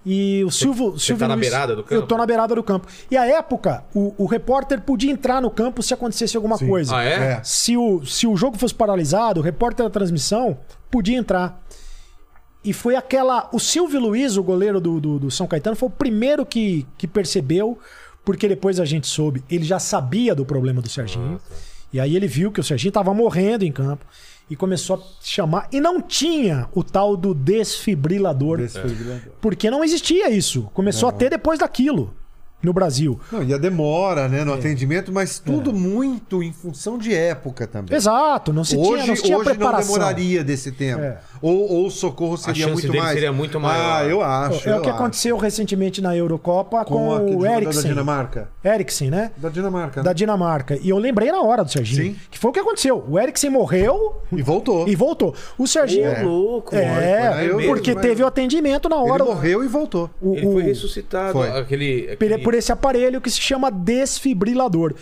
E o Silvio, você Silvio tá na Luiz- beirada do campo? Eu tô na beirada do campo. E a época, o, o repórter podia entrar no campo se acontecesse alguma Sim. coisa. Ah, é? É. Se o, se o jogo fosse paralisado, o repórter da transmissão podia entrar. E foi aquela... O Silvio Luiz, o goleiro do, do, do São Caetano, foi o primeiro que, que percebeu, porque depois a gente soube, ele já sabia do problema do Serginho. E aí ele viu que o Serginho tava morrendo em campo. E começou a chamar. E não tinha o tal do desfibrilador. Desfibrilador. Porque não existia isso. Começou a ter depois daquilo no Brasil. Não, e a demora, né, no É. atendimento, mas tudo muito em função de época também. Exato, não se Hoje, tinha, não se tinha hoje não preparação. demoraria desse tempo. É. Ou, ou o socorro seria chance muito dele mais. seria muito maior. Ah, eu acho. É eu o que acho. aconteceu recentemente na Eurocopa com, com aquele o jogador da Eriksen. Dinamarca. Eriksen, né? Da Dinamarca. Da né? Dinamarca. E eu lembrei na hora do Serginho. Sim. Que foi o que aconteceu. O Eriksen morreu E voltou. e voltou. O Serginho. Ô, louco, É, foi na Euro porque mesmo, teve mas- o atendimento na hora. Ele morreu e voltou. O, Ele o- foi ressuscitado. Foi. Aquele, por, aquele... por esse aparelho que se chama desfibrilador.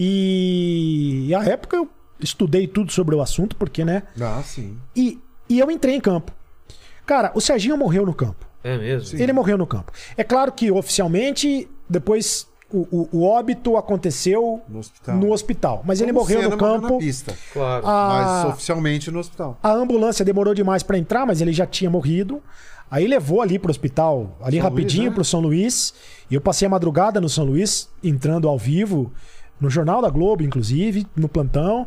E, e à época eu estudei tudo sobre o assunto, porque, né? Ah, sim. E, e eu entrei em campo. Cara, o Serginho morreu no campo. É mesmo? Ele morreu no campo. É claro que oficialmente, depois o, o- o óbito aconteceu No hospital. no hospital. Mas ele Como morreu Senna no morreu campo. na pista. Claro. A, Mas oficialmente no hospital. a ambulância demorou demais pra entrar, mas ele já tinha morrido. Aí levou ali pro hospital, ali São rapidinho Luís, né? pro São Luís. E eu passei a madrugada no São Luís, entrando ao vivo, no Jornal da Globo, inclusive, no plantão.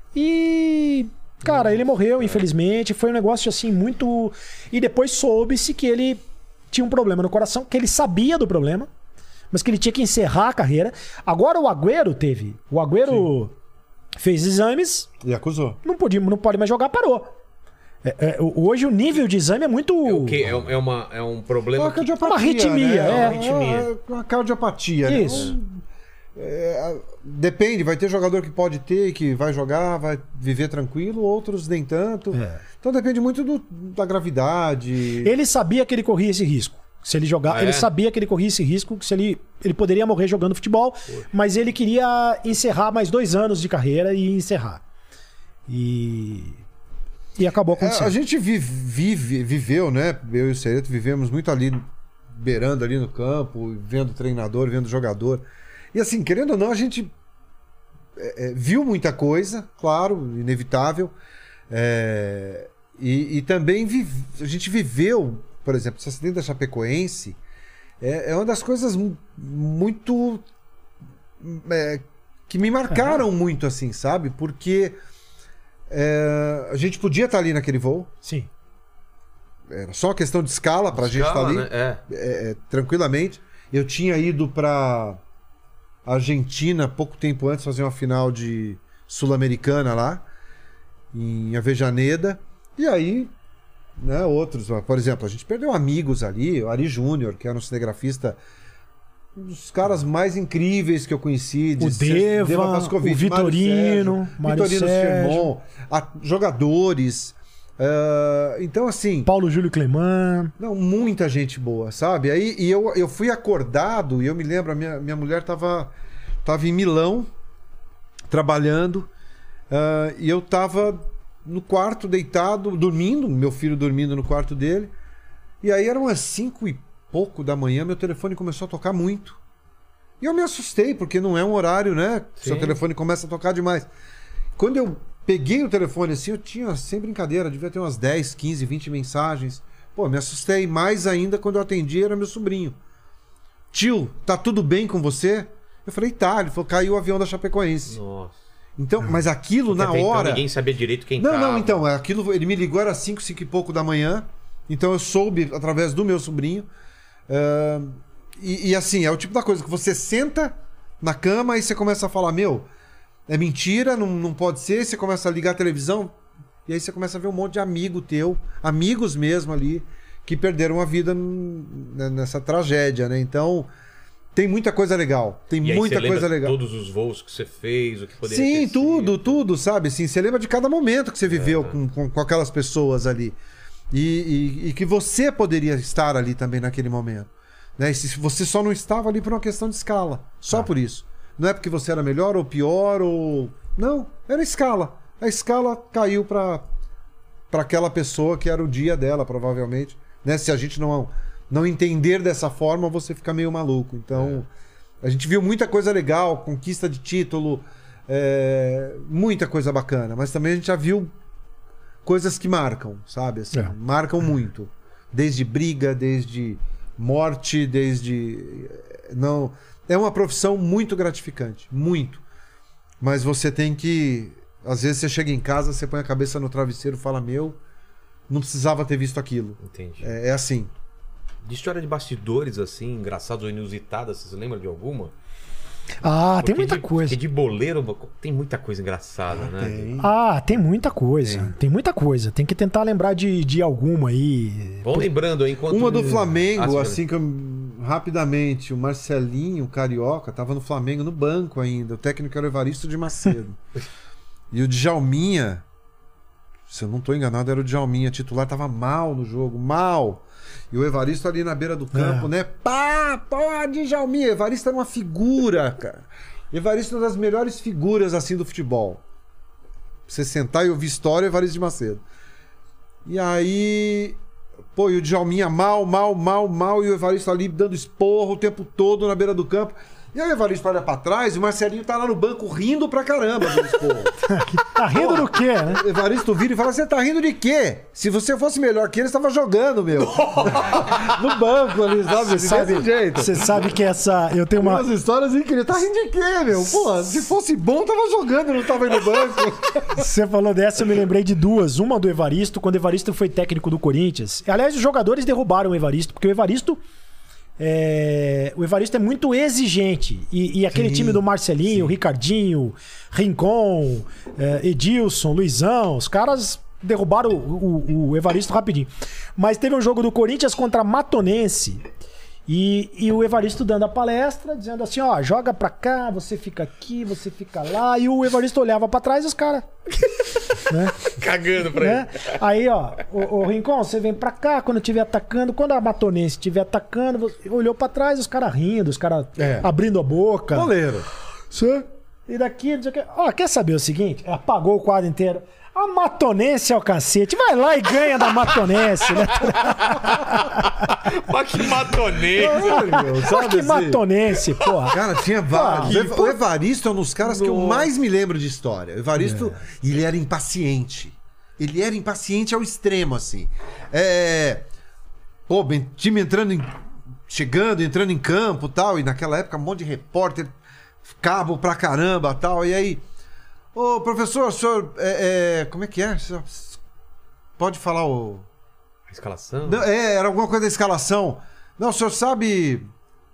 E, cara, ele morreu, infelizmente. Foi um negócio assim muito. E depois soube-se que ele tinha um problema no coração, que ele sabia do problema, mas que ele tinha que encerrar a carreira. Agora o Agüero teve. O Agüero fez exames, E acusou. não, podia, não pode mais jogar, parou. É, é, hoje o nível de exame é muito. É o quê? É, um- é uma, é um problema. Uma que- cardiopatia. Uma arritmia, né? é. Uma arritmia. Uma cardiopatia. né? Isso. É, depende, vai ter jogador que pode ter, que vai jogar, vai viver tranquilo, outros nem tanto. É. Então depende muito do- da gravidade. Ele sabia que ele corria esse risco. Se ele jogar, Ah, é? ele sabia que ele corria esse risco, que se ele, ele poderia morrer jogando futebol, mas ele queria encerrar mais dois anos de carreira e encerrar. E. E acabou É, acontecendo. a gente vive, vive- viveu, né? Eu e o Cereto vivemos muito ali, beirando ali no campo, vendo treinador, vendo jogador. E assim, querendo ou não, a gente é, é, viu muita coisa, claro, inevitável. É, e, e também vive- a gente viveu, por exemplo, esse acidente da Chapecoense é, é uma das coisas mu- muito é, que me marcaram muito, assim, sabe? Porque é, a gente podia estar ali naquele voo. Sim. Era só uma questão de escala pra gente estar Escala, ali né? É. é, é, tranquilamente. Eu tinha ido pra Argentina pouco tempo antes fazer uma final de Sul-Americana lá, em Avejaneda. E aí, né, outros, por exemplo, a gente perdeu amigos ali, o Ari Júnior, que era um cinegrafista, um dos caras mais incríveis que eu conheci. O Deva, Pascovitch, o Vitorino, Mário Mário Sérgio, Vitorino Sérgio. Firmon, a- jogadores. ah, então, assim, Paulo Júlio Cleman. não, muita gente boa, sabe? Aí e eu, eu fui acordado, e eu me lembro, a minha, minha mulher tava, tava em Milão, trabalhando, ah, e eu tava no quarto, deitado, dormindo, meu filho dormindo no quarto dele, e aí eram umas cinco e pouco da manhã, meu telefone começou a tocar muito. E eu me assustei, porque não é um horário, né? Seu Sim. telefone começa a tocar demais. Quando eu peguei o telefone assim, eu tinha, sem brincadeira, devia ter umas dez, quinze, vinte mensagens. Pô, me assustei mais ainda quando eu atendi, era meu sobrinho. Tio, tá tudo bem com você? Eu falei, tá. Ele falou, caiu o avião da Chapecoense. Nossa. Então, mas aquilo Porque na até então hora... ninguém sabia direito quem Não, tava. não, então, aquilo, ele me ligou, era cinco, cinco e pouco da manhã. Então eu soube através do meu sobrinho. Ah, e, e assim, é o tipo da coisa que você senta na cama e você começa a falar, meu, é mentira, não, não pode ser. Você começa a ligar a televisão e aí você começa a ver um monte de amigo teu, amigos mesmo ali, que perderam a vida n- nessa tragédia, né? Então, tem muita coisa legal. Tem E aí muita você lembra coisa legal. todos os voos que você fez, o que poderia Sim, ter tudo, sido. tudo, sabe? Assim, você lembra de cada momento que você viveu com, com, com aquelas pessoas ali. E, e- e que você poderia estar ali também naquele momento. Né? E se você só não estava ali por uma questão de escala. Só por isso. Não é porque você era melhor ou pior ou... Não, era escala. A escala caiu para para aquela pessoa que era o dia dela, provavelmente. Né? Se a gente não, não entender dessa forma, você fica meio maluco. Então, é. a gente viu muita coisa legal, conquista de título, é, muita coisa bacana, mas também a gente já viu coisas que marcam, sabe? Assim, é. Marcam muito. Desde briga, desde morte, desde... Não... É uma profissão muito gratificante, muito. Mas você tem que... Às vezes você chega em casa, você põe a cabeça no travesseiro e fala, meu, não precisava ter visto aquilo. Entendi. É, é assim. De história de bastidores, assim, engraçadas ou inusitadas, vocês lembram de alguma? Ah, Porque tem muita de, coisa. Porque de boleiro tem muita coisa engraçada, Ah, né? tem. Ah, tem muita coisa. Tem. Tem muita coisa. Tem que tentar lembrar de, de alguma aí. Vão lembrando aí enquanto... Uma do Flamengo, Ah, assim que eu, rapidamente, o Marcelinho, o Carioca, tava no Flamengo no banco ainda. O técnico era o Evaristo de Macedo. E o Djalminha, se eu não tô enganado, era o Djalminha titular, tava mal no jogo, mal. E o Evaristo ali na beira do campo, é. né? Pá, pô, Djalminha. Evaristo era uma figura, cara. Evaristo é uma das melhores figuras, assim, do futebol. Você sentar e ouvir história, Evaristo de Macedo. E aí... Pô, e o Djalminha mal, mal, mal, mal. E o Evaristo ali dando esporro o tempo todo na beira do campo. E aí o Evaristo olha pra trás e o Marcelinho tá lá no banco rindo pra caramba do esporro. Tá rindo do quê, né? O Evaristo vira e fala, você tá rindo de quê? Se você fosse melhor que ele, você tava jogando, meu. No banco ali, sabe? Você sabe, desse jeito. você sabe que essa... Eu tenho uma... Umas histórias incríveis. Tá rindo de quê, meu? Pô, se fosse bom, tava jogando, não tava aí no banco. Você falou dessa, eu me lembrei de duas. Uma do Evaristo, quando o Evaristo foi técnico do Corinthians. Aliás, os jogadores derrubaram o Evaristo, porque o Evaristo... É... O Evaristo é muito exigente. E, e aquele Sim, time do Marcelinho, sim. Ricardinho, Rincon, é, Edilson, Luizão, os caras derrubaram o, o, o Evaristo rapidinho. Mas teve um jogo do Corinthians contra Matonense. E, e o Evaristo dando a palestra, dizendo assim, ó, joga pra cá, você fica aqui, você fica lá. E o Evaristo olhava pra trás e os caras... né? Cagando pra né? ele. Aí, ó, o, o Rincon, você vem pra cá quando estiver atacando. Quando a Matonense estiver atacando, você olhou pra trás, os caras rindo, os caras É. abrindo a boca. Goleiro. Você... E daqui, não sei o que. Ó, quer saber o seguinte? Apagou o quadro inteiro. A Matonense é o cacete. Vai lá e ganha da Matonense, né? Mas que matonense. Olha que Matonense, porra. Cara, tinha vários. Ah, O Eva- o Evaristo é um dos caras que eu mais me lembro de história. O Evaristo, ele era impaciente. Ele era impaciente ao extremo, assim. É... Pô, bem, time entrando em... Chegando, entrando em campo e tal. E naquela época, um monte de repórter, cabo pra caramba e tal. E aí... Ô, professor, o senhor... É, é, como é que é? O senhor pode falar o... A escalação? Não, é, era alguma coisa da escalação. Não, o senhor sabe...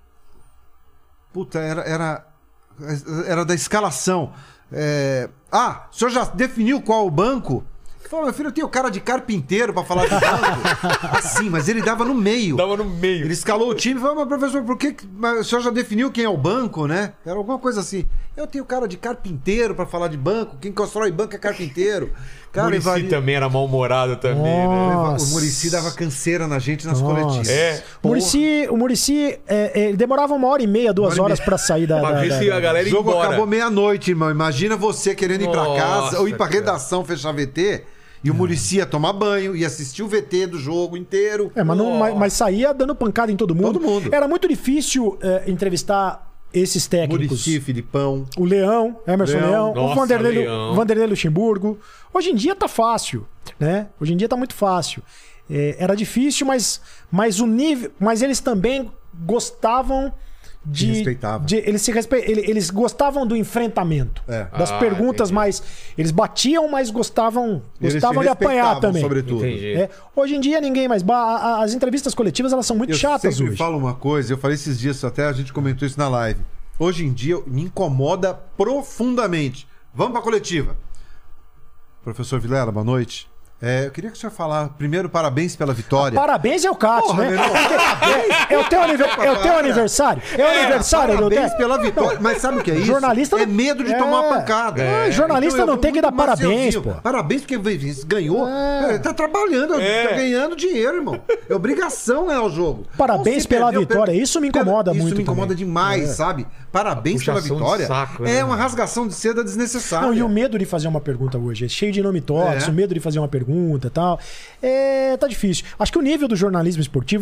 Puta, era... Era, era da escalação. É... Ah, o senhor já definiu qual o banco? Ele falou, meu filho, eu tenho cara de carpinteiro pra falar de banco. Assim, mas ele dava no meio. Dava no meio. Ele escalou o time e falou, mas professor, por que... Mas o senhor já definiu quem é o banco, né? Era alguma coisa assim. Eu tenho cara de carpinteiro pra falar de banco. Quem constrói banco é carpinteiro. O Muricy Evari- também era mal-humorado também, né? Nossa. O Muricy dava canseira na gente nas Nossa. coletivas. É. O Muricy, o Muricy é, é, ele demorava uma hora e meia, duas Uma hora e horas pra sair da... Pra da- ver da- se a galera O ia jogo embora. acabou meia-noite, irmão. Imagina você querendo ir pra Nossa, casa ou ir pra cara. redação fechar V T e o Muricy ia tomar banho e assistir o V T do jogo inteiro. É, mas, não, mas, mas saía dando pancada em todo mundo. Todo mundo. Era muito difícil é, entrevistar esses técnicos. Muricy, Filipão. O Leão, Emerson Leão. Leão, Nossa, o Vanderlei, Lu- Leão. Vanderlei Luxemburgo. Hoje em dia tá fácil, né? Hoje em dia tá muito fácil. É, era difícil, mas, mas o nível, mas eles também gostavam de, Se respeitavam. de- eles se respe, ele- eles gostavam do enfrentamento, É. das Ah, perguntas entendi. mais, eles batiam, mas gostavam, Eles gostavam se de apanhar respeitavam, também. sobretudo. Entendi. É, hoje em dia ninguém mais. ba- a- a- As entrevistas coletivas elas são muito Eu chatas sempre hoje. falo uma coisa, eu falei esses dias até, a gente comentou isso na live. Hoje em dia me incomoda profundamente. Vamos pra coletiva. Professor Vilela, boa noite. É, eu queria que o senhor falasse primeiro parabéns pela vitória. Parabéns é o Cássio, Porra, né? meu irmão. É, é o teu, anive- é o teu aniversário. É o aniversário do Parabéns Té. pela vitória. Mas sabe o que é isso? Jornalista é não- medo de É. tomar pancada. É, jornalista Então, eu não vou tem que dar muito parabéns, maciozinho. pô. Parabéns porque ganhou. É. É, tá trabalhando, É. tá ganhando dinheiro, irmão. É obrigação ganhar o jogo. Parabéns Ou se pela perdeu, vitória. perdeu. Isso me incomoda Isso muito me incomoda também. demais, É. sabe? Parabéns pela Puxação de vitória. saco, né? É uma rasgação de seda desnecessária. Não, e o medo de fazer uma pergunta hoje. É cheio de nome tóxico, É. o medo de fazer uma pergunta e tal. É, tá difícil. Acho que o nível do jornalismo esportivo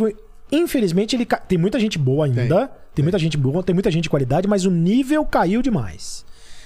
infelizmente, ele ca... tem muita gente boa ainda. Tem, tem muita gente boa, tem muita gente de qualidade, mas o nível caiu demais.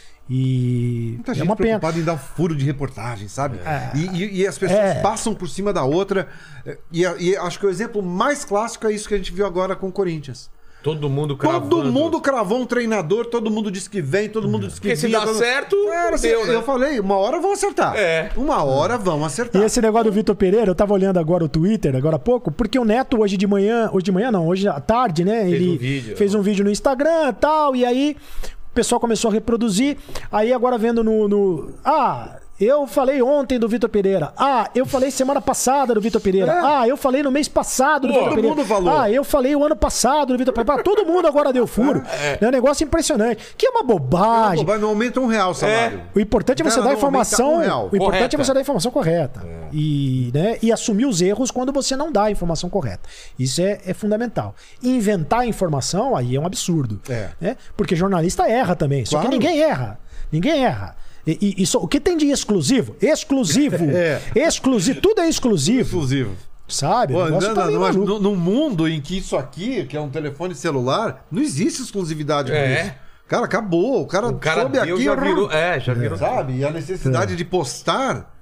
E Muita é gente uma pena. preocupada em dar furo de reportagem, sabe? É. E, e- e as pessoas É. passam por cima da outra. E, e acho que o exemplo mais clássico é isso que a gente viu agora com o Corinthians. Todo mundo cravando. Todo mundo cravou um treinador, todo mundo disse que vem, todo mundo disse que Porque se vinha, dá todo- certo, Cara, assim, deu, né? eu falei, uma hora vão acertar. É. Uma hora vão E acertar. esse negócio do Vitor Pereira, eu tava olhando agora o Twitter, agora há pouco, porque o Neto hoje de manhã, hoje de manhã não, hoje à tarde, né? Fez ele um vídeo. fez um vídeo no Instagram e tal, e aí o pessoal começou a reproduzir. Aí agora vendo no. no- ah, eu falei ontem do Vitor Pereira. Ah, eu falei semana passada do Vitor Pereira. É. Ah, eu falei no mês passado do Pô, Vitor todo Pereira. mundo falou. Ah, eu falei o ano passado do Vitor Pereira. Todo mundo agora deu furo. É um negócio impressionante. Que é uma bobagem. Pô, vai- não aumenta um real o salário. O importante é você Não, dar a não, aumenta informação. um real. O importante Correta. é você dar a informação correta. E, né, e assumir os erros quando você não dá a informação correta. Isso é, é fundamental. Inventar a informação aí é um absurdo. É. Né? Porque jornalista erra também. Só Claro. que ninguém erra. Ninguém erra. E, e- e só- o que tem de exclusivo? Exclusivo. É. Exclusivo. Tudo é exclusivo. Exclusivo. Sabe? Pô, o negócio não, tá não, meio mas maluco. no- num mundo em que isso aqui, que é um telefone celular, não existe exclusividade com É. isso. Cara, acabou. O cara, O cara soube deu, aqui, já eu- virou. É, já virou. sabe? E a necessidade de postar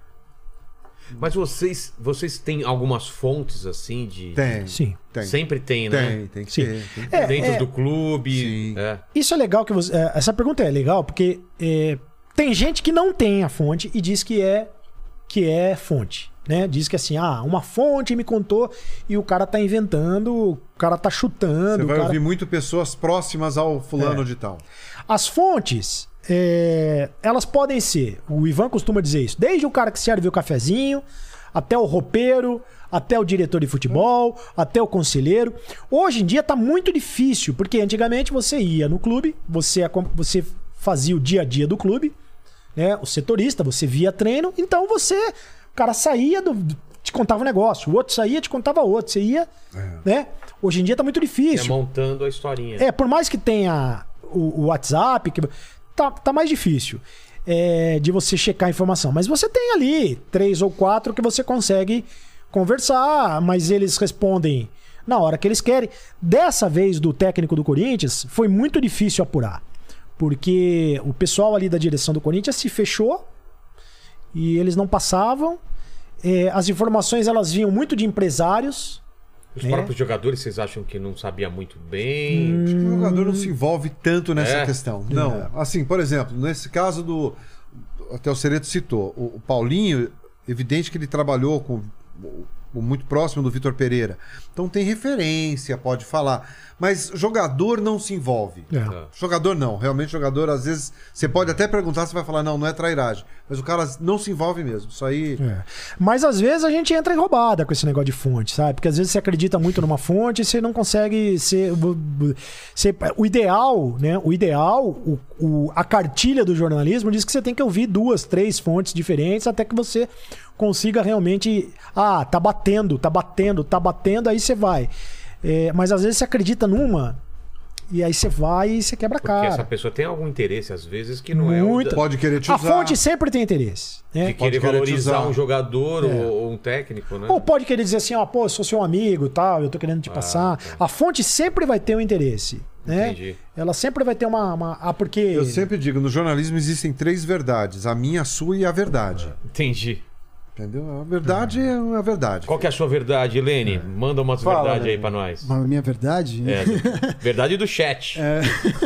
Mas vocês, vocês têm algumas fontes assim de. tem. Sim. Tem. Sempre tem, né? Tem, tem que Sim. ter. Tem que É, Dentro é- do clube. Sim. É. Isso é legal que você. é, Essa pergunta é legal porque é, tem gente que não tem a fonte e diz que é que é fonte, né? Diz que assim, ah, uma fonte me contou e o cara tá inventando, o cara tá chutando. Você o vai cara- ouvir muito pessoas próximas ao fulano É. de tal. As fontes, é, elas podem ser, o Ivan costuma dizer isso, desde o cara que serve o cafezinho, até o roupeiro, até o diretor de futebol, até o conselheiro. Hoje em dia tá muito difícil, porque antigamente você ia no clube, você, acom- você fazia o dia a dia do clube, né? O setorista, você via treino, então você, o cara saía, do, te contava um negócio, o outro saía, te contava outro, você ia, né? Hoje em dia tá muito É difícil. montando a historinha. É, por mais que tenha o, o WhatsApp, que, tá, tá mais difícil é, de você checar a informação. Mas você tem ali três ou quatro que você consegue conversar, mas eles respondem na hora que eles querem. Dessa vez, do técnico do Corinthians, foi muito difícil apurar. Porque o pessoal ali da direção do Corinthians se fechou e eles não passavam. É, as informações elas vinham muito de empresários. Os É. próprios jogadores, vocês acham que não sabia muito bem? Acho que o jogador não se envolve tanto nessa É. questão. Não. Assim, por exemplo, nesse caso do. Até o Cereto citou, o, o Paulinho, evidente que ele trabalhou com, com muito próximo do Vitor Pereira. Então tem referência, pode falar. Mas jogador não se envolve. É. Jogador não. Realmente, jogador, às vezes, você pode até perguntar, você vai falar, não, não é trairagem. Mas o cara não se envolve mesmo. Isso aí. É. Mas às vezes a gente entra em roubada com esse negócio de fonte, sabe? Porque às vezes você acredita muito numa fonte e você não consegue ser. ser- o ideal, né? O ideal, o, o- a cartilha do jornalismo diz que você tem que ouvir duas, três fontes diferentes até que você consiga realmente. Ah, tá batendo, tá batendo, tá batendo, aí você vai. É, mas às vezes você acredita numa e aí você vai e você quebra a Porque cara. essa pessoa tem algum interesse, às vezes, que não é o Muito. da- Pode querer te A usar. fonte sempre tem interesse. Né? de pode querer querer te valorizar usar. um jogador É. ou, ou um técnico, né? Ou pode querer dizer assim, ó, pô, eu sou seu amigo e tal, eu tô querendo te passar. tá. A fonte sempre vai ter um interesse, né? Entendi. Ela sempre vai ter uma... uma ah, porque... Eu sempre digo, no jornalismo existem três verdades: a minha, a sua e a verdade. Entendi. Entendeu? A verdade é a verdade. Qual que é a sua verdade, Helene? Manda umas Fala, verdades aí Helene. pra nós. Mas a minha verdade? É, verdade do chat. É.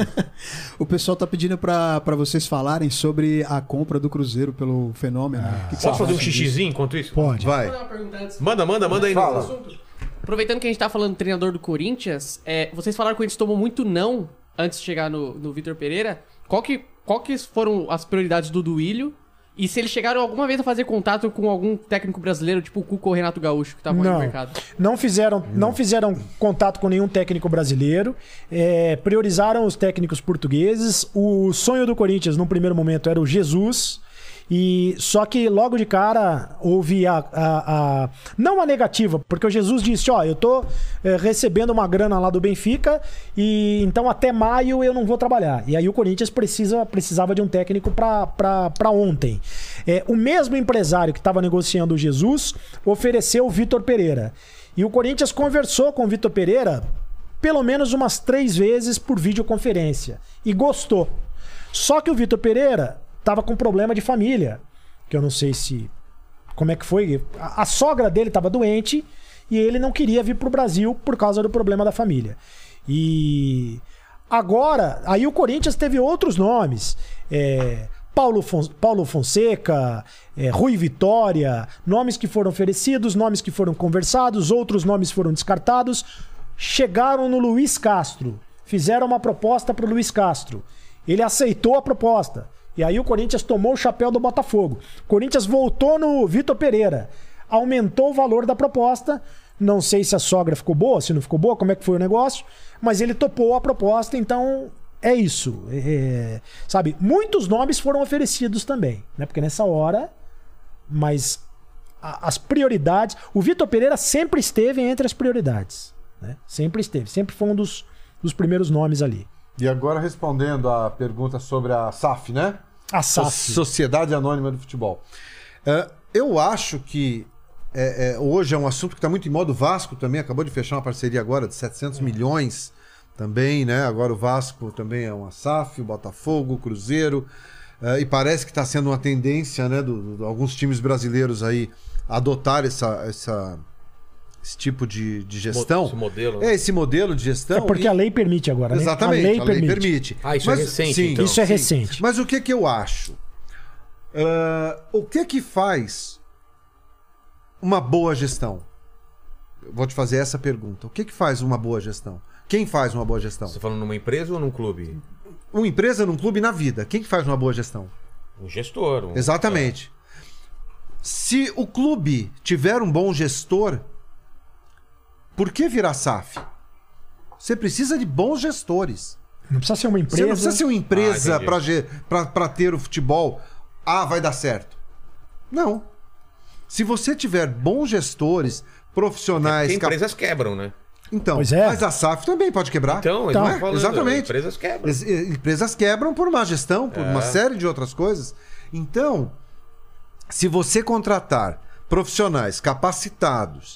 O pessoal tá pedindo pra, pra vocês falarem sobre a compra do Cruzeiro pelo Fenômeno. O que que Posso vocês fazer um acham disso? xixizinho enquanto isso? Pode. Vai. Vou fazer uma pergunta antes. Manda, manda, manda aí. Fala. no assunto. Aproveitando que a gente tá falando do treinador do Corinthians, é, vocês falaram que o Corinthians tomou muito não antes de chegar no, no Vitor Pereira. Qual que, qual que foram as prioridades do Duílio? E se eles chegaram alguma vez a fazer contato com algum técnico brasileiro, tipo o Cuca ou o Renato Gaúcho, que estavam aí no Não, mercado? não fizeram, não fizeram contato com nenhum técnico brasileiro, é, priorizaram os técnicos portugueses. O sonho do Corinthians, num primeiro momento, era o Jesus, E só que logo de cara houve a, a, a não a negativa, porque o Jesus disse, ó, eu tô é, recebendo uma grana lá do Benfica e então até maio eu não vou trabalhar. E aí o Corinthians precisa, precisava de um técnico para ontem. É, o mesmo empresário que estava negociando o Jesus ofereceu o Vitor Pereira. E o Corinthians conversou com o Vitor Pereira pelo menos umas três vezes por videoconferência e gostou. Só que o Vitor Pereira tava com problema de família, que eu não sei se... Como é que foi? A, a sogra dele tava doente e ele não queria vir pro Brasil por causa do problema da família. E agora, aí o Corinthians teve outros nomes. É, Paulo, Fon, Paulo Fonseca, é, Rui Vitória, nomes que foram oferecidos, nomes que foram conversados, outros nomes foram descartados. Chegaram no Luiz Castro, fizeram uma proposta pro Luiz Castro. Ele aceitou a proposta. E aí o Corinthians tomou o chapéu do Botafogo. O Corinthians voltou no Vitor Pereira. Aumentou o valor da proposta. Não sei se a sogra ficou boa, se não ficou boa, como é que foi o negócio. Mas ele topou a proposta, então é isso. É, sabe, muitos nomes foram oferecidos também. Né? Porque nessa hora... Mas a, as prioridades... O Vitor Pereira sempre esteve entre as prioridades. Né? Sempre esteve. Sempre foi um dos, dos primeiros nomes ali. E agora respondendo a pergunta sobre a S A F, né? A S A F. Sociedade Anônima do Futebol. Uh, eu acho que é, é, hoje é um assunto que está muito em moda. O Vasco também acabou de fechar uma parceria agora de setecentos milhões também, né? Agora o Vasco também é uma S A F, o Botafogo, o Cruzeiro. Uh, e parece que está sendo uma tendência, né? Do, do, alguns times brasileiros aí adotar essa... essa esse tipo de, de gestão. Esse modelo. Né? É, esse modelo de gestão. É porque e... a lei permite agora, né? Exatamente, a lei, a lei permite. permite. Ah, isso Mas, é recente, sim, então. Isso é sim. recente. Mas o que que eu acho? Uh, o que que faz uma boa gestão? Eu vou te fazer essa pergunta. O que que faz uma boa gestão? Quem faz uma boa gestão? Você tá falando numa empresa ou num clube? Uma empresa, num clube, na vida. Quem que faz uma boa gestão? Um gestor. Um... Exatamente. Se o clube tiver um bom gestor... Por que virar S A F? Você precisa de bons gestores. Não precisa ser uma empresa. Você não precisa ser uma empresa ah, para ter o futebol. Ah, vai dar certo. Não. Se você tiver bons gestores, profissionais... Porque empresas quebram, né? Então, Pois é. mas a S A F também pode quebrar. Então, Então, não é? Falando, exatamente. Empresas quebram. Es- Empresas quebram por má gestão, por É. uma série de outras coisas. Então, se você contratar profissionais capacitados,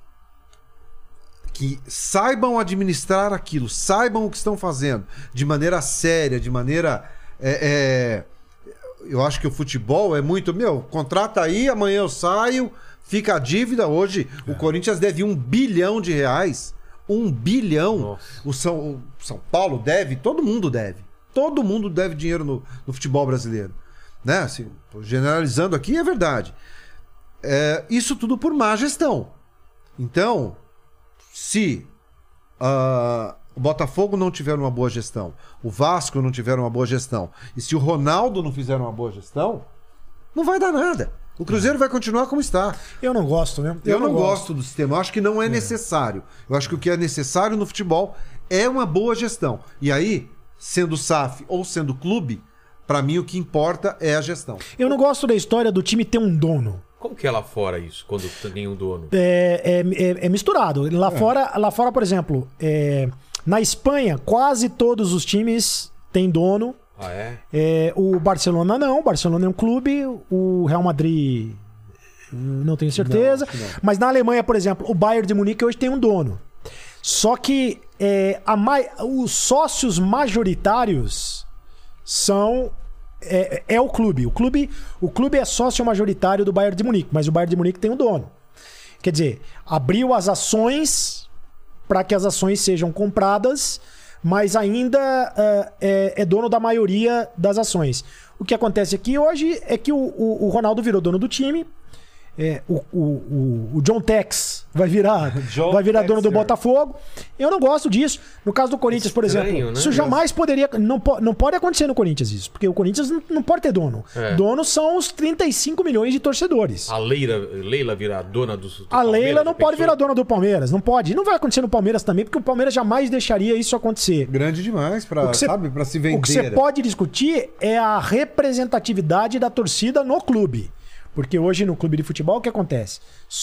que saibam administrar aquilo, saibam o que estão fazendo, de maneira séria, de maneira... é, é, eu acho que o futebol é muito... Meu, contrata aí, amanhã eu saio, fica a dívida. Hoje, é. o Corinthians deve um bilhão de reais. Um bilhão. O São, o São Paulo deve, todo mundo deve. Todo mundo deve dinheiro no, no futebol brasileiro. Né? Assim, tô generalizando aqui, é verdade. É, isso tudo por má gestão. Então... Se uh, o Botafogo não tiver uma boa gestão, o Vasco não tiver uma boa gestão, e se o Ronaldo não fizer uma boa gestão, não vai dar nada. O Cruzeiro vai continuar como está. Eu não gosto, né? Eu, Eu não, não gosto. gosto do sistema. Eu acho que não é, é necessário. Eu acho que o que é necessário no futebol é uma boa gestão. E aí, sendo S A F ou sendo clube, para mim o que importa é a gestão. Eu não gosto da história do time ter um dono. Como que é lá fora isso, quando tem um dono? É, é, é, é misturado. Lá, é. Fora, lá fora, por exemplo, é, na Espanha, quase todos os times têm dono. Ah, é? É, o Barcelona não. O Barcelona é um clube. O Real Madrid, não tenho certeza. Não, não. Mas na Alemanha, por exemplo, o Bayern de Munique hoje tem um dono. Só que é, a, os sócios majoritários são... É, é o clube. O clube. O clube é sócio majoritário do Bayern de Munique, mas o Bayern de Munique tem um dono. Quer dizer, abriu as ações para que as ações sejam compradas, mas ainda uh, é, é dono da maioria das ações. O que acontece aqui hoje é que o, o, o Ronaldo virou dono do time, é, o, o, o, o John Tex vai virar, John vai virar dono do Texer. Botafogo. Eu não gosto disso. No caso do Corinthians, por Estranho, exemplo, né? isso jamais poderia. Não, po- não pode acontecer no Corinthians isso, porque o Corinthians não, não pode ter dono. É. Dono são os trinta e cinco milhões de torcedores. A Leila, Leila virar dona do, do A Leila Palmeiras, não já pode pensou? virar dona do Palmeiras, não pode. E não vai acontecer no Palmeiras também, porque o Palmeiras jamais deixaria isso acontecer. Grande demais pra, O que cê- sabe, pra se vender. O que você pode discutir é a representatividade da torcida no clube. Porque hoje no clube de futebol o que acontece?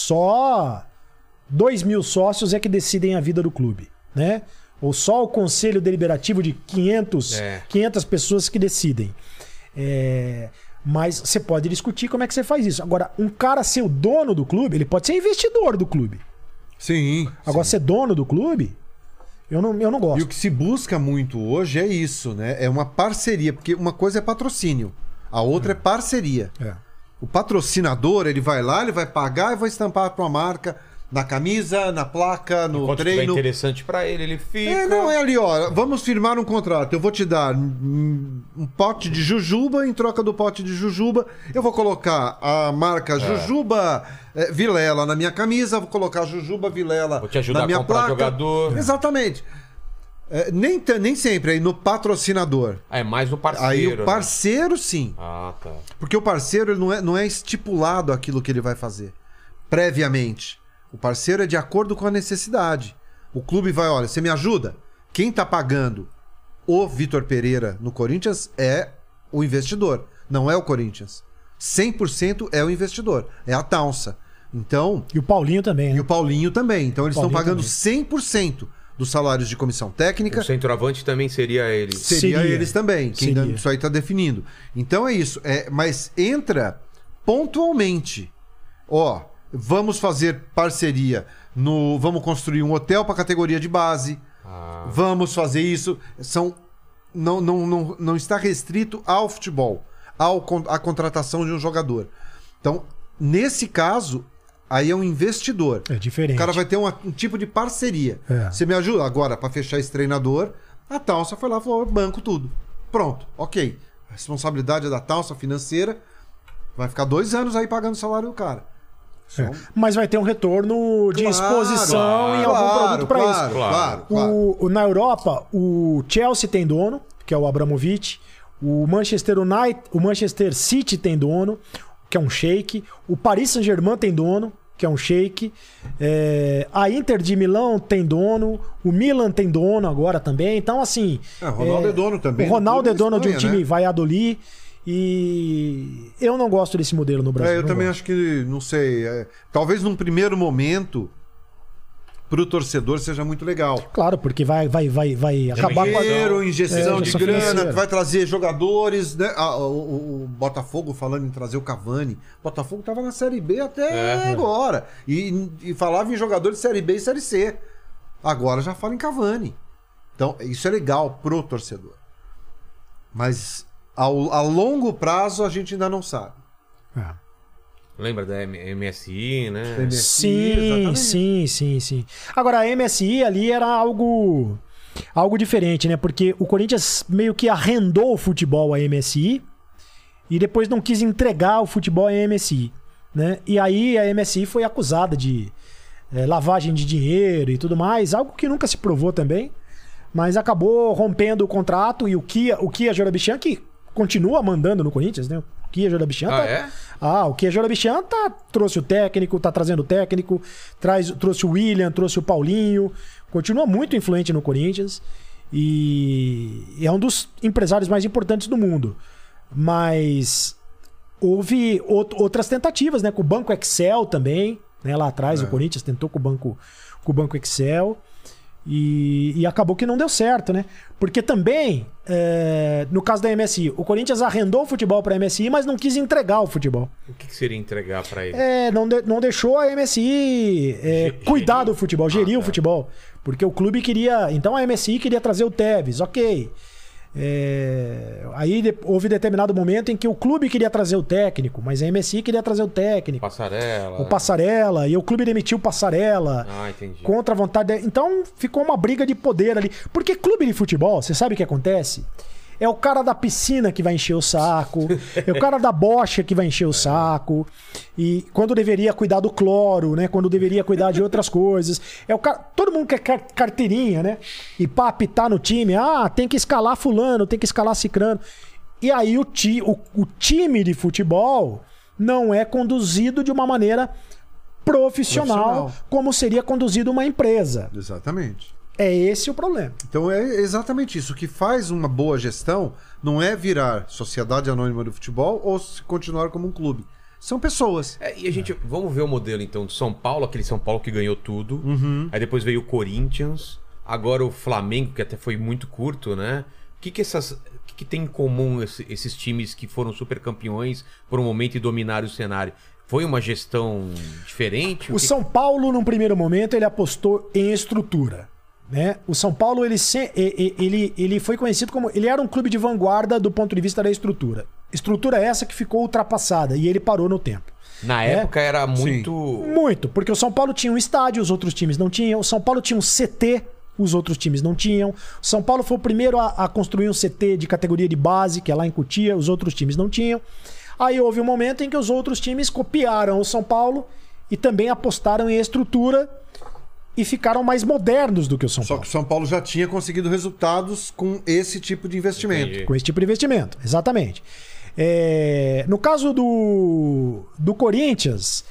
Só dois mil sócios é que decidem a vida do clube, né? Ou só o conselho deliberativo de quinhentos, É. quinhentas pessoas que decidem. É, Mas você pode discutir como é que você faz isso. Agora, um cara ser o dono do clube, ele pode ser investidor do clube. Sim. Agora, sim. ser dono do clube, eu não, eu não gosto. E o que se busca muito hoje é isso, né? É uma parceria, porque uma coisa é patrocínio, a outra é parceria. É. O patrocinador, ele vai lá, ele vai pagar e vai estampar a tua marca na camisa, na placa, no Enquanto tiver treino. interessante pra ele, ele fica. É, não, é ali, ó. Vamos firmar um contrato. Eu vou te dar um, um pote de jujuba, em troca do pote de jujuba, eu vou colocar a marca Jujuba eh, Vilela na minha camisa, vou colocar Jujuba Vilela Vou te ajudar na minha a comprar placa. jogador. Exatamente. É, nem, t- nem sempre, aí no patrocinador. Ah, é mais no parceiro. Aí o né? parceiro, sim. Ah, tá. Porque o parceiro ele não, é, não é estipulado aquilo que ele vai fazer previamente. O parceiro é de acordo com a necessidade. O clube vai, olha, você me ajuda? Quem tá pagando o Vitor Pereira no Corinthians é o investidor, não é o Corinthians. cem por cento é o investidor, é a Taunsa. Então, E o Paulinho também, e né? o Paulinho também. Então eles estão Paulinho pagando também. cem por cento dos salários de comissão técnica. O centroavante também seria ele. Seria, Seria. eles também, quem Seria. ainda- isso aí tá definindo. Então é isso, é, mas entra pontualmente. Ó, vamos fazer parceria no, vamos construir um hotel para categoria de base. Ah. Vamos fazer isso, são não, não, não, não está restrito ao futebol, ao con- à contratação de um jogador. Então, nesse caso, aí é um investidor. É diferente. O cara vai ter uma- um tipo de parceria. É. Você me ajuda agora para fechar esse treinador? A Taunsa foi lá e falou: banco tudo. Pronto, ok. A responsabilidade é da Taunsa financeira. Vai ficar dois anos aí pagando o salário do cara. Só- É. Mas vai ter um retorno de Claro, exposição em algum claro, produto para claro, isso. Claro, claro. O, o- na Europa, o Chelsea tem dono, que é o Abramovich. O Manchester United, o Manchester City tem dono, que é um sheik. O Paris Saint-Germain tem dono, que é um sheik. É, a Inter de Milão tem dono. O Milan tem dono agora também. Então, assim... É, o Ronaldo é dono também O do Ronaldo é clube da dono de um Espanha, time né? Valladolid. E eu não gosto desse modelo no Brasil. É, eu não também gosto. acho que, não sei, é, talvez num primeiro momento, pro torcedor seja muito legal. Claro, porque vai, vai, vai, vai acabar com a... Dinheiro, injeção É, de injeção grana, financeira. vai trazer jogadores, né? Ah, o, o- o Botafogo falando em trazer o Cavani. O Botafogo tava na Série B até É. agora. E, e falava em jogadores de Série B e Série C. Agora já fala em Cavani. Então, isso é legal pro torcedor. Mas ao, a longo prazo a gente ainda não sabe. É. Lembra da M- MSI, né? M S I, Sim, exatamente. sim, sim, sim. Agora, a M S I ali era algo algo diferente, né? Porque o Corinthians meio que arrendou o futebol à M S I e depois não quis entregar o futebol à M S I, né? E aí a M S I foi acusada de eh, lavagem de dinheiro e tudo mais, algo que nunca se provou também, mas acabou rompendo o contrato e o Kia, o Kia Jorabichan, que continua mandando no Corinthians, né? O Kia Jorabichan Ah, tá, é? ah, o Kia Jorabichan tá, trouxe o técnico, tá trazendo o técnico, traz, trouxe o William, trouxe o Paulinho, continua muito influente no Corinthians e é um dos empresários mais importantes do mundo. Mas houve out- outras tentativas, né? Com o Banco Excel também, né? Lá atrás o Corinthians tentou com o Banco, com o Banco Excel. E, e acabou que não deu certo, né? Porque também, é, no caso da M S I, o Corinthians arrendou o futebol para a M S I, mas não quis entregar o futebol. O que, que seria entregar pra ele? É, não, de- não deixou a M S I é, Ge- cuidar gerir? do futebol, gerir Ah, o tá. futebol. Porque o clube queria. Então a M S I queria trazer o Tevez, ok. É, aí de- houve determinado momento em que o clube queria trazer o técnico, mas a M S I queria trazer o técnico. Passarela. O Passarela, e o clube demitiu o Passarela. Ah, entendi. Contra a vontade. de- Então ficou uma briga de poder ali. Porque clube de futebol, você sabe o que acontece? É o cara da piscina que vai encher o saco. É o cara da bocha que vai encher o saco. E quando deveria cuidar do cloro, né? Quando deveria cuidar de outras coisas. É o cara... Todo mundo quer car- carteirinha, né? E pra apitar no time. Ah, tem que escalar fulano, tem que escalar cicrano. E aí o, ti, o, o time de futebol não é conduzido de uma maneira profissional, Profissional. como seria conduzido uma empresa. Exatamente. É esse o problema. Então é exatamente isso. O que faz uma boa gestão não é virar sociedade anônima do futebol ou se continuar como um clube. São pessoas. É, e a gente, vamos ver o modelo então de São Paulo, aquele São Paulo que ganhou tudo. Uhum. Aí depois veio o Corinthians, agora o Flamengo, que até foi muito curto, né? O que que essas, o que que tem em comum esse- esses times que foram super campeões por um momento e dominaram o cenário? Foi uma gestão diferente? O que... São Paulo, num primeiro momento, ele apostou em estrutura. Né? O São Paulo ele, se- e- e- ele, ele foi conhecido como... Ele era um clube de vanguarda do ponto de vista da estrutura. Estrutura essa que ficou ultrapassada e ele parou no tempo. Na É? época era muito... Muito, porque o São Paulo tinha um estádio, os outros times não tinham. O São Paulo tinha um C T, os outros times não tinham. O São Paulo foi o primeiro a, a construir um C T de categoria de base, que é lá em Cotia, os outros times não tinham. Aí houve um momento em que os outros times copiaram o São Paulo e também apostaram em estrutura e ficaram mais modernos do que o São Só Paulo. que o São Paulo já tinha conseguido resultados com esse tipo de investimento. Entendi. Com esse tipo de investimento, exatamente. É, no caso do, do Corinthians,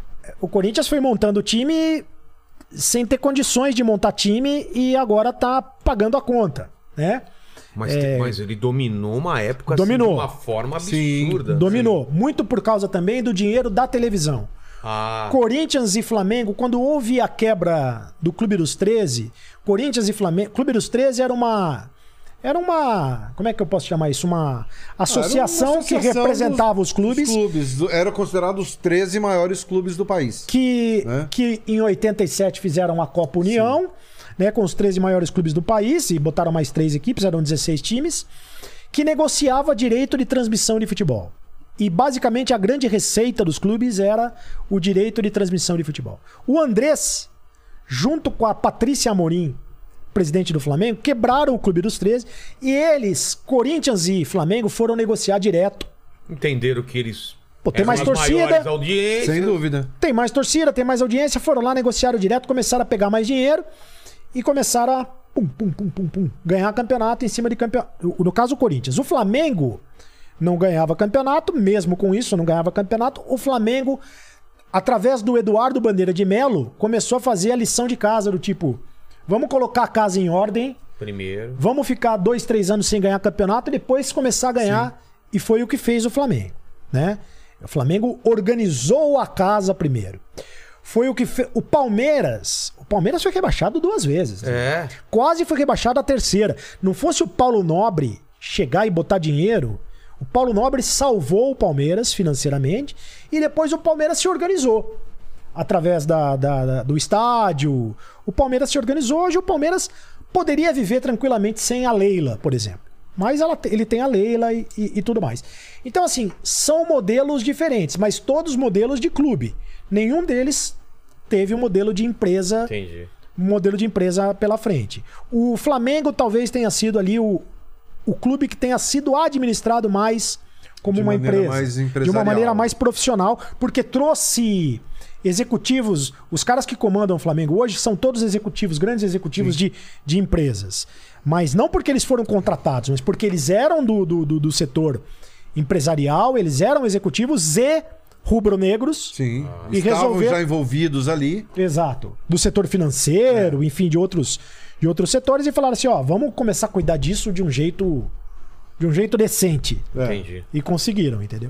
o Corinthians foi montando o time sem ter condições de montar time e agora tá pagando a conta, né? Mas, mas ele dominou uma época Dominou. assim, de uma forma Sim, absurda. Dominou. Muito por causa também do dinheiro da televisão. Ah, Corinthians e Flamengo, quando houve a quebra do Clube dos treze, Corinthians e Flamengo... Clube dos treze era uma... Era uma... Como é que eu posso chamar isso? Uma associação, Era uma associação que representava dos- os clubes. Os clubes. do- Eram considerados os treze maiores clubes do país. que, Né? que em oitenta e sete fizeram a Copa União, né, com os treze maiores clubes do país, e botaram mais três equipes, eram dezesseis times, que negociava direito de transmissão de futebol. E basicamente a grande receita dos clubes era o direito de transmissão de futebol. O Andrés, junto com a Patrícia Amorim, presidente do Flamengo, quebraram o Clube dos treze e eles, Corinthians e Flamengo, foram negociar direto. entenderam que eles Pô, tem eram mais as torcida. maiores audiências. Sem dúvida. Tem mais torcida, tem mais audiência, foram lá, negociaram direto, começaram a pegar mais dinheiro e começaram a pum, pum, pum, pum, pum, ganhar campeonato em cima de campeonato. No caso, o Corinthians. O Flamengo não ganhava campeonato, mesmo com isso, não ganhava campeonato. O Flamengo, através do Eduardo Bandeira de Melo, começou a fazer a lição de casa do tipo: vamos colocar a casa em ordem, Primeiro. vamos ficar dois, três anos sem ganhar campeonato e depois começar a ganhar. E foi o que fez o Flamengo, né? O Flamengo organizou a casa primeiro. Foi o que fez. O Palmeiras. O Palmeiras foi rebaixado duas vezes. né? É. Quase foi rebaixado a terceira. Não fosse o Paulo Nobre chegar e botar dinheiro, o Paulo Nobre salvou o Palmeiras financeiramente e depois o Palmeiras se organizou. Através da, da- da- do estádio. O Palmeiras se organizou. Hoje o Palmeiras poderia viver tranquilamente sem a Leila, por exemplo. Mas ela, te- ele tem a Leila e, e- e tudo mais. Então, assim, são modelos diferentes, mas todos modelos de clube. Nenhum deles teve um modelo de empresa, Entendi. um modelo de empresa pela frente. O Flamengo talvez tenha sido ali o, o clube que tenha sido administrado mais como De uma maneira empresa. mais de uma empresarial. maneira mais profissional, porque trouxe executivos, os caras que comandam o Flamengo hoje são todos executivos, grandes executivos de, de empresas. Mas não porque eles foram contratados, mas porque eles eram do, do, do, do setor empresarial, eles eram executivos e rubro-negros. Sim. E Estavam resolver- já envolvidos ali. Exato. Do setor financeiro, enfim, de outros, de outros setores, e falaram assim: ó, vamos começar a cuidar disso de um jeito. De um jeito decente. Entendi. E conseguiram, entendeu?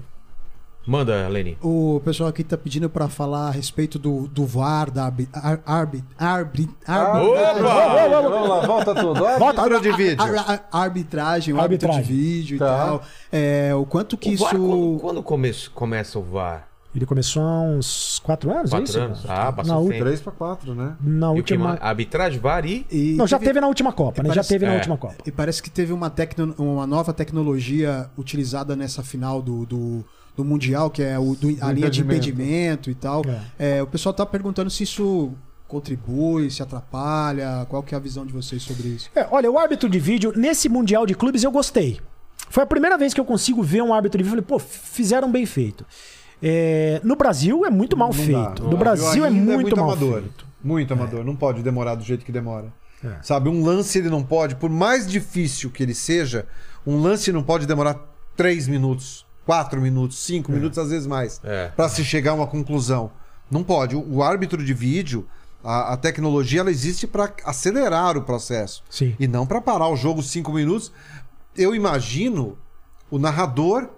Manda, Leni. O pessoal aqui tá pedindo pra falar a respeito do, do V A R, da arbi, ar, arbi, arbi, arbitragem. Vamos lá, volta tudo. Volta de vídeo. Ar- ar- arbitragem, o Arbitragem. árbitro de vídeo Tá. e tal. É, o quanto que O V A R, isso. quando, quando come- começa o V A R? Ele começou há uns quatro anos, é Quatro isso? anos? Ah, na, bastante u- tempo. três para quatro, né? na E o que última. mais? Arbitragem, V A R e... E Não, já teve- teve na última Copa, né? Já parece- teve na é. última Copa. E parece que teve uma, tecno, uma nova tecnologia utilizada nessa final do, do, do Mundial, que é o, do- a linha de impedimento. impedimento e tal. É, o pessoal tá perguntando se isso contribui, se atrapalha? Qual que é a visão de vocês sobre isso? É, olha, o árbitro de vídeo, nesse Mundial de Clubes, eu gostei. Foi a primeira vez que eu consigo ver um árbitro de vídeo e falei, pô, fizeram bem feito. É, no Brasil é muito mal Não feito. dá. No Brasil é Ainda muito, mal amador. feito. Muito amador. Não pode demorar do jeito que demora. É. Sabe, um lance ele não pode, por mais difícil que ele seja, um lance não pode demorar três minutos, quatro minutos, cinco minutos, às vezes mais, É. para se chegar a uma conclusão. Não pode. O, o árbitro de vídeo, a, a tecnologia, ela existe para acelerar o processo. Sim. E não para parar o jogo cinco minutos. Eu imagino o narrador,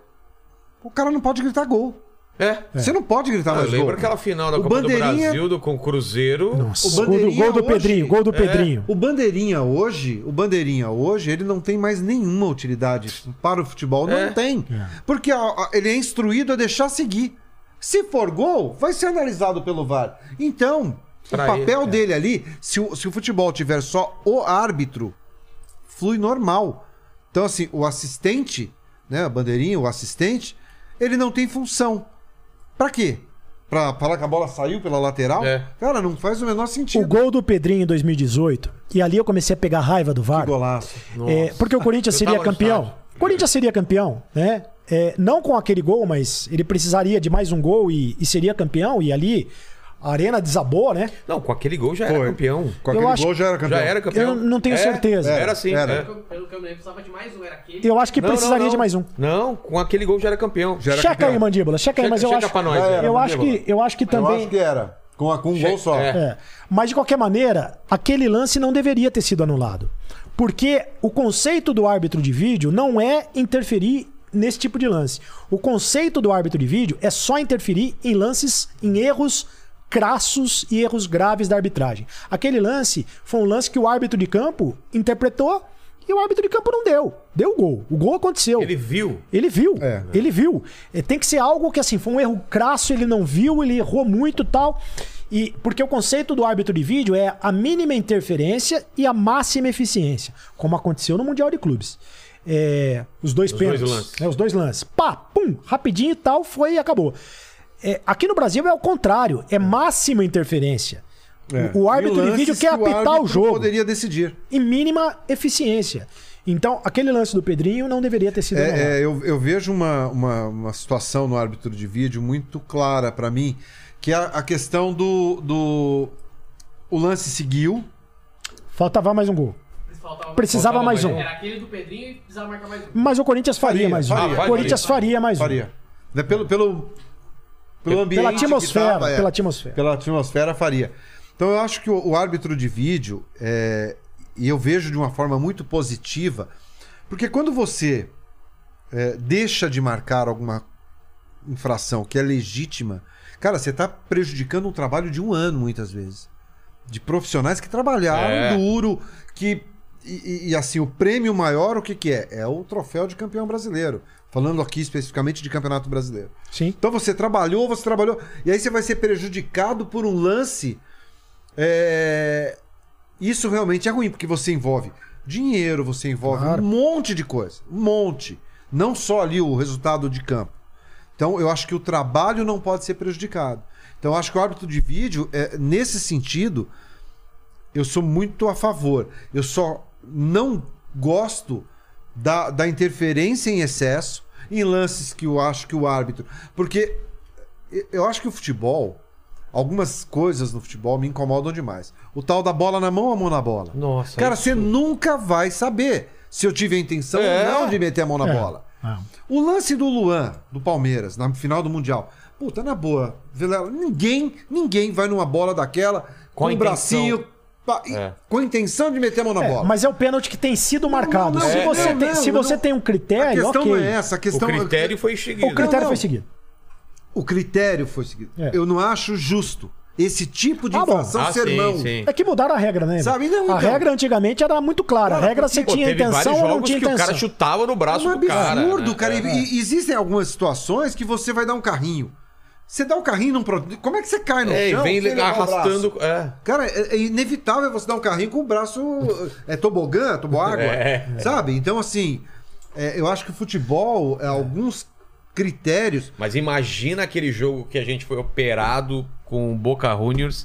o cara não pode gritar gol. É. Você não pode gritar Ah, eu mais lembro gol. aquela final da O Copa Bandeirinha- do Brasil do, com o Cruzeiro. Nossa, O gol do, Bandeirinha gol do hoje- Pedrinho, gol do É. Pedrinho. O Bandeirinha hoje, o Bandeirinha hoje, ele não tem mais nenhuma utilidade para o futebol. Não É. tem. É. Porque a- a- ele é instruído a deixar seguir. Se for gol, vai ser analisado pelo V A R. Então, Pra o papel ele, é. dele ali, se o, se o futebol tiver só o árbitro, flui normal. Então, assim, o assistente, né, a Bandeirinha, o assistente, ele não tem função. Pra quê? Pra falar que a bola saiu pela lateral? É. Cara, não faz o menor sentido. O gol do Pedrinho em dois mil e dezoito, e ali eu comecei a pegar raiva do V A R. Que golaço. É, porque o Corinthians Eu seria tava no campeão. estádio. O Corinthians seria campeão, né? É, não com aquele gol, mas ele precisaria de mais um gol e, e seria campeão. E ali a arena desabou, né? Não, com aquele gol já era Foi. campeão. Com aquele acho- gol já era campeão. Já era campeão. Eu não tenho É, certeza. Era sim. Era. é. Pelo que eu me lembro, precisava de mais um, era aquele. Eu acho que Não, precisaria não, não. de mais um. Não, com aquele gol já era campeão. Já era Checa campeão. aí, Mandíbula, checa aí, Checa- mas eu checa acho. pra nós, Já é. era, eu acho Mandíbula. que eu acho que Eu também. acho que era. Com, a- com um gol só. É. É. Mas de qualquer maneira, aquele lance não deveria ter sido anulado. Porque o conceito do árbitro de vídeo não é interferir nesse tipo de lance. O conceito do árbitro de vídeo é só interferir em lances, em erros crassos e erros graves da arbitragem. Aquele lance foi um lance que o árbitro de campo interpretou e o árbitro de campo não deu. Deu o gol. O gol aconteceu. Ele viu. Ele viu, É. ele viu. É, tem que ser algo que assim, foi um erro crasso, ele não viu, ele errou muito e tal. E, porque o conceito do árbitro de vídeo é a mínima interferência e a máxima eficiência, como aconteceu no Mundial de Clubes. É, os dois Os pênaltis, dois lances. né, os dois lances. Pá, pum, rapidinho e tal, foi e acabou. É, aqui no Brasil é o contrário, é máxima interferência. É. O, o árbitro E de lances vídeo quer que o apitar o árbitro jogo poderia decidir. em mínima eficiência. Então, aquele lance do Pedrinho não deveria ter sido anulado. É, é, eu, eu vejo uma, uma, uma situação no árbitro de vídeo muito clara pra mim, que é a, a questão do, do. O lance seguiu. Faltava mais um gol. Faltava Precisava Faltava mais mais um. Era aquele do Pedrinho e precisava marcar mais um. Mas o Corinthians faria, Faria, mais um. faria, o Corinthians faria. faria mais um. Faria. Né, Pelo, pelo, pelo ambiente. Pela que atmosfera, tava, é. pela atmosfera. Pela atmosfera faria. Então eu acho que o, o árbitro de vídeo, é, e eu vejo de uma forma muito positiva, porque quando você é, deixa de marcar alguma infração que é legítima, cara, você está prejudicando um trabalho de um ano, muitas vezes. De profissionais que trabalharam É. duro, que. E, e- e, assim, o prêmio maior, o que, que é? É o troféu de campeão brasileiro. Falando aqui especificamente de campeonato brasileiro. Sim. Então você trabalhou, você trabalhou, e aí você vai ser prejudicado por um lance. é, Isso realmente é ruim, porque você envolve dinheiro, você envolve Claro. um monte de coisa. Um monte. Não só ali o resultado de campo. Então eu acho que o trabalho não pode ser prejudicado. Então eu acho que o árbitro de vídeo, é, nesse sentido, eu sou muito a favor. Eu só não gosto da, da interferência em excesso em lances que eu acho que o árbitro. Porque eu acho que o futebol, algumas coisas no futebol me incomodam demais. O tal da bola na mão ou a mão na bola. Nossa. Cara, isso- você nunca vai saber se eu tive a intenção É. ou não de meter a mão na É. bola. Ah. O lance do Luan, do Palmeiras, na final do Mundial. Puta, na boa, Vilela, ninguém, ninguém vai numa bola daquela com, Com a o bracinho. pa- e- É. Com a intenção de meter a mão na É, bola. mas é o pênalti que tem sido marcado. não, se é, você, não, tem, não, se você não. tem um A critério, questão ok. não é essa. A O questão, critério foi seguido. O critério não. foi seguido. O critério foi seguido. É. Eu não acho justo esse tipo de Ah, bom. infração Ah, ser sim, mão. sim. É que mudaram a regra, né? Sabe, não, a então. regra antigamente era muito clara. A Cara, regra porque, você Pô, tinha teve intenção vários ou não jogos tinha que o intenção. cara chutava no É braço um do cara. absurdo, né? cara. É. E, e existem algumas situações que você vai dar um carrinho. Você dá o carrinho num pro... Como é que você cai no É, e chão? vem sem levar o arrastando. braço? É. Cara, é, é inevitável você dar um carrinho com o braço. É tobogã, toboágua. É. Sabe? Então, assim, é, eu acho que o futebol, é, alguns critérios. Mas imagina aquele jogo que a gente foi operado com o Boca Juniors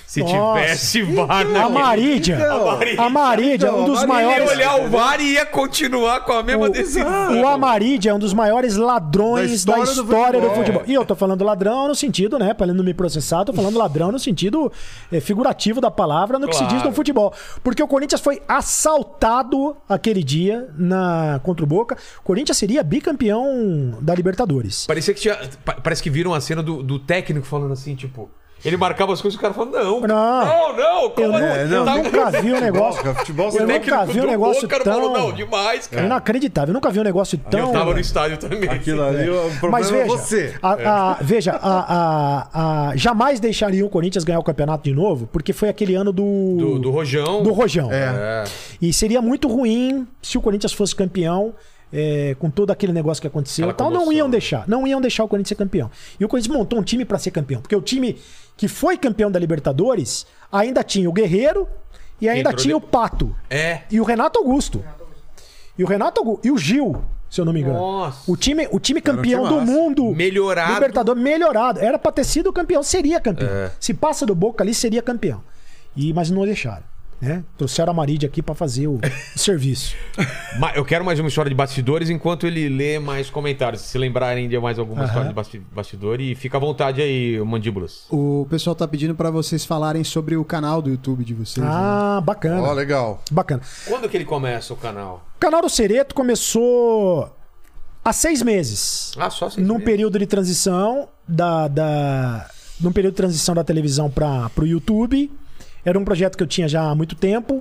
Se Nossa. tivesse VAR A na Marídia. Então, A Marídia é um dos Então, a Marídia maiores. Ele olhar o VAR e ia continuar com a mesma decisão. O Amarídia é um dos maiores ladrões da Da história, história do, do futebol. futebol. E eu tô falando ladrão no sentido, né? Pra ele não me processar, tô falando ladrão no sentido é, figurativo da palavra, no que se Claro. diz no futebol. Porque o Corinthians foi assaltado aquele dia na, contra o Boca. O Corinthians seria bicampeão da Libertadores. Parecia que tinha. pa- Parece que viram a cena do, do técnico falando assim, tipo. Ele marcava as coisas e o cara falando, não. Não. Não, não. Como Eu, nu- é? eu Tá- nunca vi um negócio. Futebol, futebol, Eu você nunca técnico vi um do negócio Boca, tão. falou, não, demais, cara. Inacreditável. Eu nunca vi um negócio Eu tão. tava no estádio também. Aquilo ali, o problema Mas veja, é você. a- a- veja a, a- a- jamais deixaria o Corinthians ganhar o campeonato de novo, porque foi aquele ano do. Do, do Rojão. do Rojão. É. E seria muito ruim se o Corinthians fosse campeão. é, com todo aquele negócio que aconteceu, Aquela então não comoção. iam deixar, não iam deixar o Corinthians ser campeão. E o Corinthians montou um time para ser campeão, porque o time que foi campeão da Libertadores ainda tinha o Guerreiro e ainda Entrou tinha de- o Pato É. e o Renato Augusto. E o Renato Augusto e o Gil, se eu não me engano. Nossa. O time, o time campeão um do timaço. mundo, Melhorado. Libertador melhorado. Era pra ter sido campeão, seria campeão. É. Se passa do Boca ali, seria campeão. E, mas não deixaram. Né? Trouxeram a Marídia aqui pra fazer o, o serviço. Ma- Eu quero mais uma história de bastidores enquanto ele lê mais comentários. Se lembrarem de mais alguma Aham. história de basti- bastidor. E fica à vontade aí, Mandíbulas. O pessoal tá pedindo pra vocês falarem sobre o canal do YouTube de vocês. né? Ah, bacana. Ó, legal. Bacana. Quando que ele começa o canal? O canal do Cereto começou há seis meses. Ah, só seis num meses. período de transição da, da num período de transição da televisão para o YouTube. Era um projeto que eu tinha já há muito tempo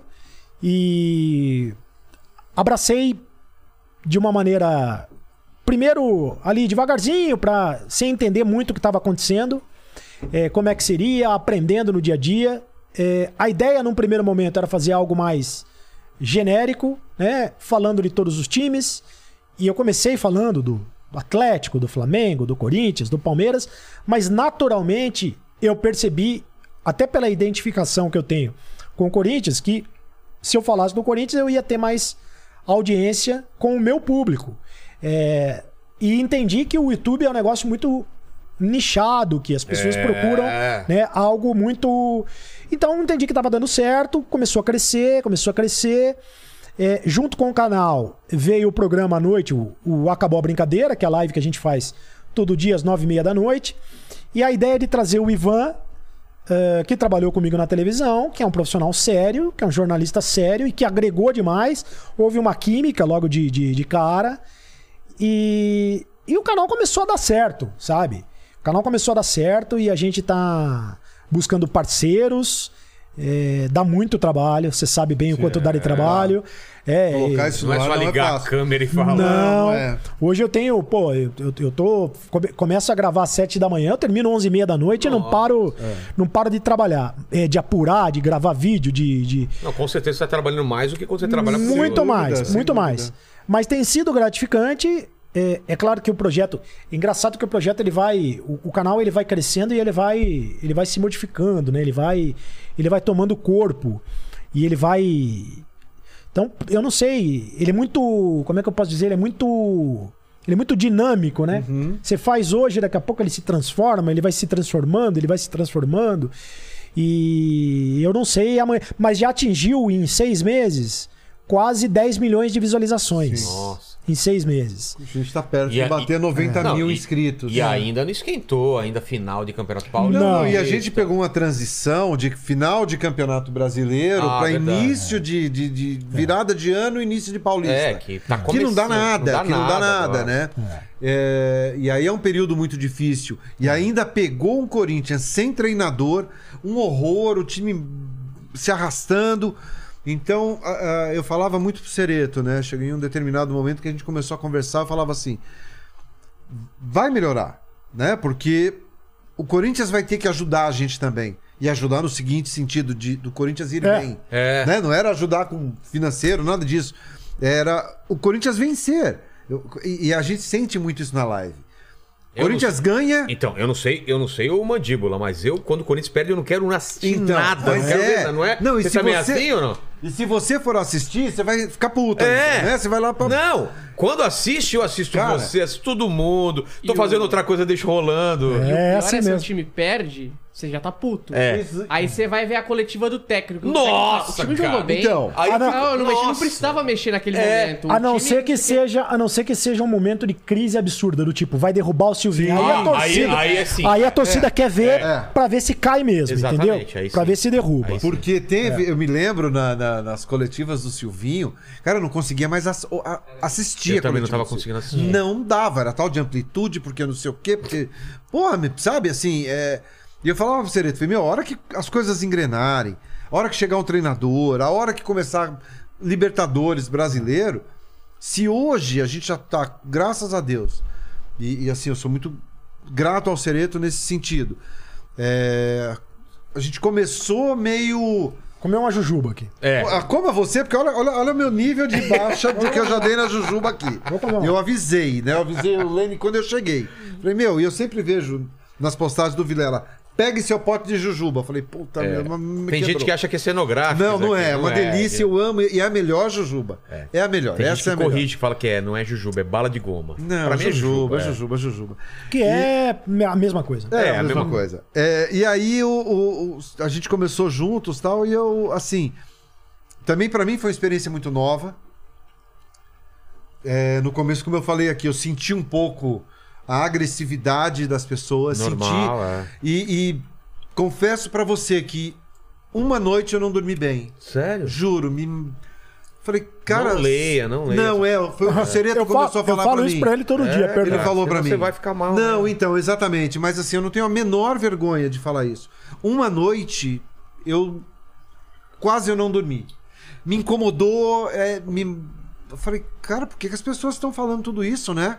e abracei de uma maneira primeiro ali devagarzinho para sem entender muito o que estava acontecendo, é, como é que seria, aprendendo no dia a dia. É, a ideia num primeiro momento era fazer algo mais genérico, né, falando de todos os times. E eu comecei falando do Atlético, do Flamengo, do Corinthians, do Palmeiras, mas naturalmente eu percebi, até pela identificação que eu tenho com o Corinthians, que se eu falasse do Corinthians eu ia ter mais audiência com o meu público. É, e entendi que o YouTube é um negócio muito nichado, que as pessoas É. procuram, né, algo muito... Então eu entendi que estava dando certo, começou a crescer, começou a crescer. É, junto com o canal veio o programa à noite, o, o Acabou a Brincadeira, que é a live que a gente faz todo dia às nove e meia da noite. E a ideia é de trazer o Ivan, eh, que trabalhou comigo na televisão, que é um profissional sério, que é um jornalista sério e que agregou demais. Houve uma química logo de, de, de cara. E, e o canal começou a dar certo, sabe? O canal começou a dar certo e a gente tá buscando parceiros. É, dá muito trabalho, você sabe bem o quanto dá de trabalho. É, Colocar e- isso Não é no ar só não é ligar a fácil. câmera e falar. não, é. hoje eu tenho, pô, eu, eu, eu tô. come- Começo a gravar às sete da manhã, eu termino onze e meia da noite e não paro, não paro de trabalhar. É, de apurar, de gravar vídeo, de. de- Não, com certeza você tá trabalhando mais do que quando você trabalha com muito dúvida, mais, sem muito dúvida. mais. Mas tem sido gratificante. É, é claro que o projeto. Engraçado que o projeto ele vai. O, o canal ele vai crescendo e ele vai. Ele vai se modificando, né? Ele vai. Ele vai tomando corpo. E ele vai. Então, eu não sei. Ele é muito. Como é que eu posso dizer? Ele é muito. Ele é muito dinâmico, né? Você faz hoje, daqui a pouco ele se transforma, ele vai se transformando, ele vai se transformando. E eu não sei amanhã. Mas já atingiu em seis meses quase dez milhões de visualizações. Nossa. Em seis meses. A gente tá perto E a- de bater noventa Não, mil e- inscritos. E né? ainda não esquentou, ainda final de Campeonato Não, Paulista. não, e a gente pegou uma transição de final de campeonato brasileiro Ah, para verdade. início de, de, de virada de ano e início de paulista. É, que tá que não dá começando, nada, não dá que não dá nada nada, agora. né? É, e aí é um período muito difícil. E ainda pegou um Corinthians sem treinador, um horror, o time se arrastando. Então, a- a- eu falava muito pro Cereto, né? Cheguei em um determinado momento que a gente começou a conversar, eu falava assim: vai melhorar, né? Porque o Corinthians vai ter que ajudar a gente também. E ajudar no seguinte sentido, de, do Corinthians ir É. bem. É. Né? Não era ajudar com financeiro, nada disso. Era o Corinthians vencer. Eu- e, e a gente sente muito isso na live. O Eu Corinthians ganha. Então, eu não sei, eu não sei o Mandíbula, mas eu, quando o Corinthians perde, eu não quero assistir Então, nada. mas Não quero é. ver, não é? Não, e você se também é você- assim ou não? E se você for assistir, você vai ficar puta. É. Né? Você vai lá pra. Não, quando assiste, eu assisto Cara. você, assisto todo mundo. Tô E fazendo o- outra coisa, deixo rolando. É, E o pior assim é se o mesmo. time perde, você já tá puto. É. Aí você vai ver a coletiva do técnico. Nossa, o time cara. jogou bem. Então, Aí Ah, não, fica- não, mexi- não Nossa. precisava mexer naquele É, momento. O A não, time- ser que seja, a não ser que seja um momento de crise absurda, do tipo, vai derrubar o Silvinho. Sim. Aí a Ah, torcida, aí- aí é sim. aí a torcida quer ver É. pra ver se cai mesmo, Exatamente, entendeu? aí Pra sim. ver se derruba. Aí sim. Porque teve, eu me lembro na- na- nas coletivas do Silvinho, cara, eu não conseguia mais ass- o- a- assistir Eu a também não coletiva tava do Silvinho. conseguindo assistir. Não dava, era tal de amplitude, porque não sei o quê, porque. Porra, me- sabe assim, é. E eu falava pro Sereto, falei, meu, a hora que as coisas engrenarem, a hora que chegar um treinador, a hora que começar Libertadores brasileiro, se hoje a gente já tá, graças a Deus, e, e assim, eu sou muito grato ao Sereto nesse sentido. É, a gente começou meio. Comeu uma jujuba aqui. É. Ah, Como é você? Porque olha, olha, olha o meu nível de baixa do que eu já dei na Jujuba aqui. Vou comer uma. Eu avisei, né? Eu avisei o Lene quando eu cheguei. Falei, meu, e eu sempre vejo nas postagens do Vilela, pegue seu pote de Jujuba. Falei, puta, É. meu, me Tem gente quebrou. que acha que é cenográfico. Não, isso não aqui, é. É uma delícia, eu amo. E é a melhor Jujuba. É, a melhor. Tem Essa gente é a que melhor. corrige, que fala que é, não é jujuba, é bala de goma. Não, pra mim é Jujuba, jujuba. é. Jujuba, Jujuba. Que é a mesma coisa. É, É, a mesma coisa. É, e aí o, o- o- a gente começou juntos tal, e eu, assim. Também pra mim foi uma experiência muito nova. É, no começo, como eu falei aqui, eu senti um pouco a agressividade das pessoas. Normal, senti. é. E, e confesso pra você que uma noite eu não dormi bem. Sério? Juro, me. Falei, cara. Não leia, não leia. Não, é. Foi o que o Sereto Eu, começou falo, a falar eu falo pra isso mim. pra ele todo É, dia. ele Perdão. Ele falou pra senão mim. você vai ficar mal, Não, né? então, exatamente. Mas assim, eu não tenho a menor vergonha de falar isso. Uma noite, eu quase eu não dormi. Me incomodou, é, me... eu falei, cara, por que, que as pessoas estão falando tudo isso, né?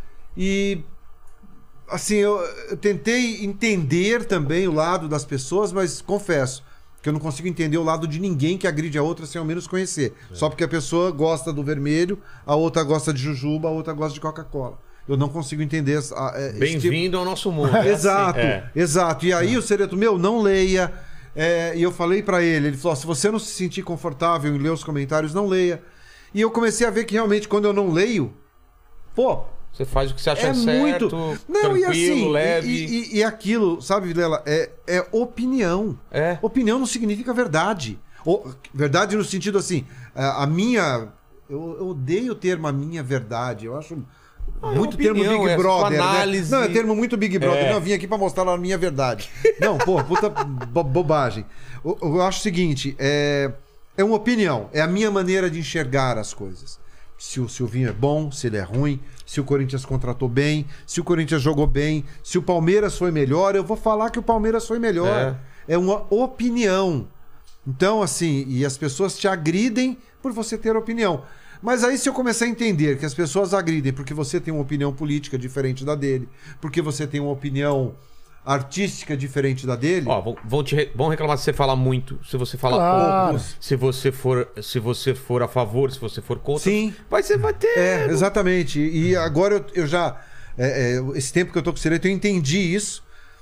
E assim, eu, eu tentei entender também o lado das pessoas, mas confesso que eu não consigo entender o lado de ninguém que agride a outra sem ao menos conhecer. Só porque a pessoa gosta do vermelho, a outra gosta de jujuba, a outra gosta de Coca-Cola. Eu não consigo entender essa, a- é, esse tipo- Bem-vindo ao nosso mundo. é Exato, assim, é. exato. E aí o Sereto, meu, não leia. É, e eu falei pra ele, ele falou, se você não se sentir confortável em ler os comentários, não leia. E eu comecei a ver que realmente quando eu não leio, pô, Você faz o que você acha é certo, muito... Não, tranquilo, e assim, leve. e, e- e aquilo, sabe, Vilela, é, é opinião. É. Opinião não significa verdade. O- verdade no sentido assim, a, a minha... Eu, eu odeio o termo a minha verdade, eu acho... Ah, é muito opinião, termo Big é sua Brother, análise. né? Não, é termo muito Big Brother. É. Não, eu vim aqui pra mostrar a minha verdade. Não, pô, puta bo- bobagem. Eu, eu acho o seguinte, é, é uma opinião, é a minha maneira de enxergar as coisas. Se o Silvinho é bom, se ele é ruim, se o Corinthians contratou bem, se o Corinthians jogou bem, se o Palmeiras foi melhor, eu vou falar que o Palmeiras foi melhor. É, uma opinião. Então, assim, e as pessoas te agridem por você ter opinião. Mas aí se eu começar a entender que as pessoas agridem porque você tem uma opinião política diferente da dele, porque você tem uma opinião artística diferente da dele... Ó, vão, vão, te re- vão reclamar se você fala muito, se você fala Claro. pouco, se você for, se você for a favor, se você for contra. Sim. Vai, você vai ter. É, exatamente. E agora eu, eu já. é, é, esse tempo que eu tô com o Sereto, eu entendi isso.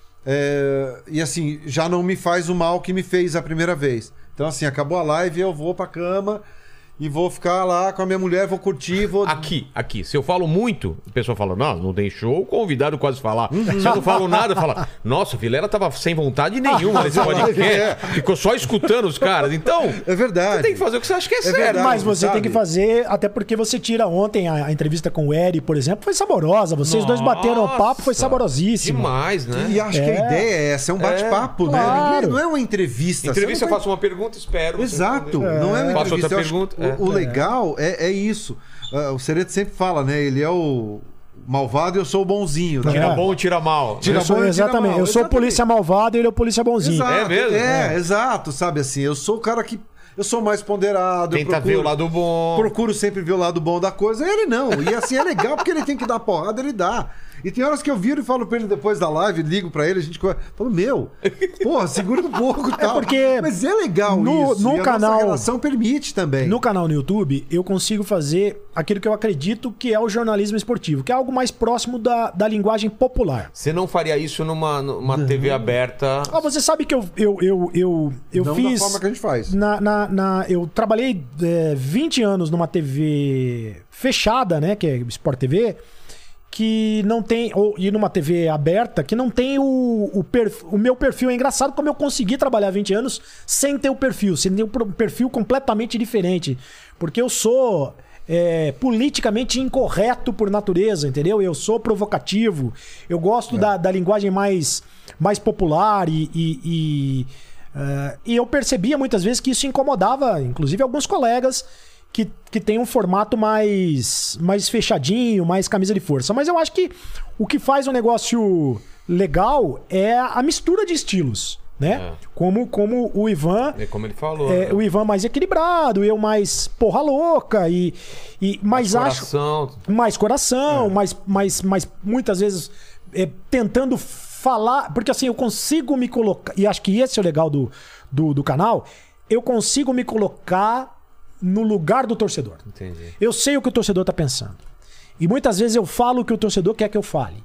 É, e assim, já não me faz o mal que me fez a primeira vez. Então, assim, acabou a live, eu vou pra cama e vou ficar lá com a minha mulher, vou curtir, vou. Aqui, aqui. Se eu falo muito, a pessoa fala, não, não deixou o convidado quase falar. Se eu não falo nada, fala, nossa, o Vilela tava sem vontade nenhuma nesse podcast. Ficou só escutando os caras. Então, É verdade. você tem que fazer o que você acha que é, certo. verdade. Mas você sabe? tem que fazer, até porque você tira ontem a, a entrevista com o Eri, por exemplo, foi saborosa. Vocês dois bateram o papo, foi Nossa, saborosíssimo. Demais, né? E acho que a É. ideia é essa, é um bate-papo, né? claro. Ninguém- Não é uma entrevista. Entrevista, eu você não faço uma pergunta, espero. você Exato, responder. não é uma Faço entrevista. outra Eu acho- pergunta, o, é. o legal é, é isso. Ah, o Sereto sempre fala, né? Ele é o malvado e eu sou o bonzinho. Né? Tira É. bom, tira mal. Tira Eu sou- bom e tira exatamente. mal, Eu sou o exatamente. polícia malvado e ele é o polícia bonzinho. Exato, É mesmo? É, É. exato, sabe assim. Eu sou o cara que. Eu sou mais ponderado. eu Tenta procuro, ver o lado bom. Procuro sempre ver o lado bom da coisa. Ele não. E assim é legal porque ele tem que dar porrada, ele dá. E tem horas que eu viro e falo pra ele depois da live, ligo pra ele, a gente fala, meu, porra, segura um pouco e tal. porque Mas é legal no- isso. no e a canal- nossa relação permite também. No canal no YouTube, eu consigo fazer aquilo que eu acredito que é o jornalismo esportivo, que é algo mais próximo da, da linguagem popular. Você não faria isso numa, numa T V aberta? Ah, você sabe que eu, eu, eu, eu, eu não fiz. da forma que a gente faz. Na, na, na- eu trabalhei é, vinte anos numa T V fechada, né? Que é Sport T V, que não tem, ou e numa T V aberta, que não tem o, o, perf, o meu perfil. É engraçado como eu consegui trabalhar vinte anos sem ter o perfil, sem ter um perfil completamente diferente. Porque eu sou é, politicamente incorreto por natureza, entendeu? Eu sou provocativo, eu gosto é. da, da linguagem mais, mais popular e... e, e, uh, e eu percebia muitas vezes que isso incomodava, inclusive, alguns colegas que, que tem um formato mais, mais fechadinho, mais camisa de força. Mas eu acho que o que faz um negócio legal é a mistura de estilos, né? É. Como, como o Ivan... É como ele falou. É, né? O Ivan mais equilibrado, eu mais porra louca e... e mais mais acho, coração. Mais coração, é. mais, mais, mais muitas vezes é, tentando falar... Porque assim, eu consigo me colocar... E acho que esse é o legal do, do, do canal. Eu consigo me colocar no lugar do torcedor. Entendi. Eu sei o que o torcedor tá pensando. E muitas vezes eu falo o que o torcedor quer que eu fale.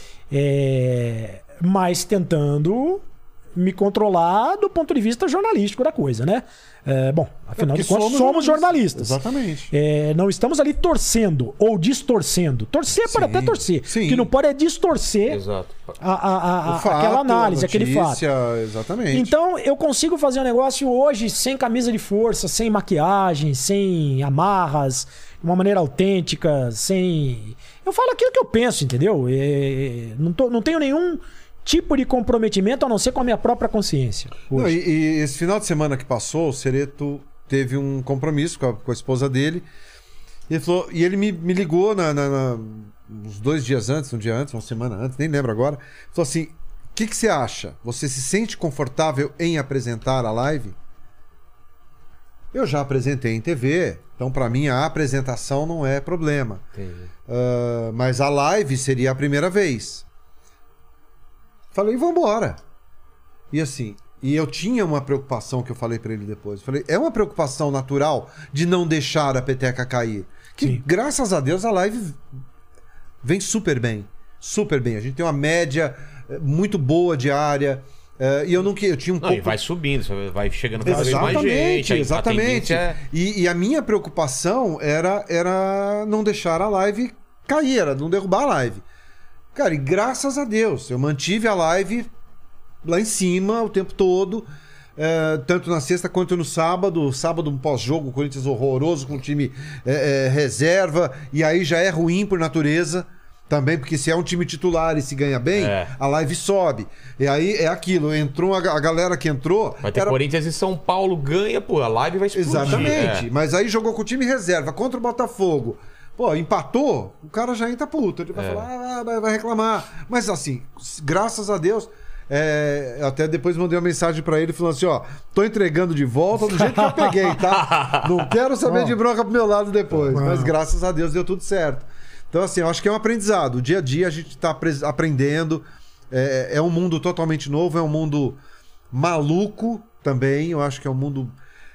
É... Mas tentando me controlar do ponto de vista jornalístico da coisa, né? É, bom, afinal é de contas, somos, somos jornalistas. Exatamente. É, não estamos ali torcendo ou distorcendo. Torcer Sim, pode até torcer. sim. O que não pode é distorcer Exato. a, a, a, a, fato, aquela análise, a notícia, aquele fato. Exatamente. Então, eu consigo fazer um negócio hoje sem camisa de força, sem maquiagem, sem amarras, de uma maneira autêntica, sem... Eu falo aquilo que eu penso, entendeu? É, não, tô, não tenho nenhum tipo de comprometimento a não ser com a minha própria consciência. Não, e, e esse final de semana que passou, o Cereto teve um compromisso com a, com a esposa dele. E ele, falou, e ele me, me ligou na, na, na, uns dois dias antes, um dia antes, uma semana antes, nem lembro agora. Falou assim: o que, que você acha? Você se sente confortável em apresentar a live? Eu já apresentei em T V, então para mim a apresentação não é problema. Uh, mas a live seria a primeira vez. Falei, vambora. E assim, e eu tinha uma preocupação que eu falei pra ele depois. Falei, é uma preocupação natural de não deixar a peteca cair. Que Sim. Graças a Deus a live vem super bem. Super bem. A gente tem uma média muito boa diária. Uh, e eu não eu tinha um não, pouco... E vai subindo, vai chegando cada vez Exatamente, mais gente. exatamente. É... E, e a minha preocupação era, era não deixar a live cair, era não derrubar a live. Cara, e graças a Deus, eu mantive a live lá em cima o tempo todo, é, tanto na sexta quanto no sábado. Sábado, um pós-jogo, o Corinthians horroroso, com o time é, é, reserva, e aí já é ruim por natureza também, porque se é um time titular e se ganha bem, é. a live sobe. E aí é aquilo, entrou a, a galera que entrou... Vai ter era... Corinthians e São Paulo, ganha, pô, a live vai explodir. Exatamente, é. Mas aí jogou com o time reserva contra o Botafogo. Pô, empatou, o cara já entra puto. Ele vai É. falar, ah, vai, vai reclamar. Mas assim, graças a Deus, é, até depois mandei uma mensagem pra ele falando assim, ó, tô entregando de volta do jeito que eu peguei, tá? Não quero saber de bronca pro meu lado depois. Mas graças a Deus deu tudo certo. Então assim, eu acho que é um aprendizado. O dia a dia a gente tá aprendendo. É, é um mundo totalmente novo, é um mundo maluco também. Eu acho que é um mundo,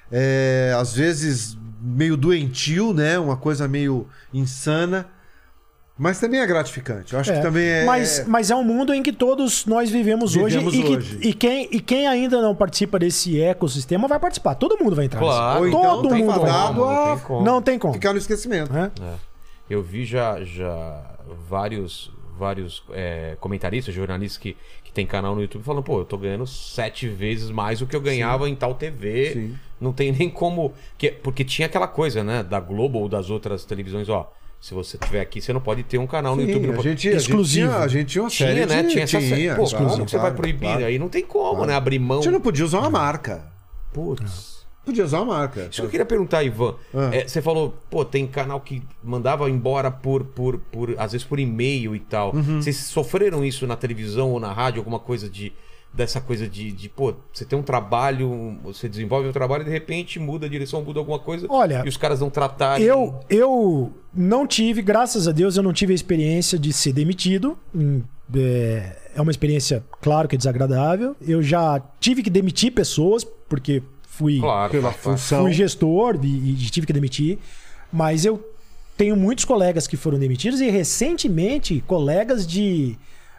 é, às vezes... meio doentio, né? Uma coisa meio insana. Mas também é gratificante. Eu acho É, que também é... Mas, mas é um mundo em que todos nós vivemos, Vivemos hoje, e, hoje. Que, e, quem, e quem ainda não participa desse ecossistema vai participar. Todo mundo vai entrar Claro. nesse. Ou então Todo tá mundo vai fadado entrar. Não a tem como. Não tem como. ficar no esquecimento. É? É. Eu vi já, já vários, vários é, comentaristas, jornalistas que, que tem canal no YouTube falando, pô, eu tô ganhando sete vezes mais do que eu ganhava Sim. em tal T V. Sim. Não tem nem como... Que, porque tinha aquela coisa, né? Da Globo ou das outras televisões, ó. Se você estiver aqui, você não pode ter um canal no Sim, YouTube. Não a pode... gente, Exclusivo. A gente tinha, a gente tinha uma Tinha, série né? de... Tinha essa série. Pô, claro, como que você vai claro, proibir? claro. Aí não tem como, Claro. né? Abrir mão. A gente não podia usar uma marca. Putz. Podia usar uma marca. Isso que eu queria perguntar, Ivan. Ah. É, você falou, pô, tem canal que mandava embora por, por, por às vezes por e-mail e tal. Uhum. Vocês sofreram isso na televisão ou na rádio, alguma coisa de dessa coisa de, de, pô, você tem um trabalho, você desenvolve um trabalho e de repente muda a direção, muda alguma coisa Olha, e os caras não tratarem... Eu, eu não tive, graças a Deus, eu não tive a experiência de ser demitido. Hum, É, é uma experiência, claro que é desagradável. Eu já tive que demitir pessoas, porque fui, Claro, Pela claro, claro. função. fui gestor e, e tive que demitir. Mas eu tenho muitos colegas que foram demitidos e recentemente colegas de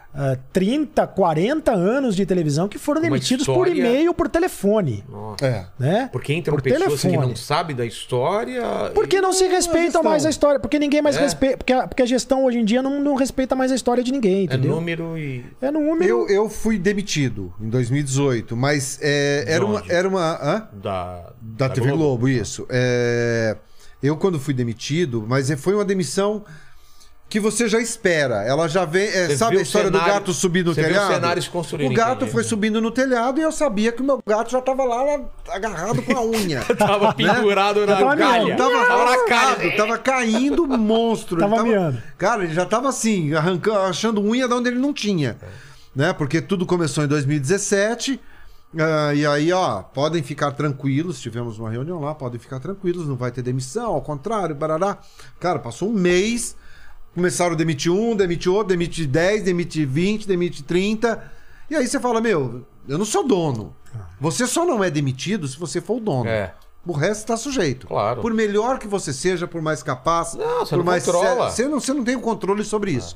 uh, trinta, quarenta anos de televisão que foram Uma demitidos por história- e-mail, por telefone. Nossa. É. Né? Porque entram Por pessoas assim, que telefone. não sabem da história. Porque não se respeitam gestão. mais a história. Porque ninguém mais É. respeita. Porque a, porque a gestão hoje em dia não, não respeita mais a história de ninguém, É entendeu? número e. É número. Eu, eu fui demitido em dois mil e dezoito, mas é, De era, uma, onde? era uma. Hã? Da, Da, T V Globo, isso. É, eu, quando fui demitido, mas foi uma demissão que você já espera. Ela já vem. é, Você sabe viu a o história do cenário- gato subir no você viu o telhado? cenário se construindo, O gato entendi. foi subindo no telhado e eu sabia que o meu gato já estava lá, lá agarrado com a unha. Tava pendurado na tava calha. miando. Tava Tava na arrasado, calha. tava caindo monstro. Tava ele miando. Cara, ele já tava assim, arrancando, achando unha de onde ele não tinha. Né? Porque tudo começou em dois mil e dezessete. ah, e aí, ó, podem ficar tranquilos. Tivemos uma reunião lá, podem ficar tranquilos, não vai ter demissão, ao contrário, barará. Cara, passou um mês, começaram a demitir um, demitir outro, demitir dez, demitir vinte, demitir trinta. E aí você fala, meu, eu não sou dono. Você só não é demitido se você for o dono. É. O resto está sujeito. Claro. Por melhor que você seja, por mais capaz, Não, você por não mais controla. Você não, você não tem o controle sobre isso.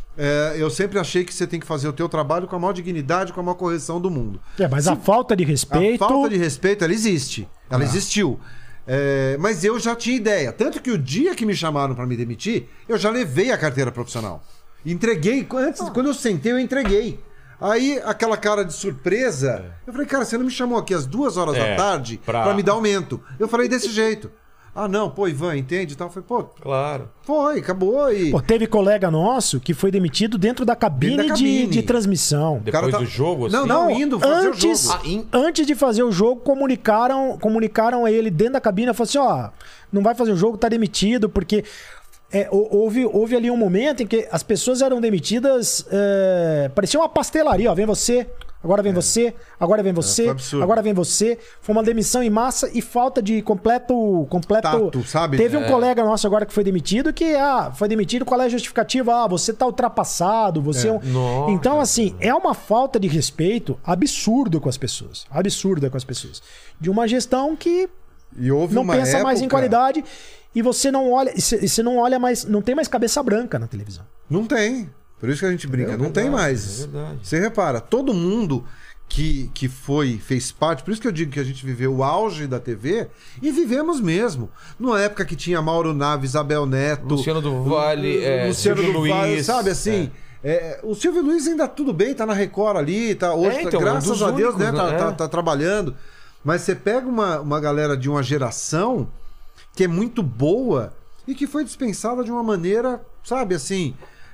É, eu sempre achei que você tem que fazer o teu trabalho com a maior dignidade, com a maior correção do mundo. É, mas a falta de respeito. A falta de respeito, ela existe. Ela existiu. É, mas eu já tinha ideia. Tanto que o dia que me chamaram para me demitir, eu já levei a carteira profissional. Entreguei. Antes, Quando eu sentei, eu entreguei. Aí, aquela cara de surpresa, eu falei, cara, você não me chamou aqui às duas horas É, da tarde pra- para me dar aumento. Eu falei desse jeito. Ah, não, pô, Ivan, entende e tal. Eu falei, pô, Claro. foi, acabou. E... Pô, teve colega nosso que foi demitido dentro da cabine, Dentro da de- cabine. De, transmissão. o cara Depois tá- do jogo, assim. Não, não, indo fazer antes, o jogo. Ah, in- antes de fazer o jogo, comunicaram, comunicaram a ele dentro da cabine, falaram assim, ó, não vai fazer o jogo, tá demitido, porque é, hou- houve, houve ali um momento em que as pessoas eram demitidas, é, parecia uma pastelaria, ó, vem você, agora vem você, agora vem você, foi absurdo. agora vem você. Foi uma demissão em massa e falta de completo... completo Tato, sabe? Teve um É. colega nosso agora que foi demitido que, ah, foi demitido, qual é a justificativa? Ah, você tá ultrapassado, você é, um... Nossa. Então, assim, é uma falta de respeito absurdo com as pessoas. Absurda com as pessoas. De uma gestão que E houve não uma pensa mais em época- qualidade e você não olha, e você você não olha mais, não tem mais cabeça branca na televisão. Não tem. Por isso que a gente brinca. É não tem verdade, mais. é verdade. Você repara, todo mundo que, que foi, fez parte, por isso que eu digo que a gente viveu o auge da T V e vivemos mesmo. Numa época que tinha Mauro Naves, Isabel Neto, Luciano do Vale, é, Luciano Silvio do Vale, Luiz, sabe assim? é, o Silvio Luiz ainda tudo bem, tá na Record ali, tá hoje, É, tá- então, é um graças dos a Deus, únicos, né, tá, né? tá- É. tá trabalhando. Mas você pega uma, uma galera de uma geração que é muito boa e que foi dispensada de uma maneira, sabe, assim,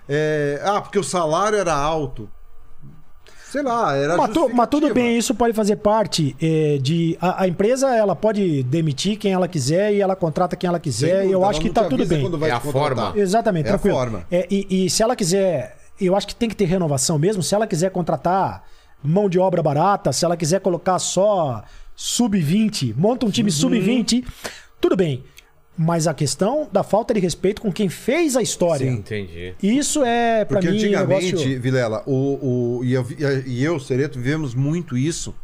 é, ah, porque o salário era alto. Sei lá, era Mas, tu- mas tudo justificativa. bem, isso pode fazer parte é, de. A, a empresa ela pode demitir quem ela quiser e ela contrata quem ela Sem quiser. E dúvida, eu ela acho que não tá te tudo avisa bem. quando vai É te a contratar. forma. Exatamente, É a tranquilo. forma. É, e, e se ela quiser, eu acho que tem que ter renovação mesmo. Se ela quiser contratar mão de obra barata, se ela quiser colocar só sub vinte, monta um time Uhum. sub vinte, tudo bem. Mas a questão da falta de respeito com quem fez a história. Entendi. Isso é, pra Porque mim, um antigamente, negócio... Vilela, o, o, e, eu, e eu, Sereto, vivemos muito isso.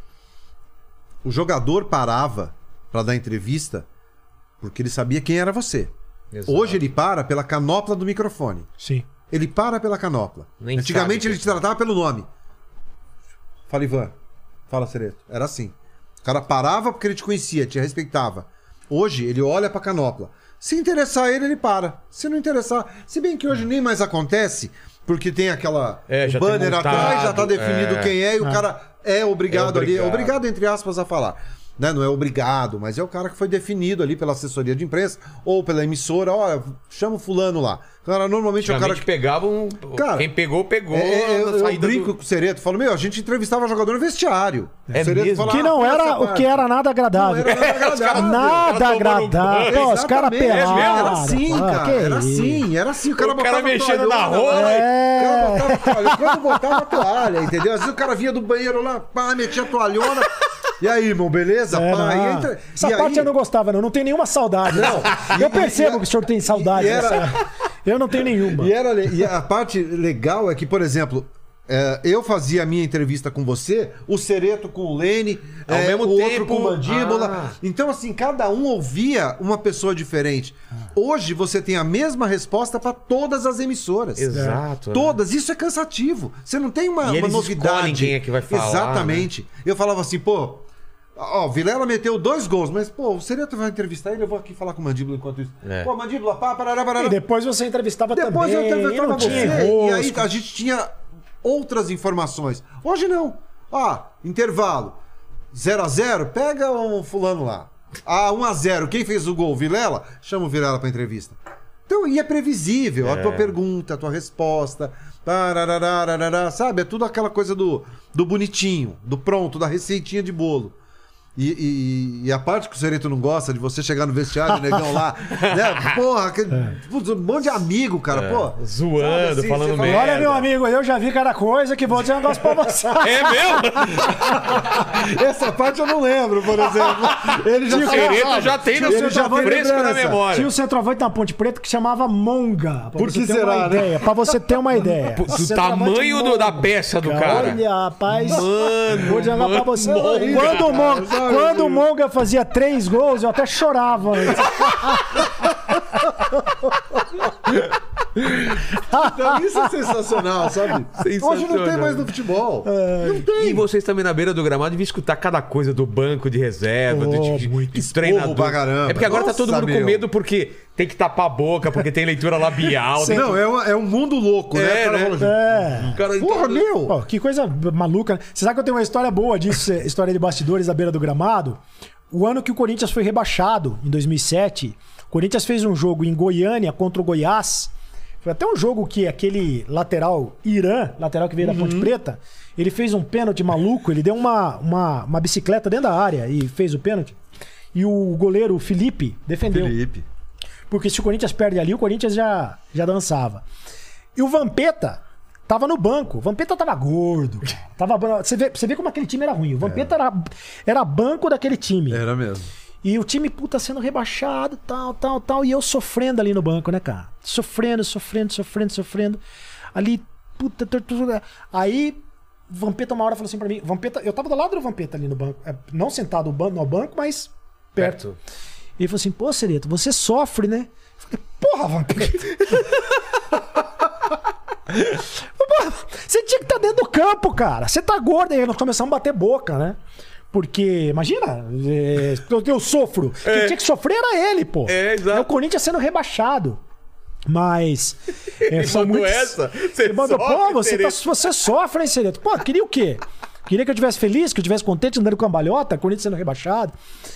O jogador parava pra dar entrevista porque ele sabia quem era você. Exato. Hoje ele para pela canopla do microfone. Sim. Ele para pela canopla. Nem Antigamente sabe ele te que- tratava pelo nome. Fala, Ivan. Fala, Sereto. Era assim. O cara parava porque ele te conhecia, te respeitava. Hoje ele olha pra canopla. Se interessar ele, ele para. Se não interessar... Se bem que hoje nem mais acontece, porque tem aquela... É, o já tem banner montado, atrás, já tá definido é. quem é e o cara é obrigado, É ali. obrigado. Obrigado, entre aspas, a falar. Né? Não é obrigado, mas é o cara que foi definido ali pela assessoria de imprensa ou pela emissora. Olha, chama o fulano lá. Cara, normalmente é o cara Antigamente que... pegavam. Cara, quem pegou, pegou. É, é, eu, na eu saída brinco do- com o Sereto, falo, meu, a gente entrevistava jogador no vestiário. É O Sereto mesmo? fala, Que "Ah, não essa era o parte." que era nada agradável. Não era nada agradável. Nada Cara tomando agradável. banho. Pô, os caras Exatamente. pelados. Era assim, Ah, cara. que Era isso. assim, era assim. O cara, O cara botava mexendo na toalhona, rola. O cara É. botava toalha. Quando botava a toalha, entendeu? Às vezes o cara vinha do banheiro lá, pá, metia a toalhona. E aí, irmão, beleza? É, pá, não. e entra... Essa e parte aí... eu não gostava, não. Não tenho nenhuma saudade. Não. Eu E- percebo e- que o senhor tem saudade. e era- dessa- Eu não tenho nenhuma. E, era, le- e a parte legal é que, por exemplo, é, eu fazia a minha entrevista com você, o Sereto com o Lene, Ao é, mesmo o outro tempo- com o Mandíbula. Ah. Então, assim, cada um ouvia uma pessoa diferente. Hoje você tem a mesma resposta para todas as emissoras. Exato. Todas. Isso é cansativo. Você não tem uma, E uma eles novidade. escolhem quem é que vai falar, Exatamente. Eu falava assim, pô, ó, Vilela meteu dois gols, mas, pô, o Sereno vai entrevistar ele, eu vou aqui falar com o Mandíbula enquanto isso. É. Pô, Mandíbula, pá, parará, parará. E depois você entrevistava Depois também. eu entrevistava não você. tinha E aí rosca. a gente tinha outras informações. Hoje não. Ah, intervalo. zero a zero, pega um fulano lá. Ah, um a zero, quem fez o gol? Vilela? Chama o Vilela pra entrevista. Então, e é previsível. É. A tua pergunta, a tua resposta. Tarararararará, sabe? É tudo aquela coisa do, do bonitinho, do pronto, da receitinha de bolo. E, e- e a parte que o Sereno não gosta de você chegar no vestiário, o negão lá, né? Porra, aquele, putz, um monte de amigo, cara, pô. Zoando, Sabe assim, falando você fala, merda. Olha, meu amigo, eu já vi cada coisa que vou dizer um negócio pra você. É mesmo? Essa parte eu não lembro, por exemplo. Ele já O Sereno já tem na Ele sua já tem fresco na lembrança. memória. Tinha um centroavante na Ponte Preta que chamava Monga. Pra Por você que ter será, uma né? ideia, pra você ter uma ideia. Do Centroavante tamanho do- Monga. da peça do cara. Olha, rapaz. Mano, Vou dizer uma pra mano, você. Monga. Quando o Monga, Sabe, quando o assim? Monga fazia três gols, eu até chorava antes. Então, isso é sensacional, sabe? Hoje não tem mais no futebol. Não tem. E vocês também na beira do gramado deviam escutar cada coisa do banco de reserva, do, Oh, de, muito de treinador. esporro pra caramba. É porque agora tá todo Nossa, mundo com meu. medo porque tem que tapar a boca, porque tem leitura labial. tem Não, é, uma- é um mundo louco, né? É, O cara né? fala assim, É. que- Cara, então- Porra, meu! Pô, que coisa maluca, né? Você sabe que eu tenho uma história boa disso, história de bastidores à beira do gramado? O ano que o Corinthians foi rebaixado, em dois mil e sete, o Corinthians fez um jogo em Goiânia contra o Goiás. Foi até um jogo que aquele lateral, Irã, lateral que veio da Ponte Preta, ele fez um pênalti maluco, ele deu uma, uma, uma bicicleta dentro da área e fez o pênalti. E o goleiro, o Felipe, defendeu. Felipe. Porque se o Corinthians perde ali, o Corinthians já, já dançava. E o Vampeta tava no banco. O Vampeta tava gordo. Tava, você, vê, você vê como aquele time era ruim. O Vampeta era, era banco daquele time. Era mesmo. E o time, puta, sendo rebaixado, tal, tal, tal. E eu sofrendo ali no banco, né, cara? Sofrendo, sofrendo, sofrendo, sofrendo. Ali, puta, tortura. Aí, o Vampeta uma hora falou assim pra mim. Vampeta, eu tava do lado do Vampeta ali no banco. É, não sentado no banco, no banco, mas perto. E ele falou assim, pô, Sereto, você sofre, né? Eu falei, porra, Vampeta. Porra, você tinha que estar dentro do campo, cara. Você tá gordo. Aí nós começamos a bater boca, né? Porque, imagina, é, eu, eu sofro. Quem tinha que sofrer era ele, pô. É, exato. É o Corinthians sendo rebaixado. Mas. É, são mandou muitos- essa? Você Ele mandou, sofre, pô, você, tá, Sereto. você sofre, hein, Sereto? Pô, queria o quê? Queria que eu tivesse feliz, que eu tivesse contente andando com cambalhota, Corinthians sendo rebaixado.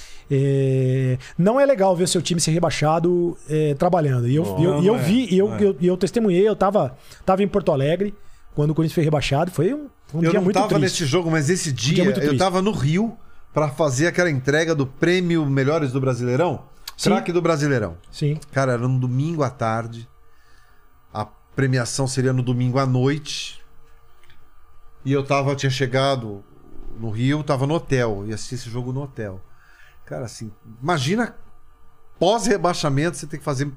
É, não é legal ver o seu time ser rebaixado é, trabalhando. E eu, e eu, e eu vi, e eu, eu, e eu testemunhei, eu tava, tava em Porto Alegre quando o Corinthians foi rebaixado. Foi um, um Eu dia não muito tava triste. nesse jogo, mas esse dia, muito eu triste. tava no Rio pra fazer aquela entrega do prêmio Melhores do Brasileirão. Sim. Craque do Brasileirão. Sim. Cara, era no domingo à tarde. A premiação seria no domingo à noite. E eu tava, tinha chegado no Rio, tava no hotel. Ia assistir esse jogo no hotel. Cara, assim, imagina pós-rebaixamento você ter que fazer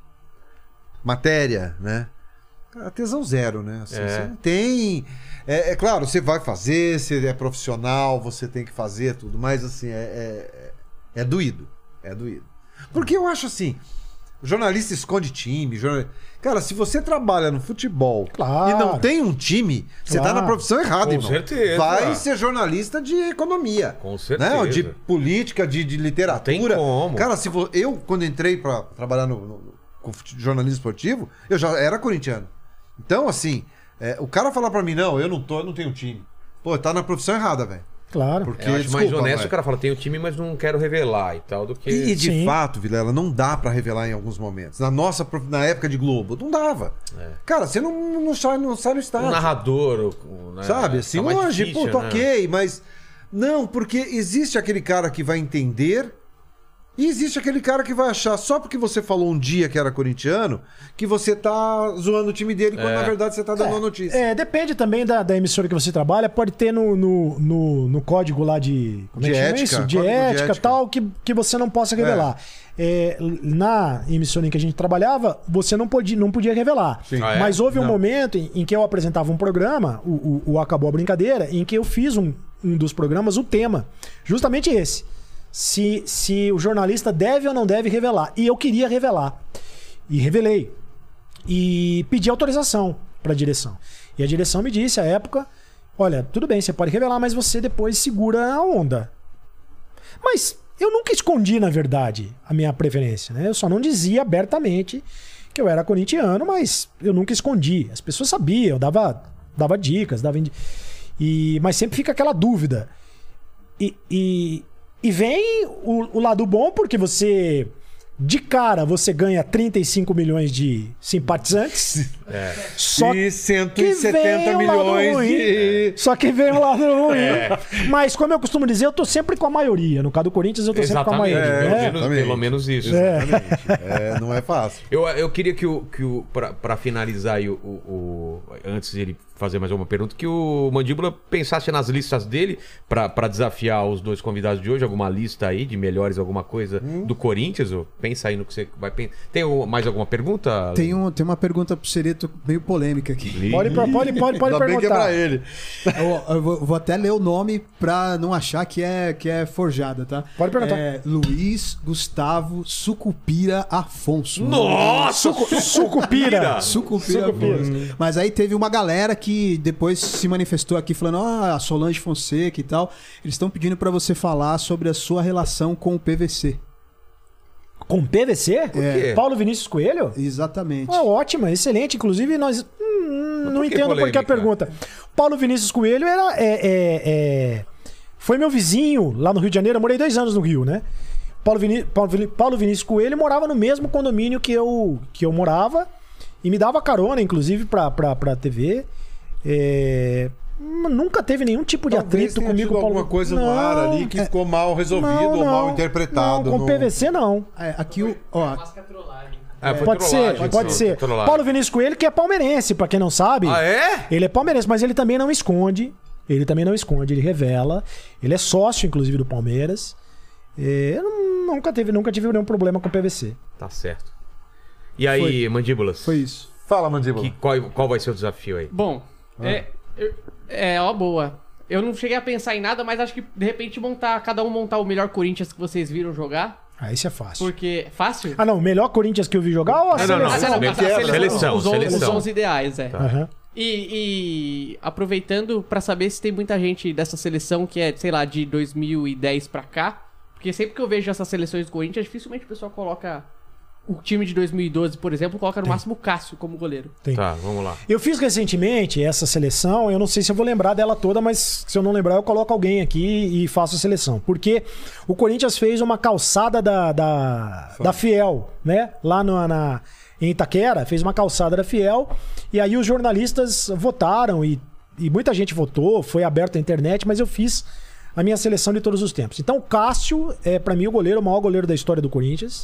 matéria, né? Cara, tesão zero, né? Assim, É. Você não tem. É, é claro, você vai fazer, você é profissional, você tem que fazer tudo, mas assim, é, é, é doído. É doído. Porque eu acho assim. O jornalista esconde time. Jornal... Cara, se você trabalha no futebol Claro. e não tem um time, você tá Claro. na profissão errada, Com irmão. certeza. Vai ser jornalista de economia. Com certeza. Né? Ou de política, de, de literatura. Não tem como. Cara, se vo... eu, quando entrei pra trabalhar no, no- com fute- jornalismo esportivo, eu já era corintiano. Então, assim, é, o cara falar pra mim, não, eu não tô, eu não tenho time. Pô, tá na profissão errada, velho. Claro. Porque, Eu acho mais desculpa, honesto vai. o cara fala, tenho time, mas não quero revelar e tal, do que... E, e de Sim. fato, Vilela, não dá pra revelar em alguns momentos. Na nossa, prof- na época de Globo, não dava. Cara, você não, não, sai, não sai no o estádio. narrador, o- né? Sabe, assim, Tá mais hoje, difícil, pô, tô né? ok, mas... Não, porque existe aquele cara que vai entender e existe aquele cara que vai achar, só porque você falou um dia que era corintiano, que você tá zoando o time dele, quando É. na verdade você tá dando uma notícia. É, depende também da, da emissora que você trabalha. Pode ter no, no, no, no código lá de. Como De é que chama ética, isso? De código de ética ética. tal, que, que você não possa revelar. É, na emissora em que a gente trabalhava, você não podia, não podia revelar. Sim. Ah, é? Mas houve um Não. momento em, em que eu apresentava um programa, o, o, o Acabou a Brincadeira, em que eu fiz um, um dos programas, o tema. Justamente esse. se, se o jornalista deve ou não deve revelar. E eu queria revelar. E revelei. E pedi autorização para a direção. E a direção me disse, à época, olha, tudo bem, você pode revelar, mas você depois segura a onda. Mas eu nunca escondi, na verdade, a minha preferência, né? Eu só não dizia abertamente que eu era corintiano, mas eu nunca escondi. As pessoas sabiam, eu dava, dava dicas, dava indi... e mas sempre fica aquela dúvida. E, e, e vem o, o lado bom, porque você, de cara, você ganha trinta e cinco milhões de simpatizantes. É. Só e cento e setenta que vem o lado milhões ruim. de... Só que vem o lado ruim. Mas, como eu costumo dizer, eu tô sempre com a maioria. No caso do Corinthians, eu tô sempre com a Exatamente, maioria. pelo, né? menos, Exatamente. pelo menos isso. Exatamente. É, não é fácil. Eu, eu queria que o. Que o pra, pra finalizar aí, o, o, o- antes de ele fazer mais uma pergunta, que o Mandíbula pensasse nas listas dele pra, pra desafiar os dois convidados de hoje, alguma lista aí de melhores, alguma coisa Hum. do Corinthians. Ô. Pensa aí no que você vai pensar. Tem o- mais alguma pergunta? Tem, um, tem uma pergunta pro Cereto meio polêmica aqui. Pode, pode, pode, pode, pode Ainda bem que é perguntar. pra ele. Eu, eu vou, vou até ler o nome pra não achar que é, que é forjada, tá? Pode perguntar. É Luiz Gustavo Sucupira Afonso. Nossa! Sucupira. Sucupira Afonso. Mas aí teve uma galera que depois se manifestou aqui falando, ah, a Solange Fonseca e tal. Eles estão pedindo pra você falar sobre a sua relação com o P V C. Com P V C? quê? Paulo Vinícius Coelho? Exatamente. Ah, ótima, excelente. Inclusive, nós. hum, não por que entendo por que polêmica? a pergunta. Paulo Vinícius Coelho era. É, é, é, foi meu vizinho lá no Rio de Janeiro. Eu morei dois anos no Rio, né? Paulo, Viní Paulo, Vini- Paulo Vinícius Coelho morava no mesmo condomínio que eu, que eu morava. E me dava carona, inclusive, pra, pra, pra T V. É, nunca teve nenhum tipo de Talvez atrito tenha comigo, tido Paulo. alguma coisa no Não, ar ali que é- ficou mal resolvido não, ou mal não. interpretado. Não, com no- P V C não. É, aqui o. Ó, Ah, foi Pode trollagem, ser, então, pode foi ser. trollagem. Paulo Vinícius Coelho, que é palmeirense, pra quem não sabe. Ah, é? Ele é palmeirense, mas ele também não esconde. Ele também não esconde, ele revela. Ele é sócio, inclusive, do Palmeiras. É, eu não- nunca, teve, nunca tive nenhum problema com o P V C. Tá certo. E aí, Mandíbulas? foi isso. Fala, Mandíbula. Que, qual, qual vai ser o desafio aí? Bom, Ah. é, eu- é ó, boa. Eu não cheguei a pensar em nada, mas acho que de repente montar, cada um montar o melhor Corinthians que vocês viram jogar. Ah, isso é fácil. Porque. Fácil? Ah, não, o melhor Corinthians que eu vi jogar ou a Não, não, não. Ah, seleção? não, a- a Seleção, seleção, os, on- seleção. os onze ideais, é. Aham. E, e aproveitando pra saber se tem muita gente dessa seleção que é, sei lá, de dois mil e dez pra cá. Porque sempre que eu vejo essas seleções do Corinthians, dificilmente o pessoal coloca o time de dois mil e doze, por exemplo, coloca no máximo o Cássio como goleiro. Tem. Tá, vamos lá. Eu fiz recentemente essa seleção, eu não sei se eu vou lembrar dela toda, mas se eu não lembrar, eu coloco alguém aqui e faço a seleção. Porque o Corinthians fez uma calçada da, da, da Fiel, né? Lá no, na, em Itaquera, fez uma calçada da Fiel, e aí os jornalistas votaram, e, e muita gente votou, foi aberto a internet, mas eu fiz a minha seleção de todos os tempos. Então o Cássio é, pra mim, o goleiro, o maior goleiro da história do Corinthians.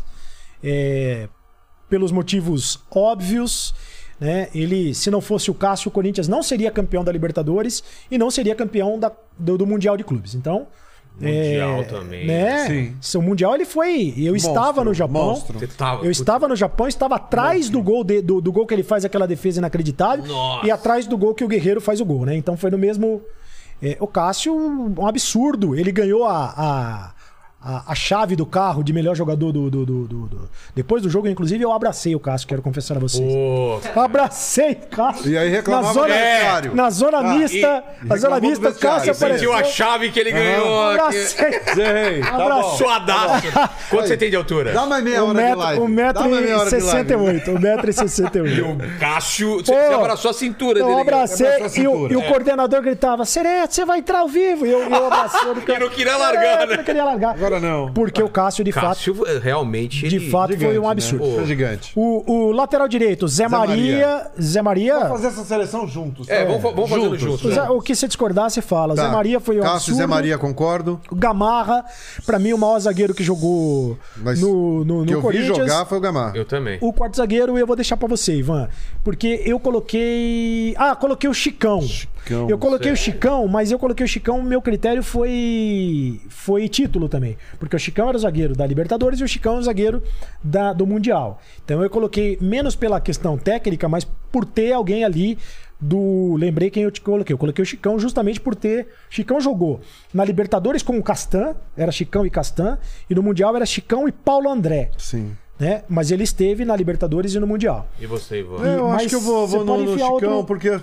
É, pelos motivos óbvios, né? Ele, se não fosse o Cássio, o Corinthians não seria campeão da Libertadores e não seria campeão da- do, do Mundial de Clubes. Então, Mundial é, também. né? Sim. Seu Mundial ele foi. Eu Monstro, estava no Japão. monstro. Você tava- Eu estava no Japão, estava atrás do gol de- do, do gol que ele faz aquela defesa inacreditável Nossa. e atrás do gol que o Guerreiro faz o gol, né? Então foi no mesmo. é, o Cássio, um absurdo. Ele ganhou a, a, a, a chave do carro de melhor jogador do, do, do, do- do- Depois do jogo, inclusive, eu abracei o Cássio, quero confessar a vocês. Pô, Abracei o Cássio. E aí reclamava na zona, do vestiário. na zona Ah, mista, e- na zona reclamou do mista, o vestiário. Cássio E sentiu sentiu apareceu. a chave que ele ganhou. Abracei. Sei, tá bom. Abracei. Suadaço. Quanto você tem de altura? Dá mais meia Um hora de metro, live. um metro Dá mais meia e hora de live. sessenta e oito. Um metro e sessenta e E oito. o Cássio, você, Pô, você abraçou a cintura Eu dele. abracei Abraçou a e o, cintura. e o coordenador gritava: Sereto, você vai entrar ao vivo. E eu, eu abracei. E não queria largar, Eu né? não queria largar. Agora não. Porque o Cássio, de fato, Cássio, realmente, de ele- fato foi Gigante, um absurdo. Né? Foi gigante. O, o lateral direito, Zé, Maria. Zé Maria. Vamos fazer essa seleção juntos. É, vamos, vamos fazendo Juntos. juntos. Zé- o que você discordar, você fala. Tá. Zé Maria foi um Cássio absurdo. e Zé Maria, concordo. O Gamarra, pra mim, o maior zagueiro que jogou Mas no, no, no que eu vi Corinthians. jogar foi o Gamarra. Eu também. O quarto zagueiro eu vou deixar pra você, Ivan. Porque eu coloquei. Ah, coloquei o Chicão. Chicão, eu coloquei certo. o Chicão, mas eu coloquei o Chicão, meu critério foi. Foi título também. Porque o Chicão era o zagueiro da Libertadores e o Chicão é o zagueiro da, do Mundial. Então eu coloquei menos pela questão técnica, mas por ter alguém ali do... Lembrei quem eu te coloquei. Eu coloquei o Chicão justamente por ter... Chicão jogou na Libertadores com o Castan, era Chicão e Castan, e no Mundial era Chicão e Paulo André. Sim. Né? Mas ele esteve na Libertadores e no Mundial. E você, Ivan? É, eu Mas acho que eu vou, você vou no, pode no enfiar Chicão, outro- porque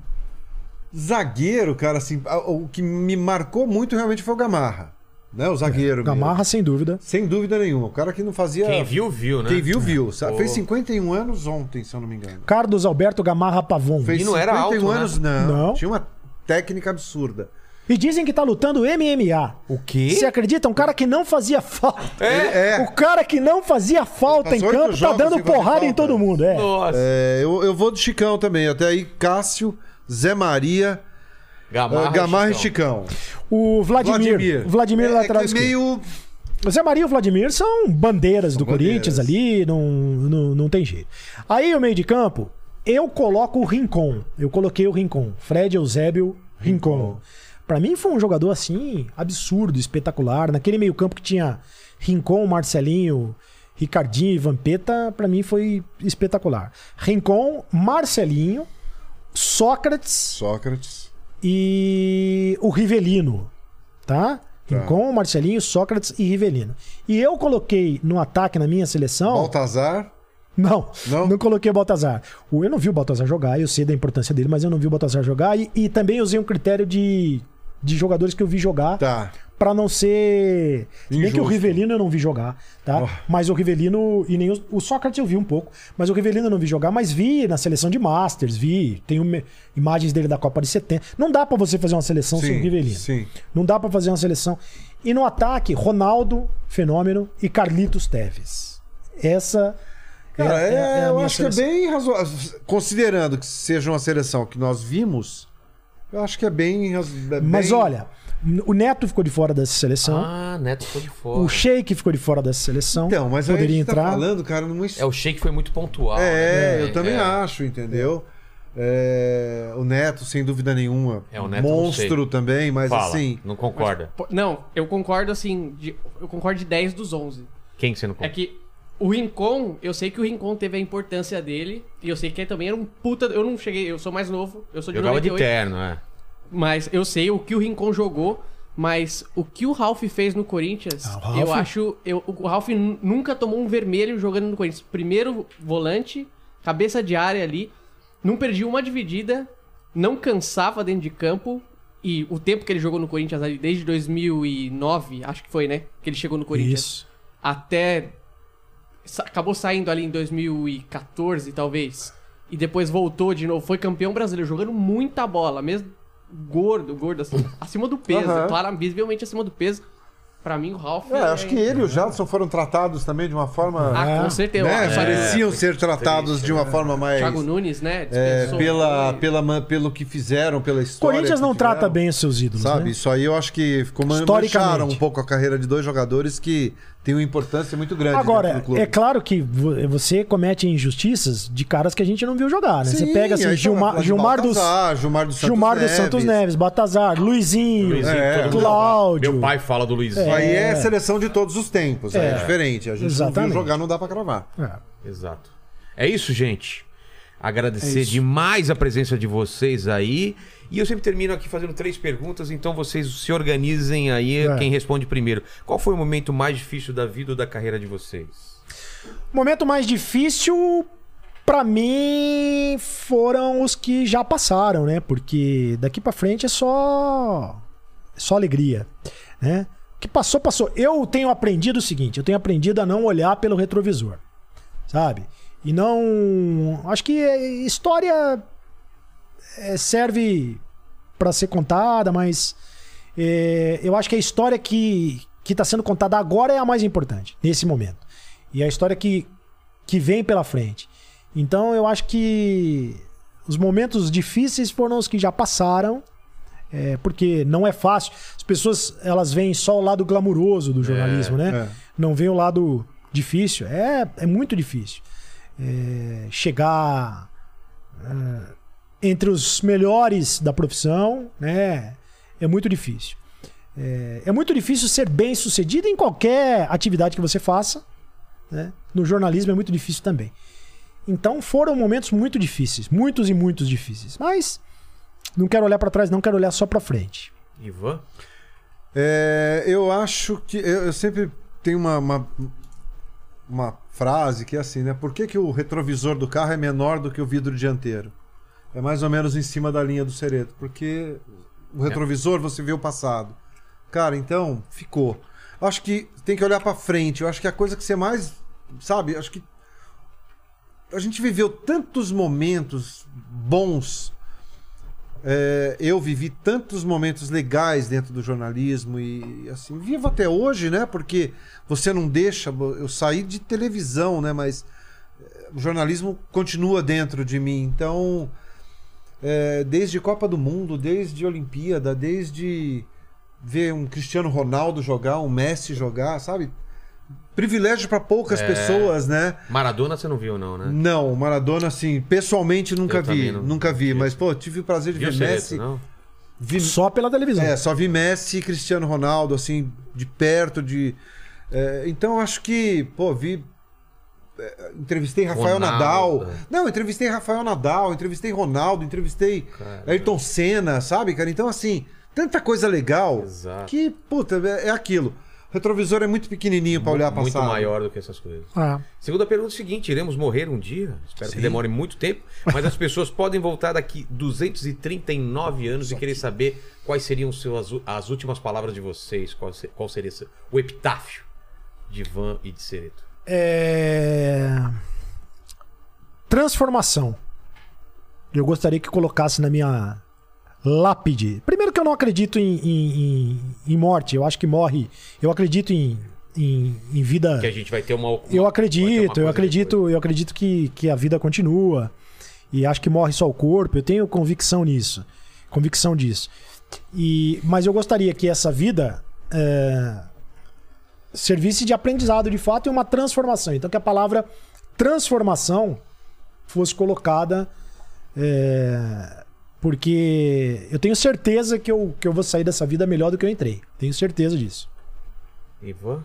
zagueiro, cara, assim, a- o que me marcou muito realmente foi o Gamarra, né? O zagueiro. Gamarra, mesmo. sem dúvida. Sem dúvida nenhuma. O cara que não fazia... Quem viu, viu, né? Quem viu, viu. Sa- Pô. Fez cinquenta e um anos ontem, se eu não me engano. Carlos Alberto Gamarra Pavon. Fez E não era cinquenta e um alto, né? anos, não. Não. Tinha uma técnica absurda. E dizem que tá lutando M M A. O quê? Você acredita? Um cara que não fazia falta. É. O cara que não fazia falta em Passou oito campo tá jogos dando sem fazer porrada em falta. todo mundo. É. Nossa. É, eu, eu vou do Chicão também. Até aí, Cássio, Zé Maria, Gamarra, eh, Gamarra e Chicão. Chicão. O Vladimir. Vladimir, é, lateral é que esquerdo. meio... O Zé Maria e o Vladimir são bandeiras do bandeiras. Corinthians ali, não, não, não tem jeito. Aí o meio de campo, eu coloco o Rincon. Eu coloquei o Rincon. Fred Eusébio Rincon. Pra mim foi um jogador assim, absurdo, espetacular. Naquele meio campo que tinha Rincon, Marcelinho, Ricardinho e Vampeta, pra mim foi espetacular. Rincon, Marcelinho, Sócrates Sócrates. e o Rivelino, tá? Rincon, Marcelinho, Sócrates e Rivelino. E eu coloquei no ataque na minha seleção... Baltazar. Não, Não? não, coloquei o Baltazar. O- Eu não vi o Baltazar jogar, eu sei da importância dele, mas eu não vi o Baltazar jogar. E, e também usei um critério de, de jogadores que eu vi jogar Tá. pra não ser... Se bem que o Injusto. Rivelino eu não vi jogar, tá? Oh. Mas o Rivelino e nem o, o Sócrates eu vi um pouco, mas o Rivelino eu não vi jogar, mas vi na seleção de Masters, vi, tem uma- imagens dele da Copa de setenta. Não dá pra você fazer uma seleção sem o Rivelino. sim. Não dá pra fazer uma seleção. E no ataque, Ronaldo, Fenômeno e Carlitos Teves. Essa Cara, é, é, é a eu minha acho seleção. que é bem razoável. Considerando que seja uma seleção que nós vimos, eu acho que é bem... razo- é Mas bem- olha, o Neto ficou de fora dessa seleção. Ah, Neto ficou de fora. O Sheik ficou de fora dessa seleção. Então, mas aí a poderia gente tá entrar. falando, cara, numa... É, o Sheik foi muito pontual. É, né? eu também É. acho, entendeu? É, o Neto, sem dúvida nenhuma. É, o Neto eu não monstro sei. também, mas Fala, assim... não concorda. Pô, Não, eu concordo assim, de- eu concordo de dez dos onze. Quem que você não É concorda? que o Rincon, eu sei que o Rincon teve a importância dele, e eu sei que ele também era um puta... Eu não cheguei, eu sou mais novo, eu sou de Jogava de noventa e oito, terno, é. mas eu sei o que o Rincon jogou, mas o que o Ralf fez no Corinthians, Ah, o Ralf- eu acho... Eu, o Ralf n- nunca tomou um vermelho jogando no Corinthians. Primeiro volante, cabeça de área ali, não perdia uma dividida, não cansava dentro de campo, e o tempo que ele jogou no Corinthians ali, desde dois mil e nove, acho que foi, né? Que ele chegou no Corinthians. Isso. Até... sa- Acabou saindo ali em dois mil e quatorze, talvez. E depois voltou de novo. Foi campeão brasileiro, jogando muita bola. Mesmo gordo, gordo, assim. Acima do peso. Aham. Claro, visivelmente acima do peso. Pra mim, o Ralf... É, acho que ele e o Jadson foram tratados também de uma forma... Ah, com certeza. né? É, Pareciam ser tratados triste, de uma forma mais... Thiago Nunes, né? é, Dispensou, pela, foi. pela, man- pelo que fizeram, pela história. Corinthians não que trata tiveram, bem os seus ídolos, Sabe? né? Isso aí eu acho que ficou man- Historicamente. mancharam um pouco a carreira de dois jogadores que têm uma importância muito grande dentro Agora, do clube. é claro que vo- você comete injustiças de caras que a gente não viu jogar, né? Você Sim, pega assim, aí tá Gilmar, falando de Gilmar dos Baltazar, Gilmar dos Santos Gilmar dos Neves. Santos Neves, Baltazar, Luizinho, Luizinho, É, todo mundo Cláudio. fala. Meu pai fala do Luizinho. Isso aí é É. seleção de todos os tempos, é, É. diferente. A gente Exatamente. não viu jogar, não dá pra cravar. É. Exato. É isso, gente. Agradecer É isso. demais a presença de vocês aí. E eu sempre termino aqui fazendo três perguntas, então vocês se organizem aí, É. quem responde primeiro. Qual foi o momento mais difícil da vida ou da carreira de vocês? O momento mais difícil pra mim foram os que já passaram, né? Porque daqui pra frente é só é só alegria, né? O que passou, passou. Eu tenho aprendido o seguinte, eu tenho aprendido a não olhar pelo retrovisor, sabe? E não... Acho que é, história é, serve pra ser contada, mas é, eu acho que a história que, que tá sendo contada agora é a mais importante, nesse momento. E a história que, que vem pela frente. Então eu acho que os momentos difíceis foram os que já passaram, é, porque não é fácil. As pessoas elas veem só o lado glamuroso do jornalismo, né? é. Não veem o lado difícil. É, é muito difícil. É, chegar é, entre os melhores da profissão, né? É muito difícil. É, é muito difícil ser bem sucedido em qualquer atividade que você faça, né? No jornalismo é muito difícil também. Então foram momentos muito difíceis, muitos e muitos difíceis. Mas não quero olhar pra trás, não quero olhar só pra frente. Ivan? É, eu acho que... Eu, eu sempre tenho uma, uma, uma frase que é assim, né? Por que, que o retrovisor do carro é menor do que o vidro dianteiro? É mais ou menos em cima da linha do cereto. Porque o retrovisor você vê o passado. Cara, então, ficou. Acho que tem que olhar pra frente. Eu acho que a coisa que você mais... Sabe? Acho que a gente viveu tantos momentos bons. É, eu vivi tantos momentos legais dentro do jornalismo e assim, vivo até hoje, né? Porque você não deixa... Eu saí de televisão, né? Mas o jornalismo continua dentro de mim. Então, é, desde Copa do Mundo, desde Olimpíada, desde ver um Cristiano Ronaldo jogar, um Messi jogar, sabe? Privilégio para poucas É. pessoas, né? Maradona você não viu, não, né? Não, Maradona, assim, pessoalmente nunca Eu vi. também não- nunca vi, não vi. mas, pô, tive o prazer de Viu o ver Cereto, Messi. não? Vi, Só pela televisão. é, só vi Messi e Cristiano Ronaldo, assim, de perto, de... é, então, acho que, pô, vi... é, entrevistei Rafael Ronaldo, Nadal. é. Não, entrevistei Rafael Nadal, entrevistei Ronaldo, entrevistei Cara. Ayrton Senna, sabe, cara? Então, assim, tanta coisa legal Exato. que, puta, é, é aquilo. O retrovisor é muito pequenininho pra olhar Muito passado. maior do que essas coisas. Ah. Segunda pergunta é o seguinte: iremos morrer um dia? Espero que demore muito tempo. Mas as pessoas podem voltar daqui duzentos e trinta e nove anos e querer saber quais seriam seus, as últimas palavras de vocês. Qual, se- qual seria esse- o epitáfio de Ivan e de Cereto? É... Transformação. Eu gostaria que colocasse na minha lápide. Primeiro que eu não acredito em, em, em- em morte. Eu acho que morre. Eu acredito em, em, em vida. Que a gente vai ter uma. uma- Eu vai ter uma acredito, coisa eu acredito, eu acredito que, que a vida continua. E acho que morre só o corpo. Eu tenho convicção nisso. Convicção disso. E, mas eu gostaria que essa vida é, servisse de aprendizado de fato e uma transformação. Então que a palavra transformação fosse colocada. é, porque eu tenho certeza que eu, que eu vou sair dessa vida melhor do que eu entrei. Tenho certeza disso. Ivan?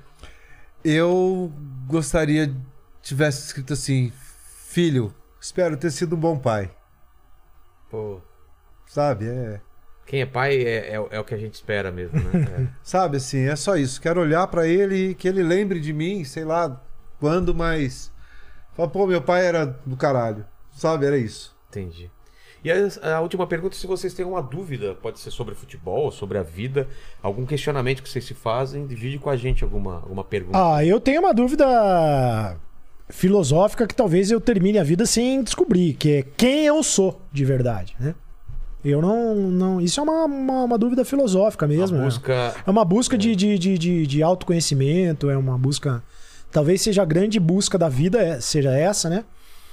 Eu gostaria que tivesse escrito assim: filho, espero ter sido um bom pai. Pô. Sabe? É. Quem é pai é, é, é o que a gente espera mesmo, né? Sabe assim, é só isso. Quero olhar pra ele e que ele lembre de mim, sei lá quando, mas. Fala, pô, meu pai era do caralho. Sabe? Era isso. É, entendi. E a, a última pergunta: se vocês têm uma dúvida, pode ser sobre futebol, sobre a vida, algum questionamento que vocês se fazem, divide com a gente alguma, alguma pergunta. Ah, eu tenho uma dúvida filosófica que talvez eu termine a vida sem descobrir, que é quem eu sou de verdade, né? Eu não... não isso é uma, uma, uma dúvida filosófica mesmo. Uma né? busca. É uma busca de, de, de, de, de autoconhecimento, é uma busca... Talvez seja a grande busca da vida, é- seja essa, né?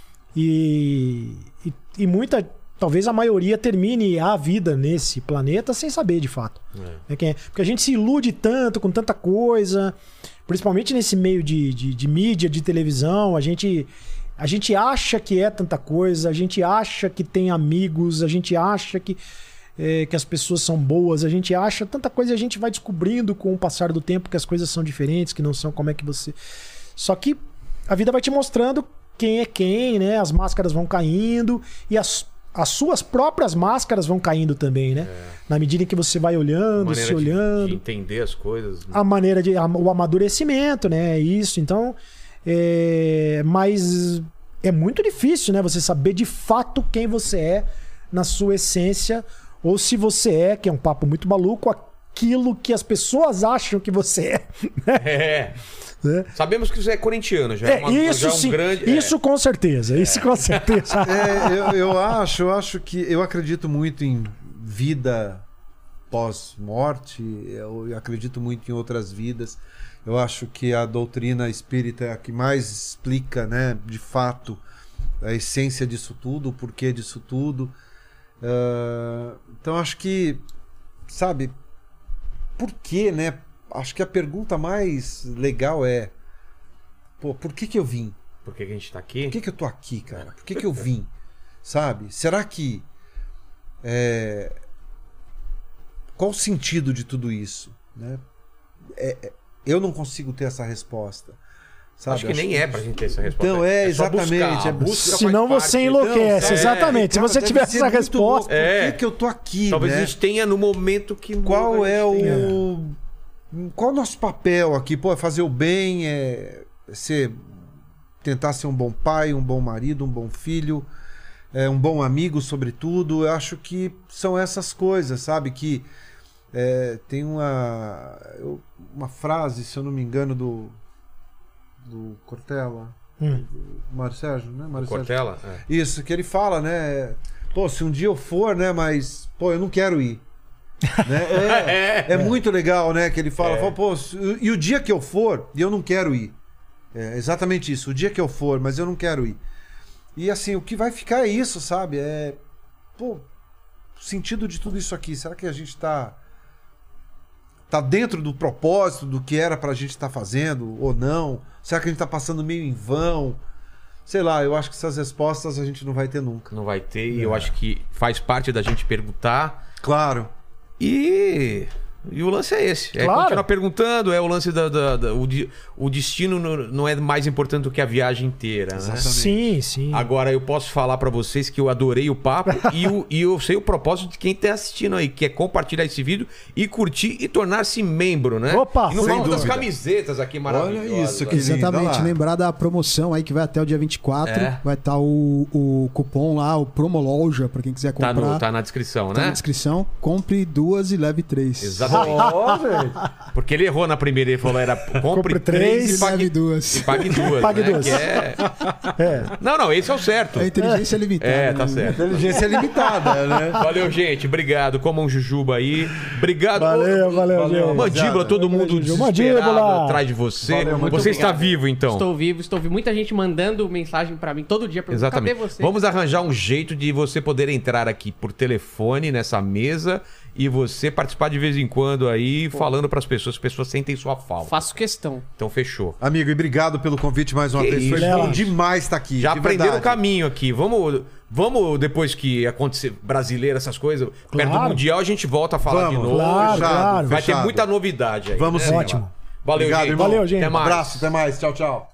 E, e, e muita... Talvez a maioria termine a vida nesse planeta sem saber de fato. É. É quem é. Porque a gente se ilude tanto com tanta coisa, principalmente nesse meio de, de, de mídia, de televisão, a gente, a gente acha que é tanta coisa, a gente acha que tem amigos, a gente acha que, é, que as pessoas são boas, a gente acha tanta coisa e a gente vai descobrindo com o passar do tempo que as coisas são diferentes, que não são como é que você... Só que a vida vai te mostrando quem é quem, né? As máscaras vão caindo e as as suas próprias máscaras vão caindo também, né? Na medida em que você vai olhando, Maneira se de- olhando. De, entender as coisas. A maneira de... a- o amadurecimento, né? Isso. Então, é... Mas é muito difícil, né? Você saber de fato quem você é na sua essência. Ou se você é, que é um papo muito maluco, aquilo que as pessoas acham que você é. É. Né? Sabemos que você é corintiano, já é, É, uma, isso já é um sim. grande. Isso com certeza. Isso com certeza. É, eu, eu acho, eu acho que eu acredito muito em vida pós-morte, eu acredito muito em outras vidas. Eu acho que a doutrina espírita é a que mais explica, né, de fato, a essência disso tudo, o porquê disso tudo. Uh, então acho que, sabe, por que, né? Acho que a pergunta mais legal é: pô, por que que eu vim? Por que que a gente tá aqui? Por que que eu tô aqui, cara? Por que que eu vim? Sabe? Será que... É... Qual o sentido de tudo isso? Né? É, é, eu não consigo ter essa resposta. Sabe? Acho que nem é pra gente ter essa resposta. Então, é, só exatamente, buscar. é A busca Senão faz você parte. enlouquece, Então, exatamente. Se cara, você deve tivesse ser essa muito resposta. louco. Por É. que, que eu tô aqui, Talvez né? a gente tenha no momento que... Qual a é gente tenha. o... Qual é o nosso papel aqui? Pô, é fazer o bem, é ser... tentar ser um bom pai, um bom marido, um bom filho, é, um bom amigo, sobretudo. Eu acho que são essas coisas, sabe? Que é, tem uma, eu- uma frase, se eu não me engano, do, do Cortella, Hum. do Mário Sérgio, né? Mário Sérgio. Cortella? É. Isso, que ele fala, né? Pô, se um dia eu for, né? Mas, pô, eu não quero ir. Né? É, é muito legal, né? Que ele fala, fala, pô, se- e o dia que eu for, e eu não quero ir. É exatamente isso, o dia que eu for, mas eu não quero ir. E assim, o que vai ficar é isso, sabe? É, pô, o sentido de tudo isso aqui, será que a gente tá tá dentro do propósito do que era pra gente estar fazendo ou não? Será que a gente tá passando meio em vão? Sei lá, eu acho que essas respostas a gente não vai ter nunca. Não vai ter, e eu acho que faz parte da gente perguntar. Claro. E, e o lance é esse. É Claro. continuar perguntando, é o lance da... da- da- o, di- o destino não, não é mais importante do que a viagem inteira, né? Sim, sim. Agora eu posso falar pra vocês que eu adorei o papo e, o, e eu sei o propósito de quem tá assistindo aí, que é compartilhar esse vídeo e curtir e tornar-se membro, né? Opa, e não sem fala das dúvida. camisetas aqui maravilhosas. Olha isso, que- Exatamente, lindo, olha lá. lembrar da promoção aí que vai até o dia vinte e quatro. É. Vai estar o, o cupom lá, o Promoloja, pra quem quiser Tá, comprar. no- tá na descrição, Tá né? na descrição. Compre duas e leve três. Exatamente. Ó, velho. Porque ele errou na primeira, ele falou era compre Compre três três e pague leve duas. E pague duas. Pague né? duas. Que é... É. Não, não, esse é o certo. É inteligência limitada. É, tá né? certo. Inteligência limitada, né? Valeu, gente. Obrigado. Comam jujuba aí. Obrigado. Valeu, valeu, Valeu, gente. Mandíbula, todo Valeu, mundo Juju. desesperado Mandíbula. atrás de você. Valeu, muito você está obrigado. vivo, então. Estou vivo, estou vivo. Muita gente mandando mensagem pra mim todo dia perguntando, Exatamente. cadê você? Vamos arranjar um jeito de você poder entrar aqui por telefone nessa mesa e você participar de vez em quando aí, falando para as pessoas. As pessoas sentem sua falta. Faço questão. Então, fechou. Amigo, e obrigado pelo convite mais uma Que vez. Foi isso, bom gente. demais estar aqui. Já de aprenderam o verdade. caminho aqui. Vamos, vamos depois que acontecer brasileiro, essas coisas, perto do Claro. Mundial, a gente volta a falar Vamos, de novo. claro, fechado, claro. Vai ter fechado. muita novidade aí. Vamos né? sim. Ótimo. Valeu, Obrigado, gente. irmão. Valeu, gente. Até Um mais. abraço, até mais. Tchau, tchau.